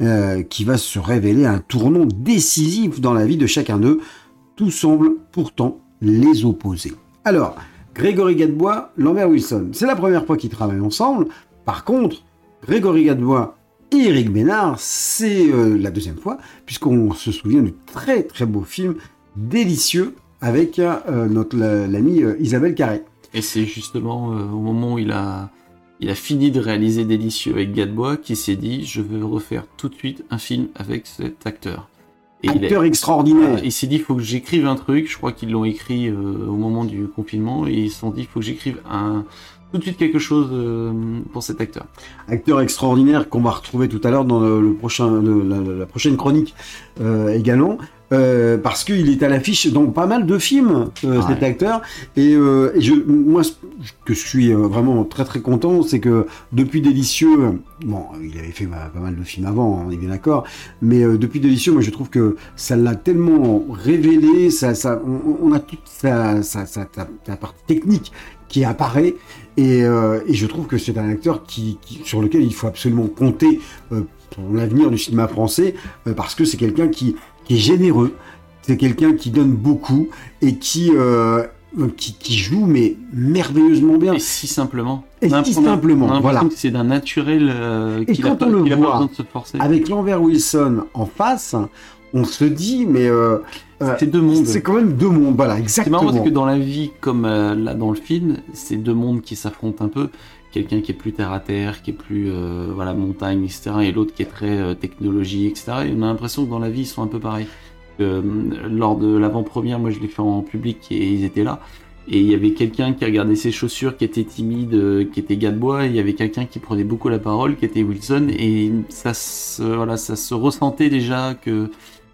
un tournant décisif dans la vie de chacun d'eux. Tout semble pourtant les opposer. Alors, Grégory Gadebois, Lambert Wilson, c'est la première fois qu'ils travaillent ensemble. Par contre, Grégory Gadebois et Éric Bénard, c'est la deuxième fois, puisqu'on se souvient du très très beau film Délicieux avec l'amie Isabelle Carré. Et c'est justement au moment où il a fini de réaliser Délicieux avec Gadebois qu'il s'est dit je veux refaire tout de suite un film avec cet acteur. Et acteur extraordinaire. Il s'est dit, il faut que j'écrive un truc. Je crois qu'ils l'ont écrit au moment du confinement. Et ils se sont dit, il faut que j'écrive tout de suite quelque chose pour cet acteur. Acteur extraordinaire qu'on va retrouver tout à l'heure dans la prochaine chronique également. Parce qu'il est à l'affiche dans pas mal de films, cet acteur. Et moi, ce que je suis vraiment très très content, c'est que depuis Délicieux, bon, il avait fait pas mal de films avant, on est bien d'accord, mais depuis Délicieux, moi je trouve que ça l'a tellement révélé, on a toute sa partie technique qui apparaît, et je trouve que c'est un acteur sur lequel il faut absolument compter pour l'avenir du cinéma français, parce que c'est quelqu'un qui est généreux, c'est quelqu'un qui donne beaucoup et qui joue mais merveilleusement bien. Et si simplement. Et si simplement, voilà. Que c'est d'un naturel et quand on le voit besoin de se forcer. Avec Lambert Wilson en face, on se dit mais c'est deux mondes. C'est quand même deux mondes, voilà, exactement. C'est marrant parce que dans la vie, comme là dans le film, c'est deux mondes qui s'affrontent un peu. Quelqu'un qui est plus terre à terre, qui est plus montagne, etc. Et l'autre qui est très technologie, etc. Et on a l'impression que dans la vie, ils sont un peu pareils. Lors de l'avant-première, moi je l'ai fait en public et ils étaient là. Et il y avait quelqu'un qui regardait ses chaussures, qui était timide, qui était Gadebois, et il y avait quelqu'un qui prenait beaucoup la parole, qui était Wilson, et ça se ressentait déjà que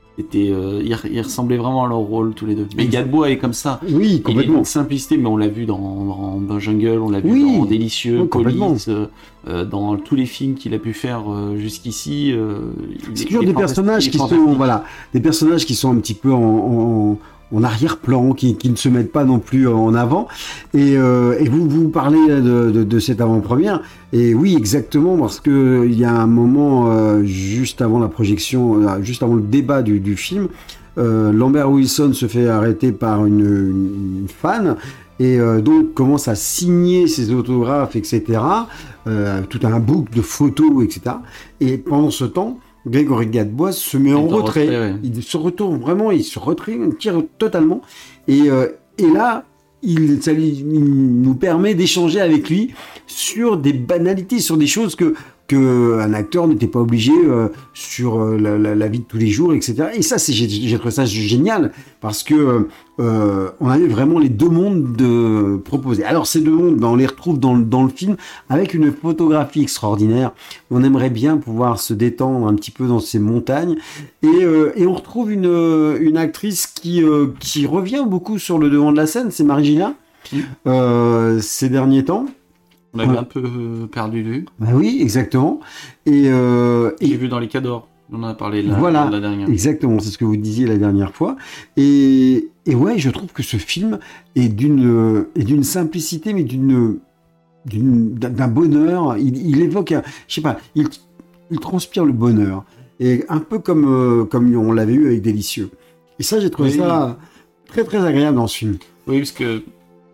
ils ressemblaient vraiment à leur rôle tous les deux. Mais Gadebois est comme ça. Oui, complètement. Il a une simplicité, mais on l'a vu dans Jungle, on l'a vu Oui, dans Délicieux, complètement. Police, dans tous les films qu'il a pu faire jusqu'ici. C'est toujours des personnages qui sont, voilà, des personnages qui sont un petit peu en arrière-plan, qui ne se mettent pas non plus en avant. Et vous parlez de cette avant-première. Et oui, exactement, parce que il y a un moment juste avant la projection, juste avant le débat du film, Lambert Wilson se fait arrêter par une fan. Et donc commence à signer ses autographes, etc. Tout un book de photos, etc. Et pendant ce temps, Grégory Gadebois se met en retrait. Ouais. Il se retourne vraiment, il se retire, il tire totalement. Et là, ça nous permet d'échanger avec lui sur des banalités, sur des choses que un acteur n'était pas obligé sur la vie de tous les jours, etc. Et ça, j'ai trouvé ça génial parce que on avait vraiment les deux mondes de proposer. Alors ces deux mondes, on les retrouve dans le film avec une photographie extraordinaire. On aimerait bien pouvoir se détendre un petit peu dans ces montagnes et on retrouve une actrice qui revient beaucoup sur le devant de la scène, c'est Marigina ces derniers temps. On l'avait un peu perdu de vue. Bah oui, exactement. J'ai vu dans les Cadors. On en a parlé voilà, la dernière. Exactement, c'est ce que vous disiez la dernière fois. Et ouais, je trouve que ce film est d'une simplicité, mais d'un bonheur. Il évoque, je sais pas, il transpire le bonheur. Et un peu comme on l'avait eu avec Délicieux. Et ça, j'ai trouvé ça très très agréable dans ce film. Oui, parce que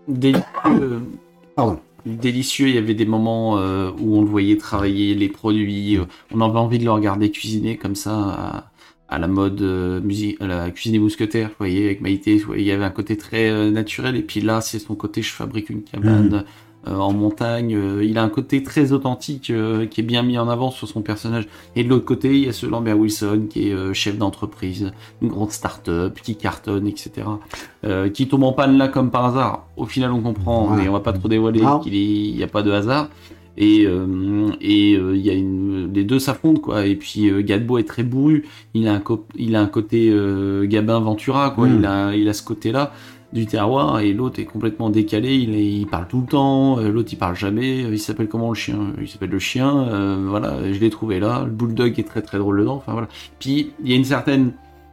Délicieux, il y avait des moments où on le voyait travailler les produits, on avait envie de le regarder cuisiner comme ça à la mode musique, à la cuisine des mousquetaires, vous voyez, avec Maïté, il y avait un côté très naturel, et puis là, c'est son côté je fabrique une cabane en montagne, il a un côté très authentique qui est bien mis en avant sur son personnage, et de l'autre côté, il y a ce Lambert Wilson qui est chef d'entreprise, une grande start-up, qui cartonne, etc., qui tombe en panne là comme par hasard. Au final, on comprend, mais on va pas trop dévoiler qu'il n'y a pas de hasard. Et il y a les deux s'affrontent, quoi. Et puis Gadebois est très bourru. Il a un côté Gabin Ventura, quoi. Il a ce côté-là du terroir, et l'autre est complètement décalé. Il parle tout le temps. L'autre il parle jamais. Il s'appelle comment, le chien? Il s'appelle le chien. Voilà, je l'ai trouvé là. Le bulldog est très très drôle dedans. Enfin voilà. Puis il y a une certaine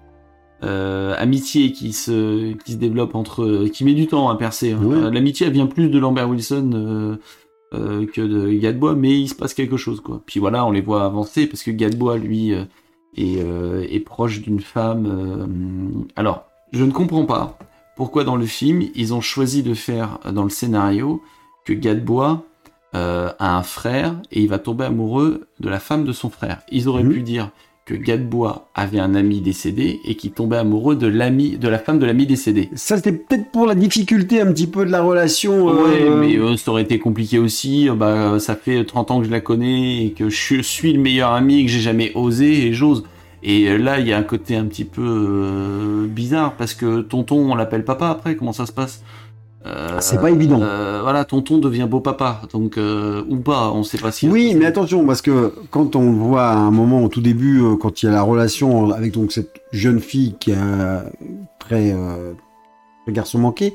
amitié qui se développe qui met du temps à percer. Hein. L'amitié elle vient plus de Lambert Wilson que de Gadebois, mais il se passe quelque chose, quoi. Puis voilà, on les voit avancer parce que Gadebois lui est proche d'une femme. Alors, je ne comprends pas pourquoi dans le film ils ont choisi de faire dans le scénario que Gadebois a un frère et il va tomber amoureux de la femme de son frère. Ils auraient pu dire que Gadebois avait un ami décédé et qui tombait amoureux de la femme de l'ami décédé. Ça, c'était peut-être pour la difficulté un petit peu de la relation. Ouais, mais ça aurait été compliqué aussi. Ça fait 30 ans que je la connais et que je suis le meilleur ami et que j'ai jamais osé et j'ose. Et là, il y a un côté un petit peu bizarre parce que tonton, on l'appelle papa après. Comment ça se passe? C'est pas évident. Voilà, tonton devient beau papa, donc ou pas, on sait pas si. Oui, mais attention, parce que quand on le voit à un moment au tout début, quand il y a la relation avec donc cette jeune fille qui a très garçon manqué,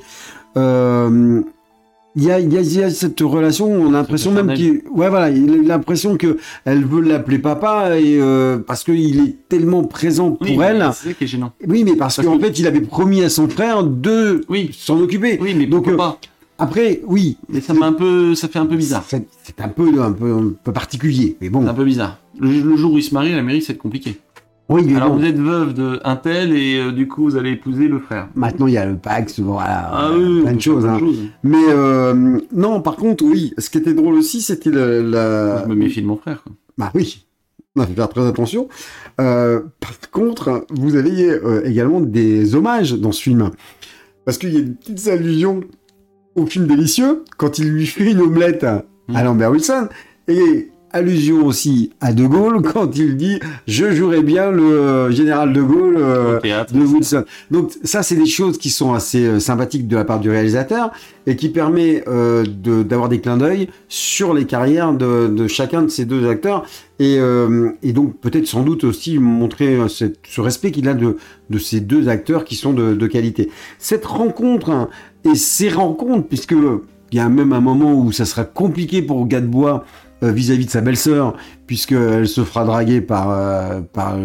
il y a cette relation, on a l'impression même il a l'impression que elle veut l'appeler papa et parce qu'il est tellement présent pour elle. C'est ça qui est gênant. Oui, mais parce qu'en fait, il avait promis à son frère de s'en occuper. Oui, mais donc pas. Après, oui. Mais ça fait un peu bizarre. C'est un peu particulier, mais bon. C'est un peu bizarre. Le jour où il se marie à la mairie, c'est compliqué. Oui, mais alors vous êtes veuve d'un tel et du coup vous allez épouser le frère. Maintenant il y a le Pax, voilà, plein de choses. Hein. Mais non, par contre, oui, ce qui était drôle aussi, c'était Je me méfie de mon frère, quoi. Bah oui, on faut faire très attention. Par contre, vous avez également des hommages dans ce film. Parce qu'il y a des petites allusions au film Délicieux, quand il lui fait une omelette à Lambert Wilson, et allusion aussi à De Gaulle quand il dit « Je jouerais bien le général De Gaulle théâtre, de Wilson ». Donc ça, c'est des choses qui sont assez sympathiques de la part du réalisateur et qui permet d'avoir des clins d'œil sur les carrières de chacun de ces deux acteurs et donc peut-être sans doute aussi montrer ce respect qu'il a de ces deux acteurs qui sont de qualité. Cette rencontre et ces rencontres, puisque il y a même un moment où ça sera compliqué pour Gadebois vis-à-vis de sa belle-sœur, puisqu'elle se fera draguer par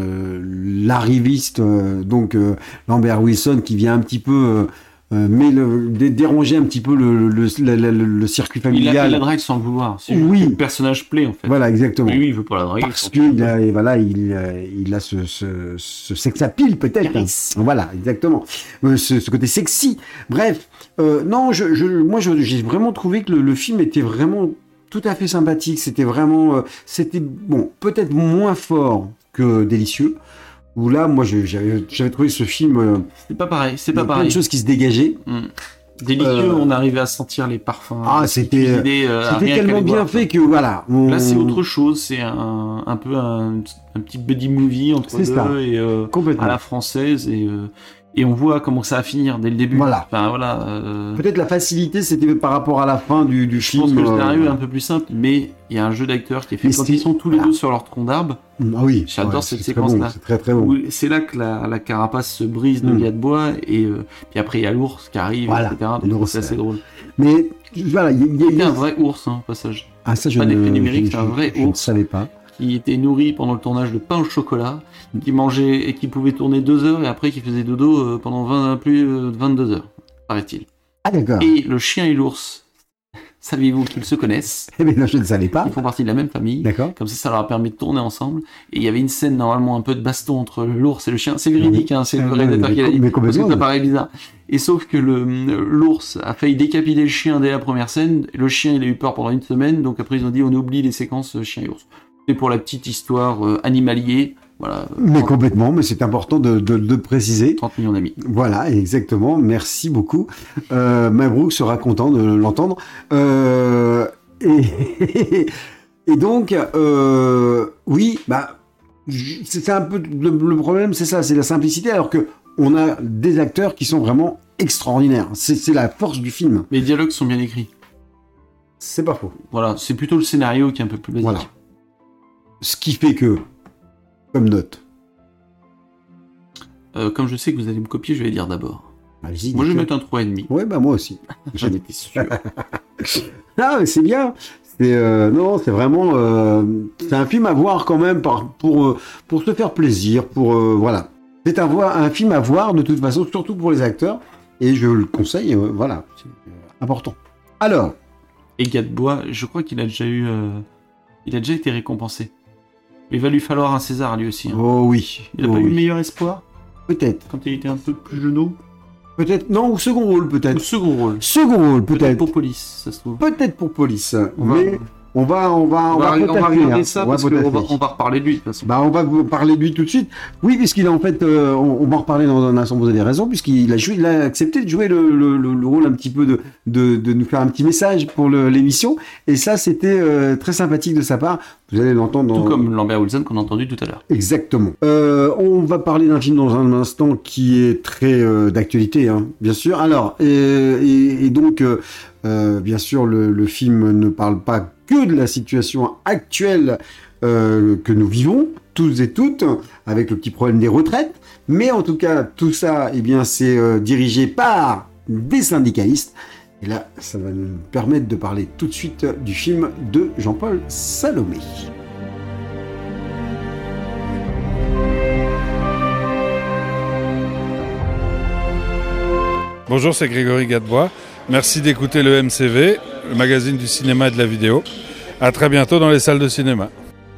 l'arriviste, Lambert Wilson, qui vient un petit peu déranger un petit peu le circuit familial. Il la drague sans le vouloir. C'est Oui. le personnage plaît, en fait. Voilà, exactement. Oui, il veut pas la draguer. Parce qu'il a, et voilà, il a ce sexapile peut-être. Charisme. Voilà, exactement. Ce côté sexy. Bref, non, moi, j'ai vraiment trouvé que le film était vraiment tout à fait sympathique. C'était vraiment, c'était bon, peut-être moins fort que Délicieux. Où là, moi, j'avais trouvé ce film. C'est pas pareil. C'est il y a pas plein pareil. de choses qui se dégageait. Délicieux, on arrivait à sentir les parfums. C'était tellement bien fait que voilà. Là, c'est autre chose. C'est un peu un petit buddy movie entre deux et à la française et on voit comment ça va finir dès le début. Voilà. Enfin, voilà. Peut-être la facilité, c'était par rapport à la fin du Je film. pense que le scénario est un peu plus simple, mais il y a un jeu d'acteurs qui est fait quand ils sont tous les deux sur leur tronc d'arbre. Ah oui. J'adore cette c'est séquence-là. Très bon, c'est très très bon. Où c'est là que la carapace se brise de Gadebois et puis après il y a l'ours qui arrive, Voilà, etc. Donc l'ours, c'est assez drôle. Mais voilà, Il y a un vrai ours, au passage. Ah ça, je pas d'effet numérique, c'est un vrai je ne ours. savais pas. Qui était nourri pendant le tournage de pain au chocolat, qui mangeait et qui pouvait tourner 2 heures et après qui faisait dodo pendant plus de 22 heures, paraît-il. Ah d'accord. Et le chien et l'ours, saviez-vous qu'ils se connaissent? Eh bien, non, je ne savais pas. Ils font partie de la même famille. D'accord. Comme ça leur a permis de tourner ensemble. Et il y avait une scène, normalement, un peu de baston entre l'ours et le chien. C'est véridique, hein, c'est le réalisateur qui l'a dit. Mais Parce que complètement. ça paraît bizarre. Et sauf que l'ours a failli décapiter le chien dès la première scène. Le chien, il a eu peur pendant 1 semaine. Donc après, ils ont dit, on oublie les séquences chien et ours. C'est pour la petite histoire animalier. Voilà. Mais complètement, mais c'est important de préciser. 30 millions d'amis. Voilà, exactement. Merci beaucoup. Mabrouk sera content de l'entendre. Et donc, oui, bah, c'est un peu le problème, c'est ça, c'est la simplicité, alors que on a des acteurs qui sont vraiment extraordinaires. C'est la force du film. Les dialogues sont bien écrits. C'est pas faux. Voilà, c'est plutôt le scénario qui est un peu plus basique. Voilà. Ce qui fait que, comme note. Comme je sais que vous allez me copier, je vais dire d'abord. Allez-y, Moi, je vais dites-le. mettre un 3,5. Ouais, bah moi aussi. J'en étais sûr. Ah, mais c'est bien. Non, c'est vraiment. C'est un film à voir quand même pour se faire plaisir, voilà. C'est un film à voir de toute façon, surtout pour les acteurs, et je le conseille. Voilà, c'est important. Alors. Et Gadebois, je crois qu'il a déjà eu, il a déjà été récompensé. Il va lui falloir un César lui aussi. Hein. Oh oui. Il a pas eu meilleur espoir Peut-être. quand il était un peu plus jeune. Peut-être. Non, ou second rôle peut-être. Ou second rôle. Second rôle peut-être. Pour police, ça se trouve. Peut-être pour police. On va- Mais on va On va potasser, regarder hein. ça On va parce qu'on potasser. va reparler de lui de toute façon. Bah, on va vous parler de lui tout de suite. Oui, puisqu'il a en fait, on va en reparler dans un instant, vous avez raison, puisqu'il a accepté de jouer le rôle un petit peu de nous faire un petit message pour l'émission. Et ça, c'était très sympathique de sa part. Vous allez l'entendre dans... Tout comme Lambert Wilson qu'on a entendu tout à l'heure. Exactement. On va parler d'un film dans un instant qui est très d'actualité, hein, bien sûr. Alors, et donc, bien sûr, le film ne parle pas que de la situation actuelle que nous vivons, tous et toutes, avec le petit problème des retraites. Mais en tout cas, tout ça, eh bien, c'est dirigé par des syndicalistes. Et là, ça va nous permettre de parler tout de suite du film de Jean-Paul Salomé. Bonjour, c'est Grégory Gadebois. Merci d'écouter le MCV, le magazine du cinéma et de la vidéo. À très bientôt dans les salles de cinéma.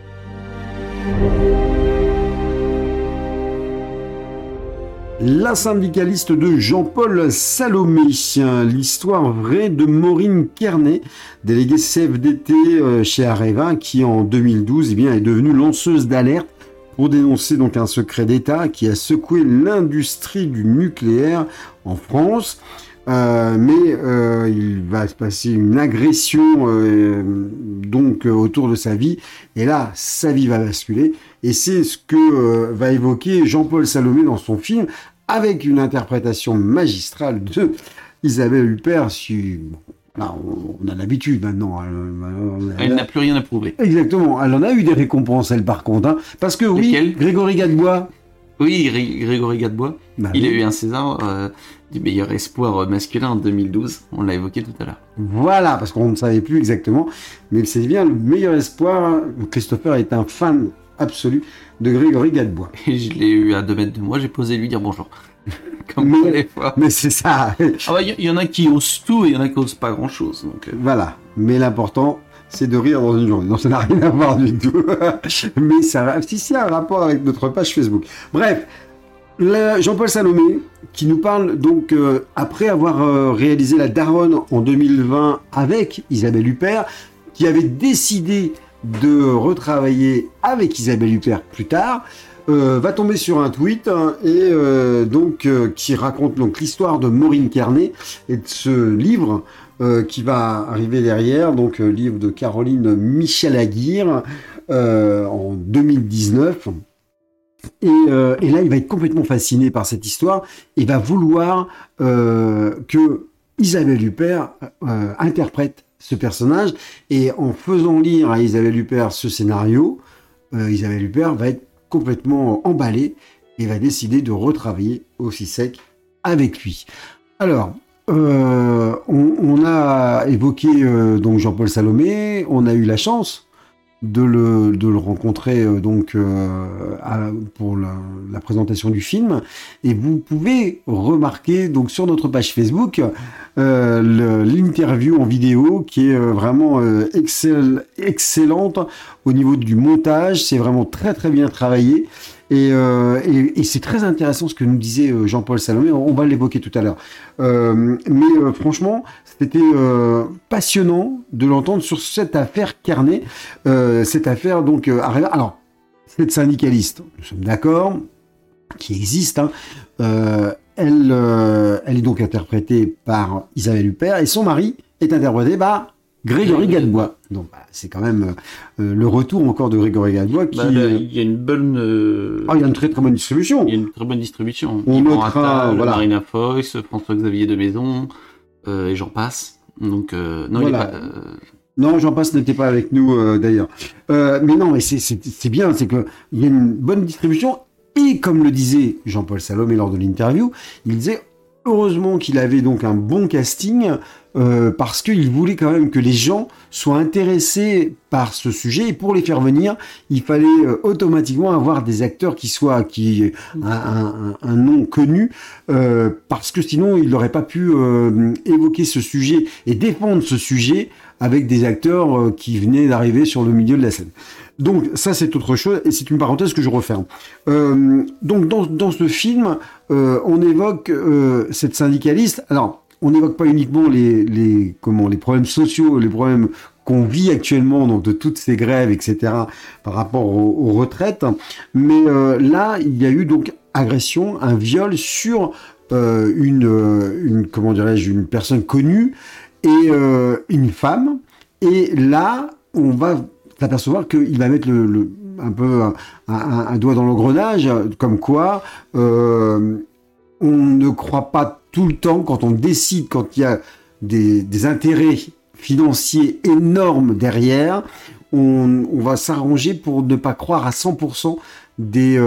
La syndicaliste de Jean-Paul Salomé, l'histoire vraie de Maureen Kearney, déléguée CFDT chez Areva, qui en 2012 est devenue lanceuse d'alerte pour dénoncer donc un secret d'État qui a secoué l'industrie du nucléaire en France. il va se passer une agression donc autour de sa vie, et là sa vie va basculer, et c'est ce que va évoquer Jean-Paul Salomé dans son film, avec une interprétation magistrale de Isabelle Huppert. Là, on a l'habitude maintenant. Elle n'a plus rien à prouver. Exactement. Elle en a eu des récompenses, elle, par contre. Hein, parce que Lesquelles ? Oui, Grégory Gadebois. Oui, Grégory Gadebois. Il a Oui. eu un César du meilleur espoir masculin en 2012. On l'a évoqué tout à l'heure. Voilà, parce qu'on ne savait plus exactement. Mais c'est bien le meilleur espoir. Christopher est un fan absolu de Grégory Gadebois. Et je l'ai eu à 2 mètres de moi, j'ai posé lui dire bonjour. Comme tous les fois. Mais c'est ça. Ah bah, y en a qui osent tout et il y en a qui osent pas grand chose. Donc, Voilà. Mais l'important, c'est de rire dans une journée. Non, ça n'a rien à voir du tout. Mais ça, si c'est un rapport avec notre page Facebook. Bref, Jean-Paul Salomé, qui nous parle donc, après avoir réalisé La Daronne en 2020 avec Isabelle Huppert, qui avait décidé de retravailler avec Isabelle Huppert plus tard, va tomber sur un tweet qui raconte donc l'histoire de Maureen Carnet et de ce livre qui va arriver derrière, donc livre de Caroline Michel-Aguirre en 2019. Et là, il va être complètement fasciné par cette histoire et va vouloir que Isabelle Huppert interprète ce personnage. Et en faisant lire à Isabelle Huppert ce scénario, Isabelle Huppert va être complètement emballée et va décider de retravailler aussi sec avec lui. Alors, on a évoqué donc Jean-Paul Salomé, on a eu la chance de le rencontrer pour la présentation du film, et vous pouvez remarquer donc sur notre page Facebook l'interview en vidéo qui est vraiment excellente au niveau du montage. C'est vraiment très très bien travaillé. Et c'est très intéressant ce que nous disait Jean-Paul Salomé, on va l'évoquer tout à l'heure. Mais franchement, c'était passionnant de l'entendre sur cette affaire Carnet, cette affaire donc alors, cette syndicaliste, nous sommes d'accord, qui existe, hein, elle est donc interprétée par Isabelle Huppert, et son mari est interprété par Grégory Gadebois. Donc c'est quand même le retour encore de Grégory Gadebois qui... il y a une bonne... il y a une très très bonne distribution. Il y a une très bonne distribution. On Yvan notera, Attal, voilà. Marina Foïs, François-Xavier de Maison, et j'en passe. Donc, non, il est Voilà. pas... Non, j'en passe n'était pas avec nous d'ailleurs. Mais non, mais c'est bien, c'est que il y a une bonne distribution, et comme le disait Jean-Paul Salomé lors de l'interview, il disait heureusement qu'il avait donc un bon casting, parce qu'il voulait quand même que les gens soient intéressés par ce sujet, et pour les faire venir, il fallait automatiquement avoir des acteurs qui un nom connu, parce que sinon il n'aurait pas pu évoquer ce sujet et défendre ce sujet avec des acteurs qui venaient d'arriver sur le milieu de la scène. Donc ça c'est autre chose, et c'est une parenthèse que je referme. Donc dans ce film, on évoque cette syndicaliste. Alors on n'évoque pas uniquement les problèmes sociaux, les problèmes qu'on vit actuellement, donc de toutes ces grèves, etc., par rapport aux retraites, mais là il y a eu donc agression, un viol sur une personne connue et une femme, et là on va s'apercevoir qu'il va mettre un peu un doigt dans l'engrenage, comme quoi on ne croit pas tout le temps, quand on décide, quand il y a des intérêts financiers énormes derrière, on va s'arranger pour ne pas croire à 100% des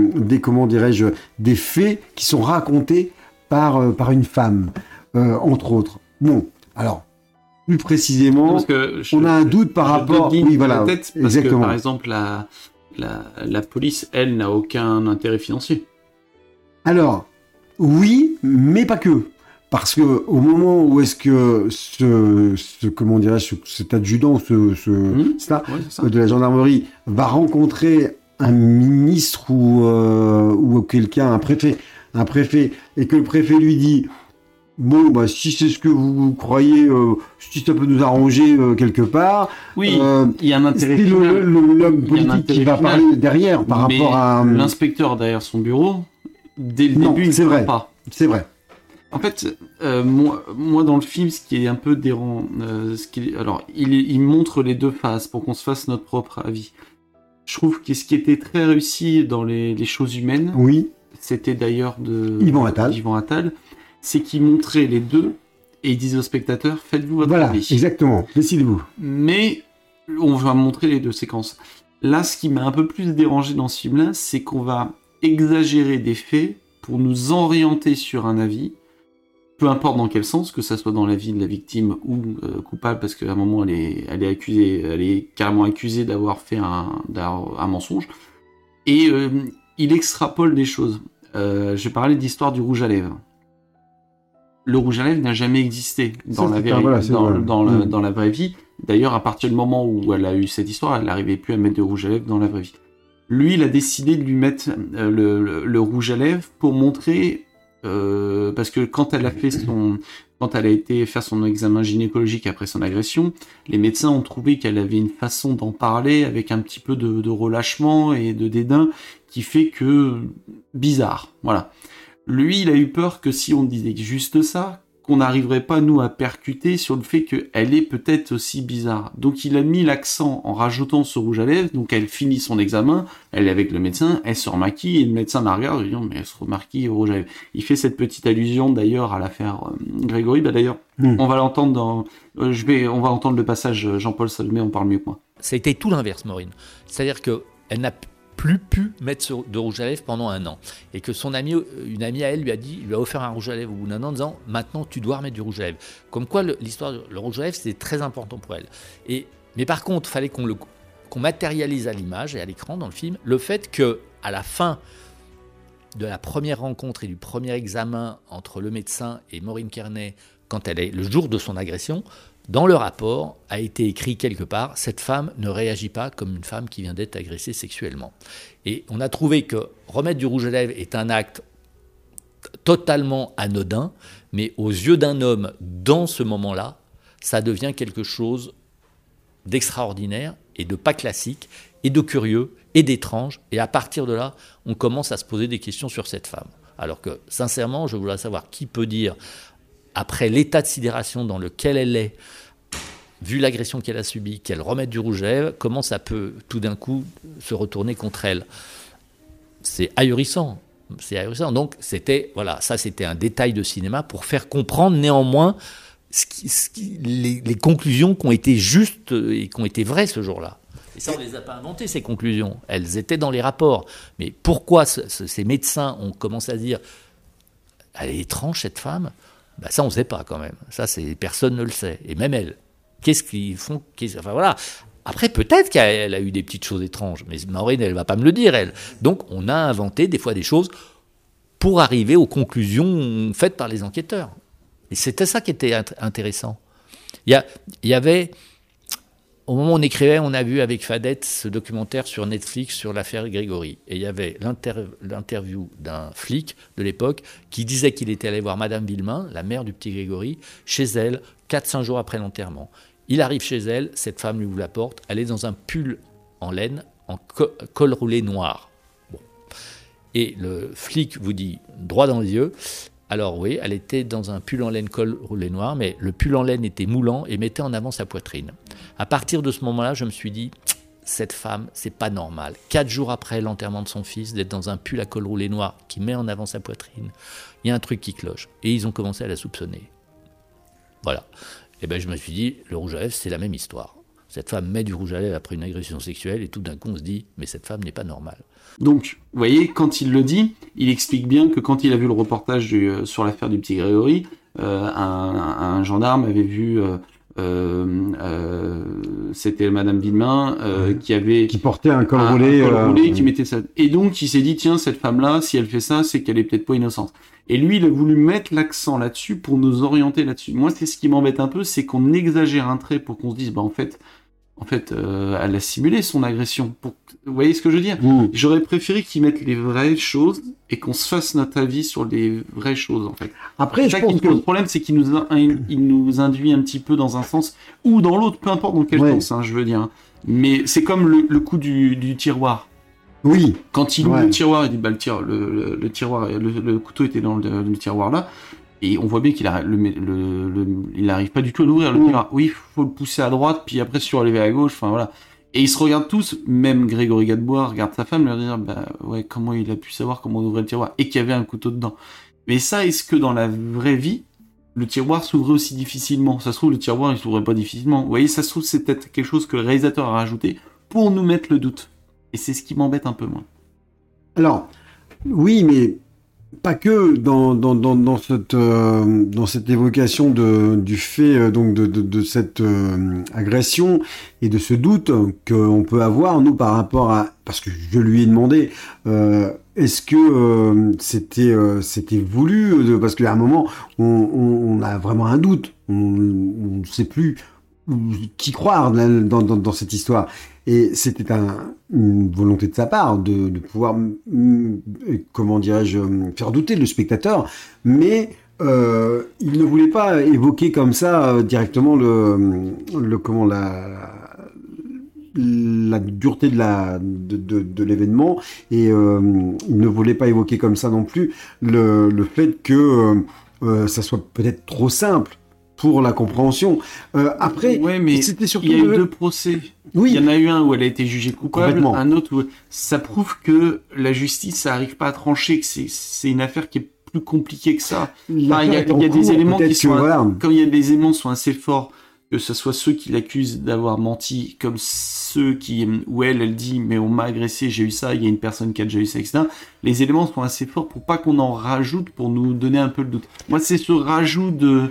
faits qui sont racontés par une femme, entre autres. Bon, alors, plus précisément, Parce que on a un doute par rapport... Oui, voilà, la tête, parce exactement. que, par exemple, la police, elle, n'a aucun intérêt financier. Alors, oui, mais pas que. Parce que au moment où est-ce que cet adjudant, Ouais, c'est ça. de la gendarmerie va rencontrer un ministre ou quelqu'un, un préfet, et que le préfet lui dit: bon, bah, si c'est ce que vous croyez, si ça peut nous arranger quelque part. Oui, il y a un intérêt c'est final. l'homme Il y a un politique qui intérêt va final. parler derrière par Mais rapport à... l'inspecteur derrière son bureau, dès le Non, début, il c'est ne vrai. croit pas. C'est vrai. En fait, moi dans le film, ce qui est un peu dérangeant, alors il montre les deux faces pour qu'on se fasse notre propre avis. Je trouve que ce qui était très réussi dans les choses humaines, Oui, c'était d'ailleurs de Yvan Attal. Yvan Attal, c'est qu'il montrait les deux et il disait au spectateur, faites-vous votre Voilà, avis. exactement. Décidez-vous. Mais on va montrer les deux séquences. Là, ce qui m'a un peu plus dérangé dans ce film-là, c'est qu'on va exagérer des faits pour nous orienter sur un avis, peu importe dans quel sens, que ça soit dans la vie de la victime ou coupable, parce qu'à un moment elle est accusée, elle est carrément accusée d'avoir fait un mensonge, et il extrapole des choses. Je parlais d'histoire du rouge à lèvres. Le rouge à lèvres n'a jamais existé dans la vraie vie. D'ailleurs, à partir du moment où elle a eu cette histoire, elle n'arrivait plus à mettre de rouge à lèvres dans la vraie vie. Lui, il a décidé de lui mettre le rouge à lèvres pour montrer, parce que quand elle a été faire son examen gynécologique après son agression, les médecins ont trouvé qu'elle avait une façon d'en parler avec un petit peu de relâchement et de dédain qui fait que bizarre. Voilà. Lui, il a eu peur que si on disait juste ça, qu'on n'arriverait pas, nous, à percuter sur le fait qu'elle est peut-être aussi bizarre. Donc il a mis l'accent en rajoutant ce rouge à lèvres, donc elle finit son examen, elle est avec le médecin, elle se remaquille, et le médecin la regarde, et dit, mais elle se remaquille au rouge à lèvres. Il fait cette petite allusion, d'ailleurs, à l'affaire Grégory, d'ailleurs, on va l'entendre on va entendre le passage, Jean-Paul Salomé en parle mieux que moi. Ça a été tout l'inverse, Maureen. C'est-à-dire qu'elle n'a plus pu mettre de rouge à lèvres pendant 1 an. Et que une amie à elle lui a offert un rouge à lèvres au bout d'1 an en disant « Maintenant, tu dois remettre du rouge à lèvres ». Comme quoi, l'histoire le rouge à lèvres, c'était très important pour elle. Mais par contre, il fallait qu'on matérialise à l'image et à l'écran dans le film le fait qu'à la fin de la première rencontre et du premier examen entre le médecin et Maureen Kearney, le jour de son agression, dans le rapport a été écrit quelque part, cette femme ne réagit pas comme une femme qui vient d'être agressée sexuellement. Et on a trouvé que remettre du rouge à lèvres est un acte totalement anodin, mais aux yeux d'un homme, dans ce moment-là, ça devient quelque chose d'extraordinaire et de pas classique, et de curieux, et d'étrange. Et à partir de là, on commence à se poser des questions sur cette femme. Alors que, sincèrement, je voudrais savoir qui peut dire, après l'état de sidération dans lequel elle est, vu l'agression qu'elle a subie, qu'elle remette du rouge à lèvres, comment ça peut tout d'un coup se retourner contre elle. C'est ahurissant. Donc c'était un détail de cinéma pour faire comprendre néanmoins les conclusions qui ont été justes et qui ont été vraies ce jour-là. Et ça, on ne les a pas inventées, ces conclusions. Elles étaient dans les rapports. Mais pourquoi ces médecins ont commencé à dire « Elle est étrange, cette femme ?» Ça, on ne sait pas quand même. Ça, personne ne le sait. Et même elle. Qu'est-ce qu'ils font Enfin voilà. Après, peut-être qu'elle a eu des petites choses étranges. Mais Maureen, elle ne va pas me le dire, elle. Donc, on a inventé des fois des choses pour arriver aux conclusions faites par les enquêteurs. Et c'était ça qui était intéressant. Il y avait... Au moment où on écrivait, on a vu avec Fadette ce documentaire sur Netflix sur l'affaire Grégory. Et il y avait l'interview d'un flic de l'époque qui disait qu'il était allé voir Madame Villemain, la mère du petit Grégory, chez elle, 4-5 jours après l'enterrement. Il arrive chez elle, cette femme lui ouvre la porte, elle est dans un pull en laine, en col roulé noir. Bon. Et le flic vous dit, droit dans les yeux, alors oui, elle était dans un pull en laine col roulé noir, mais le pull en laine était moulant et mettait en avant sa poitrine. À partir de ce moment-là, je me suis dit, cette femme, c'est pas normal. 4 jours après l'enterrement de son fils, d'être dans un pull à col roulé noir qui met en avant sa poitrine, il y a un truc qui cloche. Et ils ont commencé à la soupçonner. Voilà. Et bien je me suis dit, le rouge à lèvres, c'est la même histoire. Cette femme met du rouge à lèvres après une agression sexuelle et tout d'un coup on se dit, mais cette femme n'est pas normale. Donc, vous voyez, quand il le dit, il explique bien que quand il a vu le reportage sur l'affaire du petit Grégory, un gendarme avait vu, c'était Madame Villemain, qui portait un col roulé, qui mettait ça. Et donc, il s'est dit, tiens, cette femme-là, si elle fait ça, c'est qu'elle est peut-être pas innocente. Et lui, il a voulu mettre l'accent là-dessus pour nous orienter là-dessus. Moi, c'est ce qui m'embête un peu, c'est qu'on exagère un trait pour qu'on se dise, en fait, elle a simulé son agression. Vous voyez ce que je veux dire ? J'aurais préféré qu'ils mettent les vraies choses et qu'on se fasse notre avis sur les vraies choses, en fait. Après, je pense que le problème, c'est qu'il nous induit un petit peu dans un sens ou dans l'autre, peu importe dans quel sens, je veux dire. Mais c'est comme le coup du tiroir. Oui. Quand il ouvre le tiroir, il dit, le tiroir, le couteau était dans le tiroir là. Et on voit bien qu'il il arrive pas du tout à l'ouvrir, le tiroir. Oui, faut le pousser à droite, puis après surlever à gauche, enfin voilà. Et ils se regardent tous, même Grégory Gadebois regarde sa femme, leur dire, bah ouais, comment il a pu savoir comment on ouvrait le tiroir, et qu'il y avait un couteau dedans. Mais ça, est-ce que dans la vraie vie, le tiroir s'ouvrait aussi difficilement? Ça se trouve, le tiroir, il s'ouvrait pas difficilement. Vous voyez, ça se trouve, c'est peut-être quelque chose que le réalisateur a rajouté pour nous mettre le doute. Et c'est ce qui m'embête un peu, moi. Alors, oui, mais pas que dans cette évocation du fait donc de cette agression et de ce doute qu'on peut avoir, nous, par rapport à... Parce que je lui ai demandé, est-ce que c'était voulu parce qu'à un moment, on a vraiment un doute. On ne sait plus qui croire dans cette histoire. Et c'était une volonté de sa part de pouvoir, comment dirais-je, faire douter le spectateur, mais il ne voulait pas évoquer comme ça directement la dureté de l'événement, et il ne voulait pas évoquer comme ça non plus le fait que ça soit peut-être trop simple pour la compréhension. Après, ouais, mais c'était surtout... il y a eu 2 procès. Oui. Il y en a eu un où elle a été jugée coupable, un autre où... Ça prouve que la justice, ça n'arrive pas à trancher, que c'est une affaire qui est plus compliquée que ça. Enfin, il y a des éléments qui sont... Quand il y a des éléments qui sont assez forts, que ce soit ceux qui l'accusent d'avoir menti, comme ceux où elle dit « mais on m'a agressé, j'ai eu ça, il y a une personne qui a déjà eu ça, etc. » Les éléments sont assez forts pour pas qu'on en rajoute, pour nous donner un peu le doute. Moi, c'est ce rajout de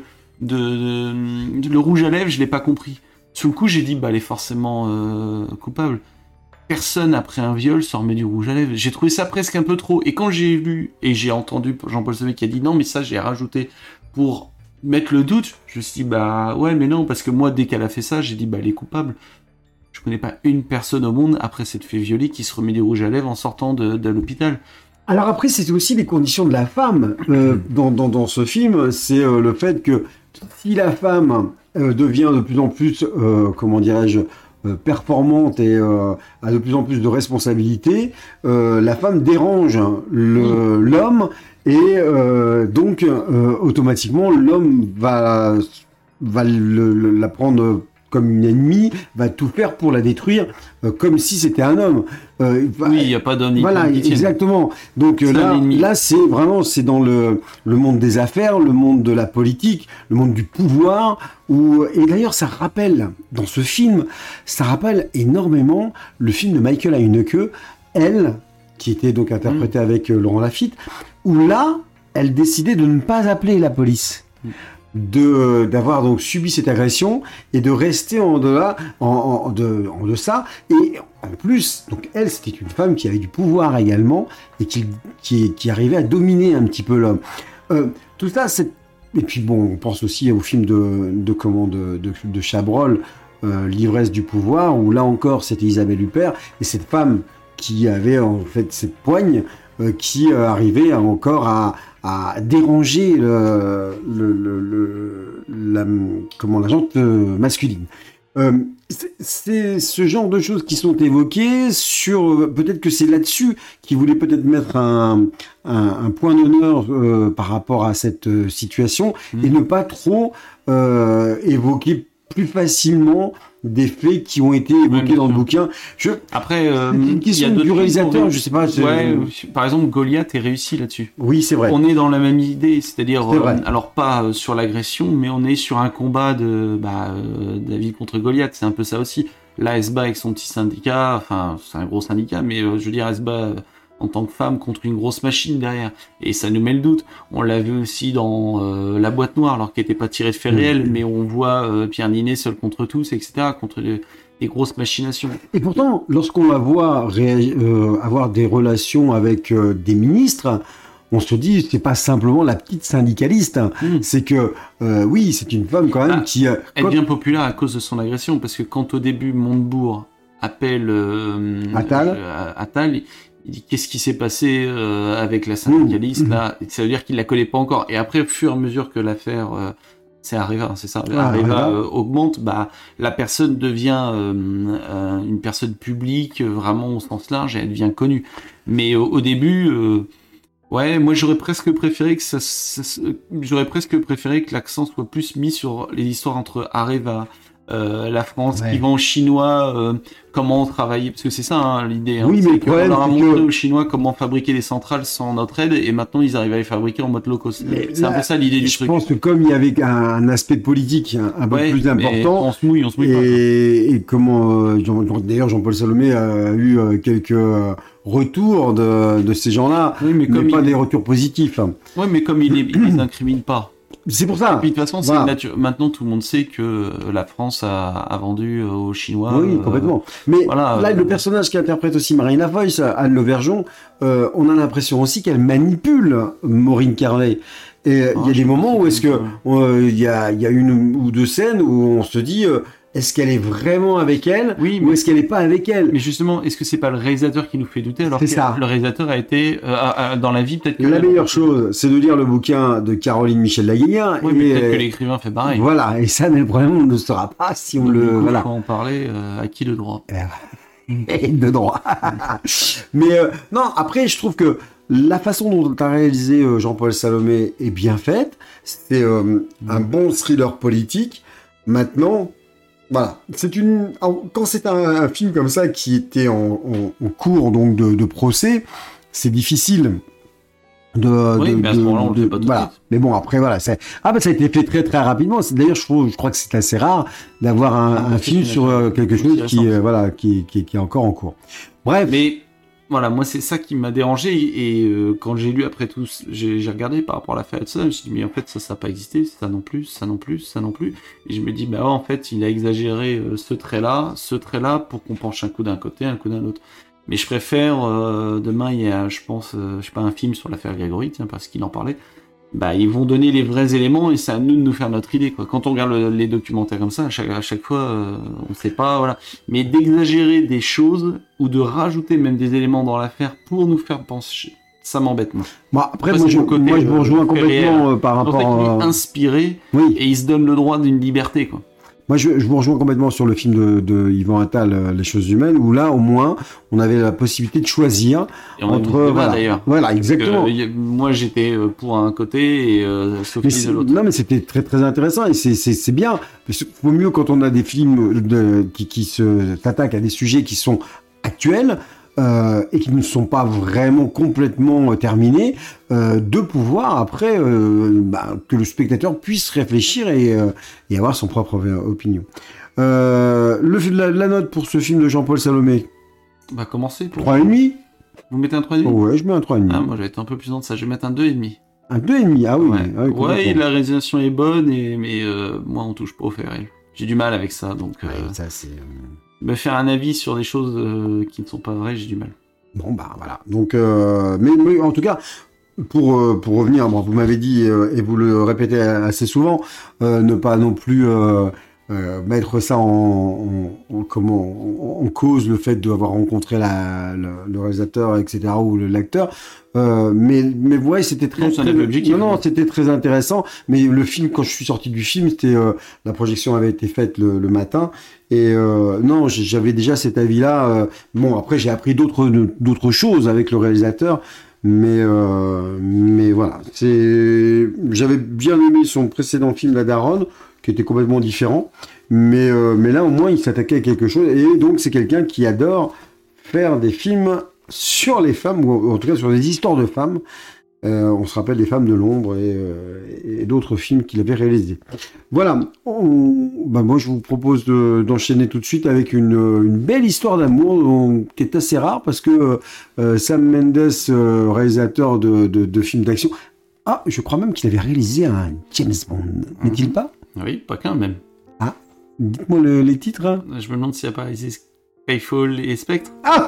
le rouge à lèvres, je l'ai pas compris. Sur le coup, j'ai dit, bah, elle est forcément coupable. Personne, après un viol, s'en remet du rouge à lèvres. J'ai trouvé ça presque un peu trop. Et quand j'ai lu, et j'ai entendu Jean-Paul Sauvé qui a dit, non, mais ça, j'ai rajouté pour mettre le doute, je me suis dit, bah, ouais, mais non, parce que moi, dès qu'elle a fait ça, j'ai dit, bah, elle est coupable. Je connais pas une personne au monde, après s'être fait violer, qui se remet du rouge à lèvres en sortant de l'hôpital. Alors après, c'est aussi les conditions de la femme dans ce film. C'est le fait que si la femme devient de plus en plus, comment dirais-je, performante et a de plus en plus de responsabilités, la femme dérange l'homme, et donc automatiquement l'homme va la prendre comme une ennemie, va tout faire pour la détruire, comme si c'était un homme. Oui, il n'y a pas d'homme. Voilà, exactement. Donc là, c'est dans le monde des affaires, le monde de la politique, le monde du pouvoir, et d'ailleurs, ça rappelle, dans ce film, ça rappelle énormément le film de Michael Haneke, Elle, qui était donc interprété avec Laurent Lafitte, où là, elle décidait de ne pas appeler la police. D'avoir donc subi cette agression et de rester en deçà, et en plus donc elle, c'était une femme qui avait du pouvoir également et qui arrivait à dominer un petit peu l'homme. Tout ça, et puis bon, on pense aussi au film de Chabrol, L'ivresse du pouvoir, où là encore c'était Isabelle Huppert, et cette femme qui avait en fait cette poigne qui arrivait encore à déranger la jante masculine. C'est ce genre de choses qui sont évoquées peut-être que c'est là-dessus qu'il voulait peut-être mettre un point d'honneur par rapport à cette situation, et ne pas trop évoquer plus facilement des faits qui ont été évoqués dans le bouquin. Après, une question du réalisateur, je sais pas. Ouais, par exemple, Goliath est réussi là-dessus. Oui, c'est vrai. On est dans la même idée, c'est-à-dire, alors pas sur l'agression, mais on est sur un combat de David contre Goliath. C'est un peu ça aussi. Là, elle se bat avec son petit syndicat, enfin, c'est un gros syndicat, mais je veux dire, elle se bat en tant que femme contre une grosse machine derrière. Et ça nous met le doute. On l'a vu aussi dans La Boîte Noire, alors qu'elle n'était pas tirée de faits réels, mais on voit Pierre Ninet seul contre tous, etc., contre les grosses machinations. Et pourtant, lorsqu'on la voit avoir des relations avec des ministres, on se dit, c'est pas simplement la petite syndicaliste. C'est que, oui, c'est une femme quand même qui... elle devient populaire à cause de son agression, parce que quand au début Montebourg appelle Attal, il dit qu'est-ce qui s'est passé avec la syndicaliste là, ça veut dire qu'il la connaît pas encore, et après au fur et à mesure que l'affaire c'est Areva, c'est ça, Areva augmente, la personne devient une personne publique vraiment au sens large, et elle devient connue, mais au début Ouais, moi j'aurais presque préféré que l'accent soit plus mis sur les histoires entre Areva, la France, qui vend aux Chinois, comment travailler, parce que c'est ça hein, l'idée. Hein, oui, mais le problème, on leur a c'est montré que... aux Chinois comment fabriquer des centrales sans notre aide, et maintenant ils arrivent à les fabriquer en mode low cost. C'est un peu ça l'idée du truc. Je pense que comme il y avait un aspect politique un peu plus important, on se mouille pas. Et comment, d'ailleurs Jean-Paul Salomé a eu quelques retours de ces gens-là, mais pas des retours positifs. Oui, mais comme il les incrimine pas. C'est pour ça. Et puis de toute façon, c'est maintenant tout le monde sait que la France a vendu aux Chinois. Oui, complètement. Mais là, le personnage qui interprète aussi Marina Foïs, Anne Lauvergeon, on a l'impression aussi qu'elle manipule Maureen Carley. Et il y a des moments où est-ce que il y a une ou deux scènes où on se dit est-ce qu'elle est vraiment avec elle ou est-ce qu'elle n'est pas avec elle? Mais justement, est-ce que c'est pas le réalisateur qui nous fait douter alors que le réalisateur a été dans la vie peut-être que la meilleure chose, c'est de lire le bouquin de Caroline Michel Laguilien. Oui, mais peut-être que l'écrivain fait pareil. Voilà, et ça, mais le problème, on ne le saura pas si on le. Voilà. Faut en parler à qui de droit de droit. Mais non, après, je trouve que la façon dont tu as réalisé Jean-Paul Salomé est bien faite. C'est un bon thriller politique. Maintenant. Voilà, quand c'est un film comme ça qui était en cours donc de procès, c'est difficile mais à ce moment-là, on le fait pas tout de suite. Mais bon, après voilà, ça a été fait très très rapidement. D'ailleurs, je crois que c'est assez rare d'avoir un film sur quelque chose qui est encore en cours. Bref. Mais voilà, moi c'est ça qui m'a dérangé et quand j'ai lu après tout, j'ai regardé par rapport à l'affaire et tout ça, je me suis dit mais en fait ça n'a pas existé, ça non plus, et je me dis en fait il a exagéré ce trait-là pour qu'on penche un coup d'un côté, un coup d'un autre. Mais je préfère, demain il y a je pense, un film sur l'affaire Grégory, parce qu'il en parlait, ils vont donner les vrais éléments et c'est à nous de nous faire notre idée, quoi. Quand on regarde les documentaires comme ça, à chaque fois, on sait pas, voilà. Mais d'exagérer des choses ou de rajouter même des éléments dans l'affaire pour nous faire penser, ça m'embête, moi. Après, moi je vous rejoins complètement par rapport à... Il est inspiré et il se donne le droit d'une liberté, quoi. Moi, je vous rejoins complètement sur le film de Yvan Attal, Les choses humaines, où là, au moins, on avait la possibilité de choisir entre... d'ailleurs. Voilà, exactement. Moi, j'étais pour un côté et Sophie de l'autre. Non, mais c'était très, très intéressant et c'est bien. Il faut mieux quand on a des films qui s'attaquent à des sujets qui sont actuels, et qui ne sont pas vraiment complètement terminés, de pouvoir après que le spectateur puisse réfléchir et avoir son propre opinion. La note pour ce film de Jean-Paul Salomé. On va commencer pour 3,5. Vous mettez un 3,5? Ouais, je mets un 3,5. Ah, moi, je vais être un peu plus dans ça. Je vais mettre un 2,5. Un 2,5, ah oui. Ouais, la réalisation est bonne, mais moi, on touche pas au FRL. J'ai du mal avec ça, donc... ça, c'est... Me faire un avis sur des choses qui ne sont pas vraies, j'ai du mal. Bon, voilà. Donc, mais en tout cas, pour revenir, vous m'avez dit, et vous le répétez assez souvent, ne pas non plus mettre ça en cause, le fait d'avoir rencontré le réalisateur, etc., ou l'acteur. Mais ouais, c'était c'était très intéressant. Mais le film, quand je suis sorti du film, la projection avait été faite le matin. Et non, j'avais déjà cet avis-là. Bon, après, j'ai appris d'autres choses avec le réalisateur. Mais voilà. J'avais bien aimé son précédent film, La Daronne, qui était complètement différent. Mais là, au moins, il s'attaquait à quelque chose. Et donc, c'est quelqu'un qui adore faire des films sur les femmes, ou en tout cas sur des histoires de femmes. On se rappelle Les Femmes de l'Ombre et d'autres films qu'il avait réalisés. Voilà. Moi, je vous propose d'enchaîner tout de suite avec une belle histoire d'amour qui est assez rare parce que Sam Mendes, réalisateur de films d'action, je crois même qu'il avait réalisé un James Bond. N'est-il pas? Oui, pas qu'un même. Ah, dites-moi les titres. Hein. Je me demande s'il n'y a pas Skyfall et Spectre. Ah!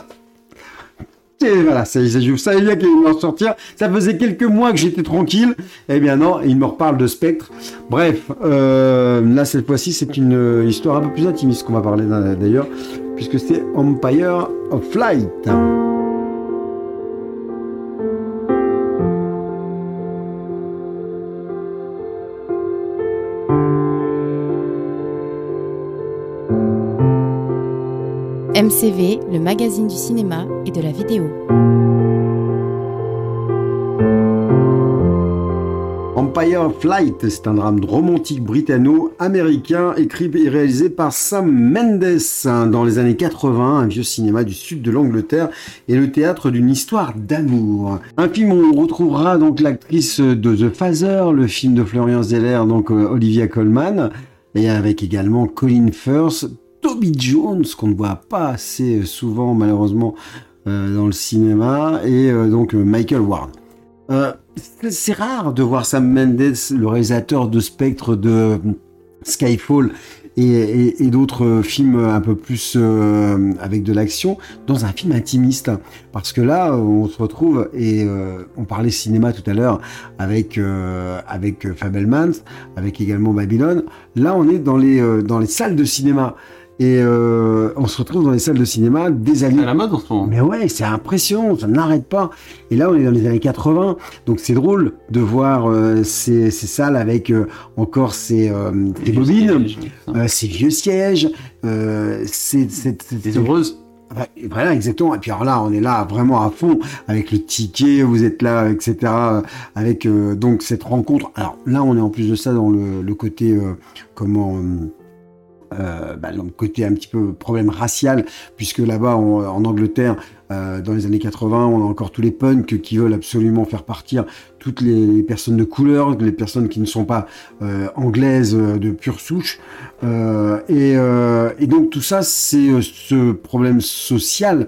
Et voilà, je savais bien qu'il allait en sortir. Ça faisait quelques mois que j'étais tranquille. Eh bien non, il me reparle de Spectre. Bref, là cette fois-ci c'est une histoire un peu plus intimiste qu'on va parler d'ailleurs, puisque c'est Empire of Light. MCV, le magazine du cinéma et de la vidéo. Empire of Light, c'est un drame romantique britanno-américain écrit et réalisé par Sam Mendes dans les années 80, un vieux cinéma du sud de l'Angleterre et le théâtre d'une histoire d'amour. Un film où on retrouvera donc l'actrice de The Father, le film de Florian Zeller, donc Olivia Colman, et avec également Colin Firth, Toby Jones, qu'on ne voit pas assez souvent malheureusement dans le cinéma, et donc Michael Ward. C'est rare de voir Sam Mendes, le réalisateur de Spectre, de Skyfall et d'autres films un peu plus avec de l'action, dans un film intimiste. Parce que là, on se retrouve, et on parlait cinéma tout à l'heure avec Fabelmans, avec également Babylone. Là, on est dans les salles de cinéma. Et on se retrouve dans les salles de cinéma des années... C'est à la mode en ce moment. Mais ouais, c'est impressionnant, ça n'arrête pas. Et là, on est dans les années 80, donc c'est drôle de voir ces salles avec encore ces bobines, ces vieux sièges, des heureuses. Voilà, exactement. Et puis alors là, on est là vraiment à fond avec le ticket, vous êtes là, etc. Avec donc cette rencontre. Alors là, on est en plus de ça dans le côté le côté un petit peu problème racial, puisque là-bas en Angleterre, dans les années 80, on a encore tous les punks qui veulent absolument faire partir toutes les personnes de couleur, les personnes qui ne sont pas anglaises de pure souche, et donc tout ça, c'est ce problème social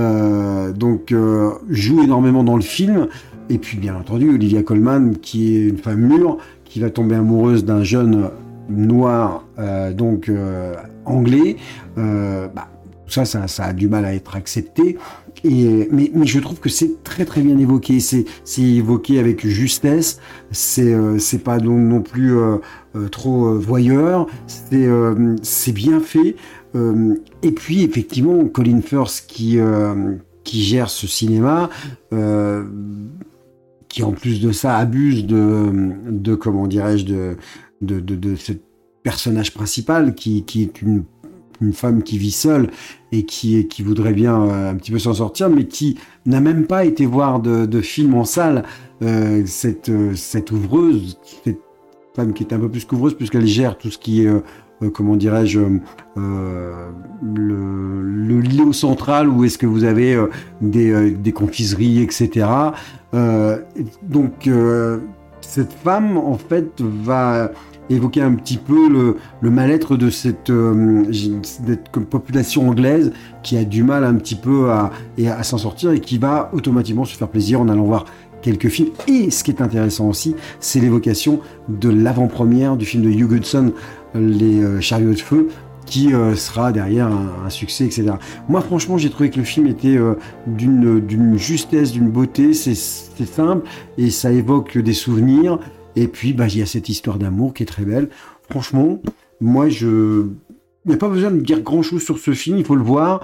joue énormément dans le film. Et puis bien entendu Olivia Colman, qui est une femme mûre, qui va tomber amoureuse d'un jeune noir, anglais, ça a du mal à être accepté, mais je trouve que c'est très très bien évoqué, c'est évoqué avec justesse, c'est pas non plus trop voyeur, c'est bien fait, et puis effectivement Colin Firth qui gère ce cinéma, qui en plus de ça abuse de comment dirais-je, de ce personnage principal qui est une femme qui vit seule et qui voudrait bien un petit peu s'en sortir, mais qui n'a même pas été voir de film en salle. Cette ouvreuse, cette femme qui est un peu plus qu'ouvreuse puisqu'elle gère tout ce qui est comment dirais-je, le îlot central où est-ce que vous avez des confiseries, etc. Cette femme, en fait, va évoquer un petit peu le mal-être de cette population anglaise qui a du mal un petit peu à s'en sortir et qui va automatiquement se faire plaisir en allant voir quelques films. Et ce qui est intéressant aussi, c'est l'évocation de l'avant-première du film de Hugh Hudson, Les Chariots de Feu, qui sera derrière un succès, etc. Moi, franchement, j'ai trouvé que le film était d'une justesse, d'une beauté, c'est simple, et ça évoque des souvenirs, et puis il y a cette histoire d'amour qui est très belle. Franchement, moi, il n'y a pas besoin de dire grand-chose sur ce film, il faut le voir,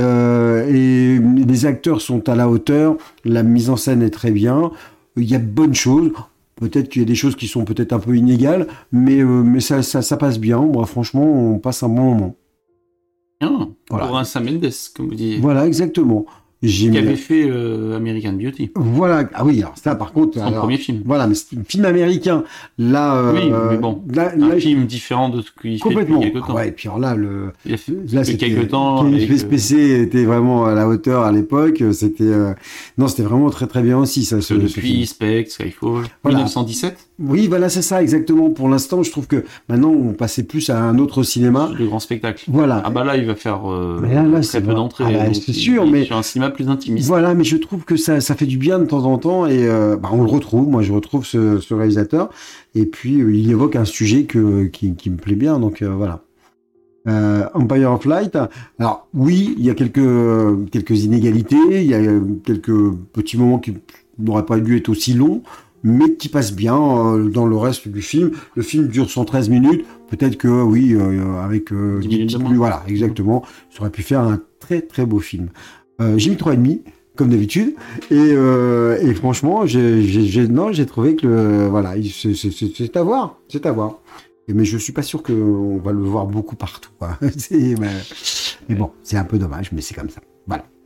et les acteurs sont à la hauteur, la mise en scène est très bien, il y a de bonnes choses. Peut-être qu'il y a des choses qui sont peut-être un peu inégales, mais ça passe bien. Moi, franchement, on passe un bon moment. Voilà. Pour un Sam Mendes, comme vous disiez. Voilà, exactement. Qui avait fait American Beauty. Voilà. Ah oui, alors ça, par contre... Son premier film. Voilà, mais c'est un film américain. Là, oui, mais bon, un film différent de ce qu'il fait depuis quelques temps. Ouais, et puis alors là, c'était quelques temps. SPC était vraiment à la hauteur à l'époque. C'était vraiment très très bien aussi. Ça, depuis Spectre, Skyfall, voilà. 1917. Oui, voilà, c'est ça, exactement. Pour l'instant, je trouve que maintenant, on passait plus à un autre cinéma. Le grand spectacle. Voilà. Ah bah là, il va faire très peu d'entrées. Ah c'est sûr, mais... Sur un cinéma plus intimiste. Voilà, mais je trouve que ça fait du bien de temps en temps, et on le retrouve. Moi, je retrouve ce réalisateur, et puis il évoque un sujet qui me plaît bien, donc voilà. Empire of Light. Alors oui, il y a quelques inégalités, il y a quelques petits moments qui n'auraient pas dû être aussi longs, mais qui passent bien dans le reste du film. Le film dure 113 minutes. Peut-être que oui, avec 10 minutes, voilà, exactement, ça aurait pu faire un très très beau film. J'ai mis 3,5 comme d'habitude, et franchement, j'ai trouvé que c'est à voir, mais je suis pas sûr qu'on va le voir beaucoup partout, quoi. Mais bon, c'est un peu dommage, mais c'est comme ça. Voilà.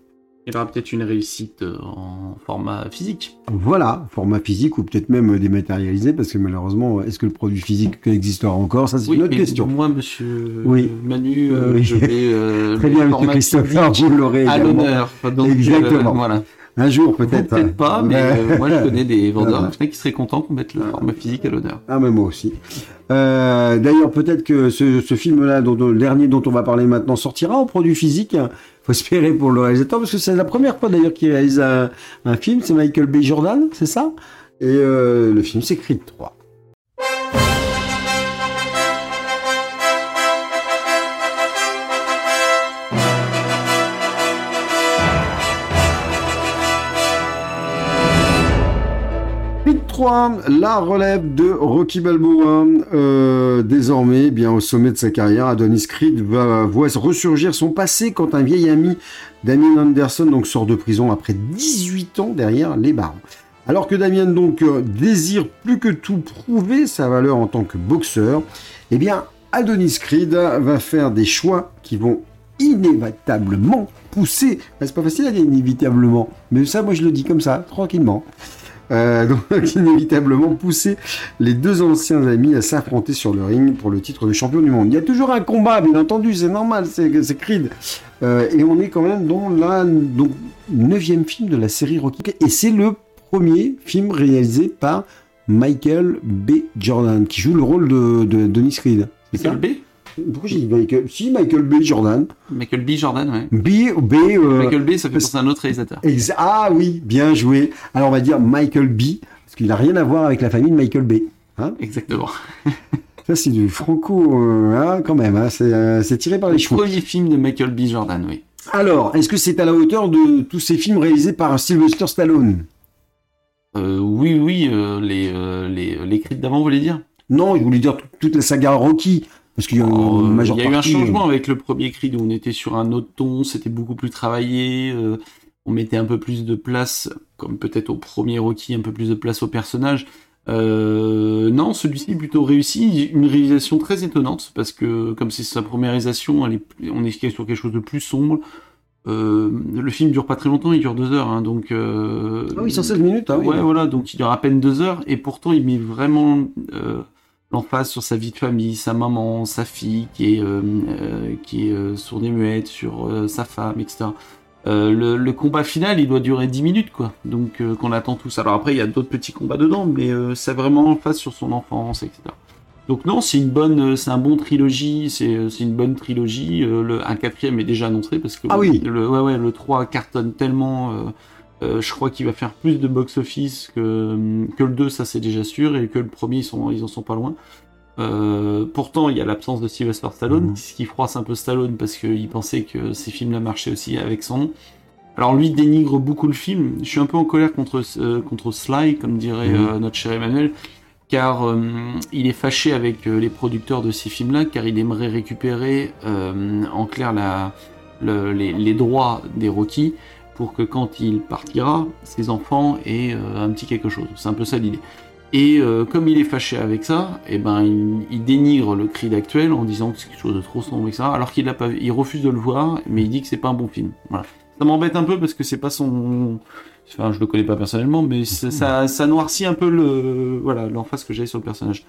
Il y aura peut-être une réussite en format physique. Voilà, format physique ou peut-être même dématérialisé, parce que malheureusement, est-ce que le produit physique existera encore? Ça, c'est une autre question. Moi, monsieur Oui. Manu, Oui. je vais Très bien, monsieur format Christopher, physique vous l'aurez à également. l'honneur. Donc, Exactement. voilà. Un jour, Vous, peut-être. peut-être pas, mais moi, je connais des vendeurs Voilà. qui seraient contents qu'on mette le format physique à l'honneur. Ah, mais moi aussi. D'ailleurs, peut-être que ce film-là, le dernier dont on va parler maintenant, sortira en produit physique. Faut espérer pour le réalisateur, parce que c'est la première fois d'ailleurs qu'il réalise un film. C'est Michael B. Jordan, c'est ça? Et le film, c'est Creed 3. Creed 3, la relève de Rocky Balboa. Désormais, eh bien au sommet de sa carrière, Adonis Creed voit ressurgir son passé quand un vieil ami Damien Anderson donc sort de prison après 18 ans derrière les barreaux. Alors que Damien donc désire plus que tout prouver sa valeur en tant que boxeur, eh bien Adonis Creed va faire des choix qui vont inévitablement pousser. C'est pas facile à dire inévitablement, mais ça moi je le dis comme ça, tranquillement. Donc inévitablement pousser les deux anciens amis à s'affronter sur le ring pour le titre de champion du monde. Il y a toujours un combat, bien entendu, c'est normal, c'est Creed. Et on est quand même dans la 9e film de la série Rocky. Et c'est le premier film réalisé par Michael B. Jordan, qui joue le rôle de Dennis Creed. Michael B. Pourquoi j'ai dit Michael? Si, Michael B. Jordan. Michael B. Jordan, ouais. Michael B, ça fait penser à un autre réalisateur. Ah oui, bien joué. Alors on va dire Michael B, parce qu'il n'a rien à voir avec la famille de Michael B. Hein? Exactement. Ça c'est du franco, quand même, hein, c'est tiré par les cheveux. Premier film de Michael B. Jordan, oui. Alors, est-ce que c'est à la hauteur de tous ces films réalisés par Sylvester Stallone? Oui, les Creed d'avant, vous voulez dire? Non, il voulait dire toute la saga Rocky. Parce qu'il y a une majeure il y a eu un partie, changement avec le premier Creed où on était sur un autre ton, c'était beaucoup plus travaillé, on mettait un peu plus de place, comme peut-être au premier Rocky, un peu plus de place au personnage. Non, celui-ci est plutôt réussi, une réalisation très étonnante, parce que comme c'est sa première réalisation, on est sur quelque chose de plus sombre. Le film dure pas très longtemps, il dure 2 heures, hein, donc... Ah oui, 116 minutes, ah oui. Ouais, voilà, donc il dure à peine 2 heures, et pourtant il met vraiment... l'emphase sur sa vie de famille, sa maman, sa fille qui est sourde et muette, sur sa femme, etc. Le combat final, il doit durer 10 minutes, quoi. Donc qu'on attend tous. Alors après, il y a d'autres petits combats dedans, mais c'est vraiment l'emphase sur son enfance, etc. Donc non, c'est un bon trilogie, c'est une bonne trilogie. Un 4e est déjà annoncé parce que le 3 cartonne tellement. Je crois qu'il va faire plus de box-office que le 2, ça c'est déjà sûr, et que le premier, ils en sont pas loin. Pourtant, il y a l'absence de Sylvester Stallone, ce qui froisse un peu Stallone, parce qu'il pensait que ces films-là marchaient aussi avec son nom. Alors lui dénigre beaucoup le film. Je suis un peu en colère contre Sly, comme dirait notre cher Emmanuel, car il est fâché avec les producteurs de ces films-là, car il aimerait récupérer en clair les droits des Rocky, pour que quand il partira, ses enfants aient un petit quelque chose. C'est un peu ça l'idée. Et comme il est fâché avec ça, eh ben, il dénigre le Creed actuel en disant que c'est quelque chose de trop sombre, etc. Alors qu'il il refuse de le voir, mais il dit que c'est pas un bon film. Voilà. Ça m'embête un peu parce que c'est pas son... Enfin, je le connais pas personnellement, mais ça noircit un peu l'emphase que j'ai sur le personnage.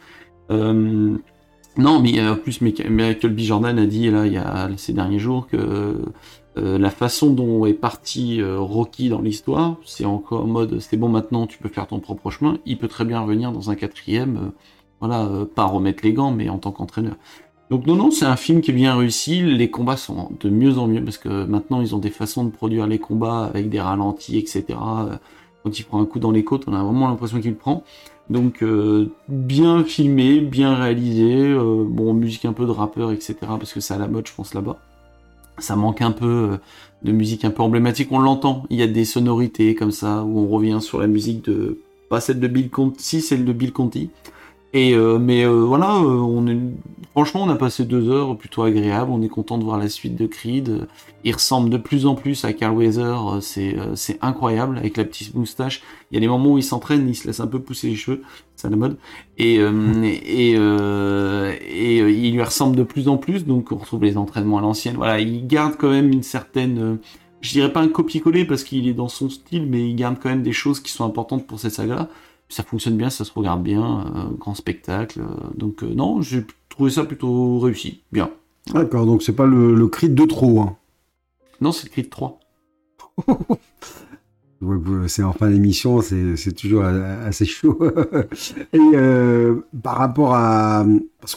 Non, mais en plus, Michael B. Jordan a dit là, il y a ces derniers jours que la façon dont est parti Rocky dans l'histoire, c'est encore en mode c'est bon, maintenant tu peux faire ton propre chemin. Il peut très bien revenir dans un 4e, pas remettre les gants, mais en tant qu'entraîneur. Donc non, c'est un film qui est bien réussi. Les combats sont de mieux en mieux parce que maintenant ils ont des façons de produire les combats avec des ralentis, etc. Quand il prend un coup dans les côtes, on a vraiment l'impression qu'il le prend. Donc bien filmé, bien réalisé, musique un peu de rappeur, etc. Parce que c'est à la mode, je pense, là-bas. Ça manque un peu de musique un peu emblématique, on l'entend. Il y a des sonorités comme ça, où on revient sur la musique pas celle de Bill Conti, si celle de Bill Conti. Et franchement, on a passé 2 heures plutôt agréables. On est content de voir la suite de Creed. Il ressemble de plus en plus à Carl Weathers. C'est incroyable avec la petite moustache. Il y a des moments où il s'entraîne, il se laisse un peu pousser les cheveux, c'est à la mode. Et il lui ressemble de plus en plus. Donc on retrouve les entraînements à l'ancienne. Voilà, il garde quand même une certaine je dirais pas un copier-coller parce qu'il est dans son style, mais il garde quand même des choses qui sont importantes pour cette saga-là. Ça fonctionne bien, ça se regarde bien, grand spectacle. Donc non, j'ai trouvé ça plutôt réussi, bien. D'accord, donc c'est pas le Creed de trop. Hein. Non, c'est le Creed 3. Ouais, c'est en fin d'émission, c'est toujours assez chaud. Et par rapport à... Parce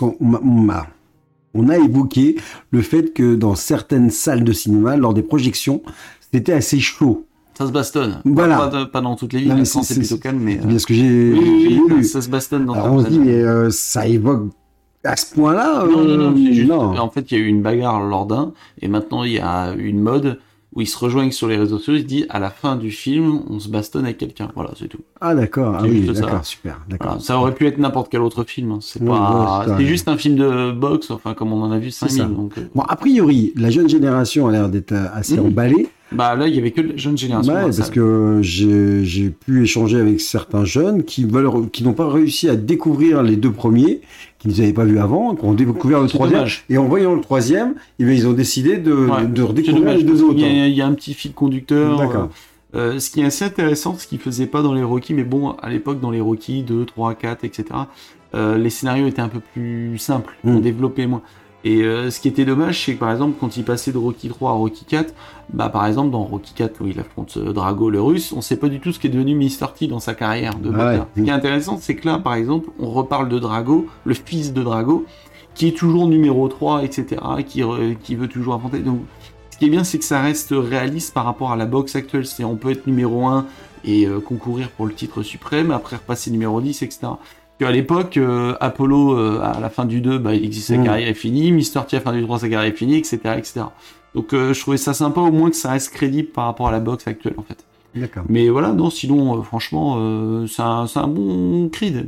on a évoqué le fait que dans certaines salles de cinéma, lors des projections, c'était assez chaud. Ça se bastonne. Voilà. Pas dans toutes les villes, c'est plutôt calme. Mais, c'est bien ce que j'ai lu. Ça se bastonne dans on se dit, mais ça évoque à ce point-là Non, c'est juste. En fait, il y a eu une bagarre lors d'un, et maintenant il y a une mode où ils se rejoignent sur les réseaux sociaux, ils se disent à la fin du film, on se bastonne avec quelqu'un. Voilà, c'est tout. Ah d'accord, c'est oui, d'accord, ça. Super. D'accord. Voilà. Ça aurait pu être n'importe quel autre film. Hein. C'est juste un film de boxe, enfin comme on en a vu 5000. Donc, Bon, a priori, la jeune génération a l'air d'être assez emballée. Bah là, il y avait que la jeune génération. Ouais, parce que j'ai pu échanger avec certains jeunes qui n'ont pas réussi à découvrir les 2 premiers, qui ne les avaient pas vus avant, qui ont découvert le 3e. Dommage. Et en voyant le 3e, ils ont décidé de redécouvrir les 2 autres. Il y a un petit fil conducteur. D'accord. Ce qui est assez intéressant, ce qu'ils faisaient pas dans les Rocky, mais bon, à l'époque, dans les Rocky 2, 3, 4, etc., les scénarios étaient un peu plus simples, on développait moins. Et ce qui était dommage, c'est que par exemple, quand il passait de Rocky 3 à Rocky 4, bah par exemple, dans Rocky 4, où il affronte Drago le russe, on sait pas du tout ce qu'est devenu Mr. T dans sa carrière de boxeur. Ouais. Ce qui est intéressant, c'est que là, par exemple, on reparle de Drago, le fils de Drago, qui est toujours numéro 3, etc., qui veut toujours affronter. Donc, ce qui est bien, c'est que ça reste réaliste par rapport à la boxe actuelle. C'est on peut être numéro 1 et concourir pour le titre suprême, après repasser numéro 10, etc. À l'époque, Apollo, à la fin du 2, bah, il existe, sa carrière est finie, Mr. T à la fin du 3, sa carrière est finie, etc., etc. Donc je trouvais ça sympa, au moins que ça reste crédible par rapport à la boxe actuelle, en fait. D'accord. Mais voilà, non, sinon, franchement, c'est un bon Creed.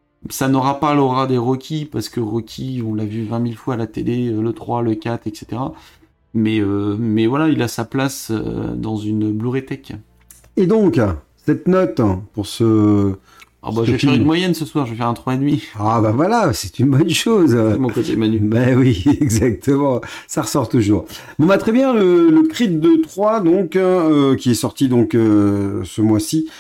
Ça n'aura pas l'aura des Rocky, parce que Rocky, on l'a vu 20 000 fois à la télé, le 3, le 4, etc. Mais voilà, il a sa place dans une Blu-ray Tech. Et donc, cette note pour ce... Ah bah, je vais faire une moyenne ce soir, je vais faire un 3,5. Ah bah voilà, c'est une bonne chose. C'est mon côté Manu. Ben oui, exactement, ça ressort toujours. Bon bah très bien, le Creed 3 donc qui est sorti donc ce mois-ci,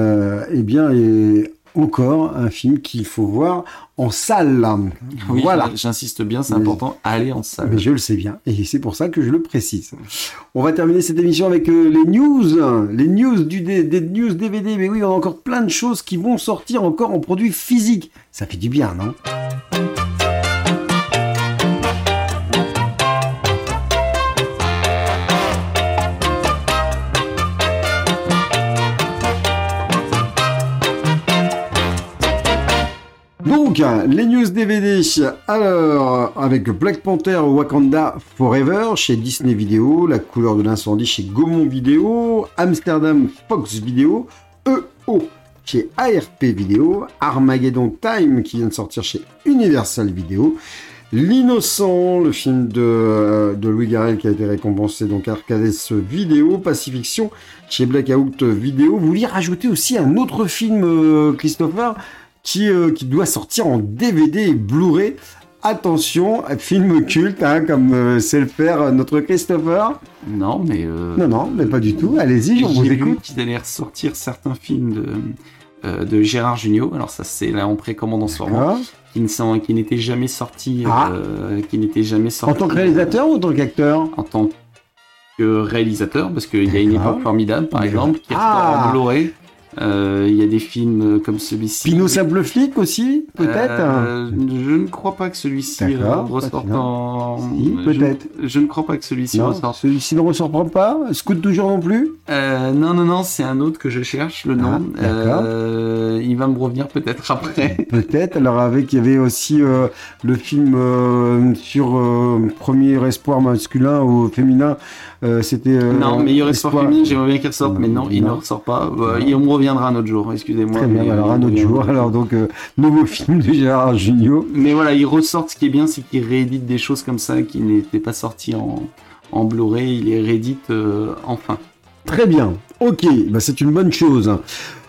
eh bien est encore un film qu'il faut voir en salle. Oui, voilà. J'insiste bien, c'est important, aller en salle. Mais je le sais bien, et c'est pour ça que je le précise. On va terminer cette émission avec les news des news DVD. Mais oui, on a encore plein de choses qui vont sortir encore en produits physiques. Ça fait du bien, non ? Donc, les news DVD, alors, avec Black Panther Wakanda Forever chez Disney Video, La couleur de l'incendie chez Gaumont Vidéo, Amsterdam Fox Video, EO chez ARP Vidéo, Armageddon Time qui vient de sortir chez Universal Video, L'Innocent, le film de Louis Garrel qui a été récompensé donc Arcades Vidéo, Pacifiction chez Blackout Vidéo. Vous vouliez rajouter aussi un autre film, Christopher, qui doit sortir en DVD et Blu-ray. Attention, film culte, hein, comme sait le faire notre Christopher. Non, mais... Non, mais pas du tout. Allez-y, on vous J'ai vu écoute. qu'ils allaient ressortir certains films de Gérard Jugnot. Alors ça, c'est là en précommande en ce moment. Qui n'étaient jamais sortis. En tant que réalisateur ou en tant qu'acteur ? En tant que réalisateur, parce qu'il y a une époque formidable, par exemple, qui est en Blu-ray. Il y a des films comme celui-ci. Pinot Simple Flic aussi, peut-être Je ne crois pas que celui-ci ressorte en... Si, peut-être. Je ne crois pas que celui-ci ressorte. Celui-ci ne ressort pas Scoot toujours non plus Non, c'est un autre que je cherche, le nom. Il va me revenir peut-être après. Peut-être. Alors, il y avait aussi le film sur premier espoir masculin ou féminin. C'était... non, meilleur espoir féminin, j'aimerais bien qu'il ressorte, mais non, il ne ressort pas. Il me reviendra un autre jour, excusez-moi. Très bien, alors un autre jour. Alors donc, nouveau film de Gérard Jugnot. Mais voilà, il ressort, ce qui est bien, c'est qu'il réédite des choses comme ça qui n'étaient pas sorties en Blu-ray, il les réédite enfin. Très bien, ok, bah c'est une bonne chose.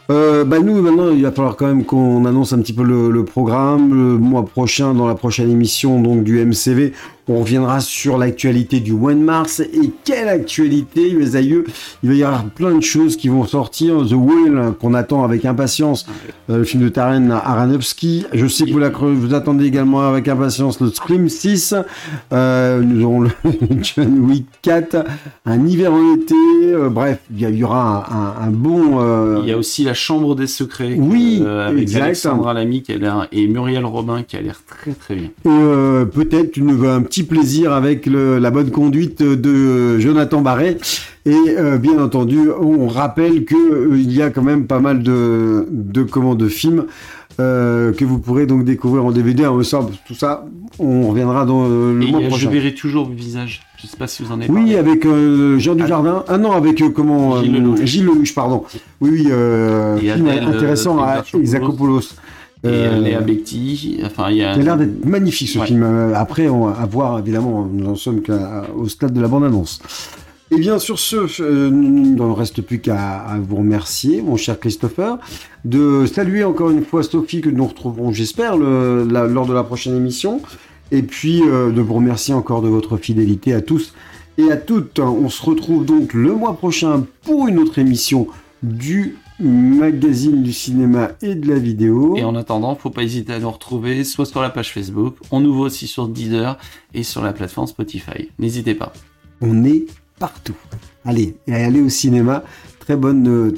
Nous, maintenant, il va falloir quand même qu'on annonce un petit peu le programme. Le mois prochain, dans la prochaine émission donc du MCV, on reviendra sur l'actualité du mois de mars. Et quelle actualité, mes aïeux! Il va y avoir plein de choses qui vont sortir. The Whale, qu'on attend avec impatience, le film de Darren Aronofsky. Je sais que vous attendez également avec impatience le Scream 6. Nous aurons le John Wick 4, un hiver en été. Bref, il y aura un bon... Il y a aussi La Chambre des Secrets, oui, avec exact. Alexandra Lamy et Muriel Robin, qui a l'air très très bien. Et peut-être un petit plaisir avec la bonne conduite de Jonathan Barré. Et bien entendu, on rappelle que il y a quand même pas mal de films que vous pourrez donc découvrir en DVD. Tout ça, on reviendra dans le mois prochain. Je verrai toujours le visage. Je sais pas si vous en avez parlé. Oui, avec Jean Dujardin. Ah non, avec Gilles Lelouch, pardon. Oui, film intéressant à Exarchopoulos. Et Léa Becti, il a l'air d'être magnifique ce film. Après, à voir, évidemment, nous en sommes qu'au stade de la bande-annonce. Et bien, sur ce, il ne reste plus qu'à vous remercier, mon cher Christopher, de saluer encore une fois Sophie, que nous retrouverons, j'espère, lors de la prochaine émission, et puis de vous remercier encore de votre fidélité à tous et à toutes. On se retrouve donc le mois prochain pour une autre émission du magazine du cinéma et de la vidéo. Et en attendant, faut pas hésiter à nous retrouver soit sur la page Facebook, on nous voit aussi sur Deezer et sur la plateforme Spotify. N'hésitez pas. On est partout. Allez au cinéma. Très bon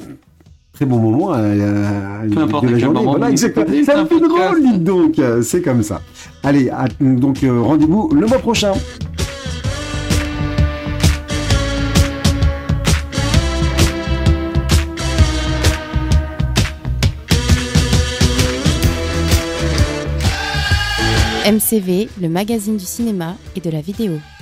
moment peu importe de la journée. Voilà, exactement. Ça me fait drôle, dites donc. C'est comme ça. Allez, donc rendez-vous le mois prochain. MCV, le magazine du cinéma et de la vidéo.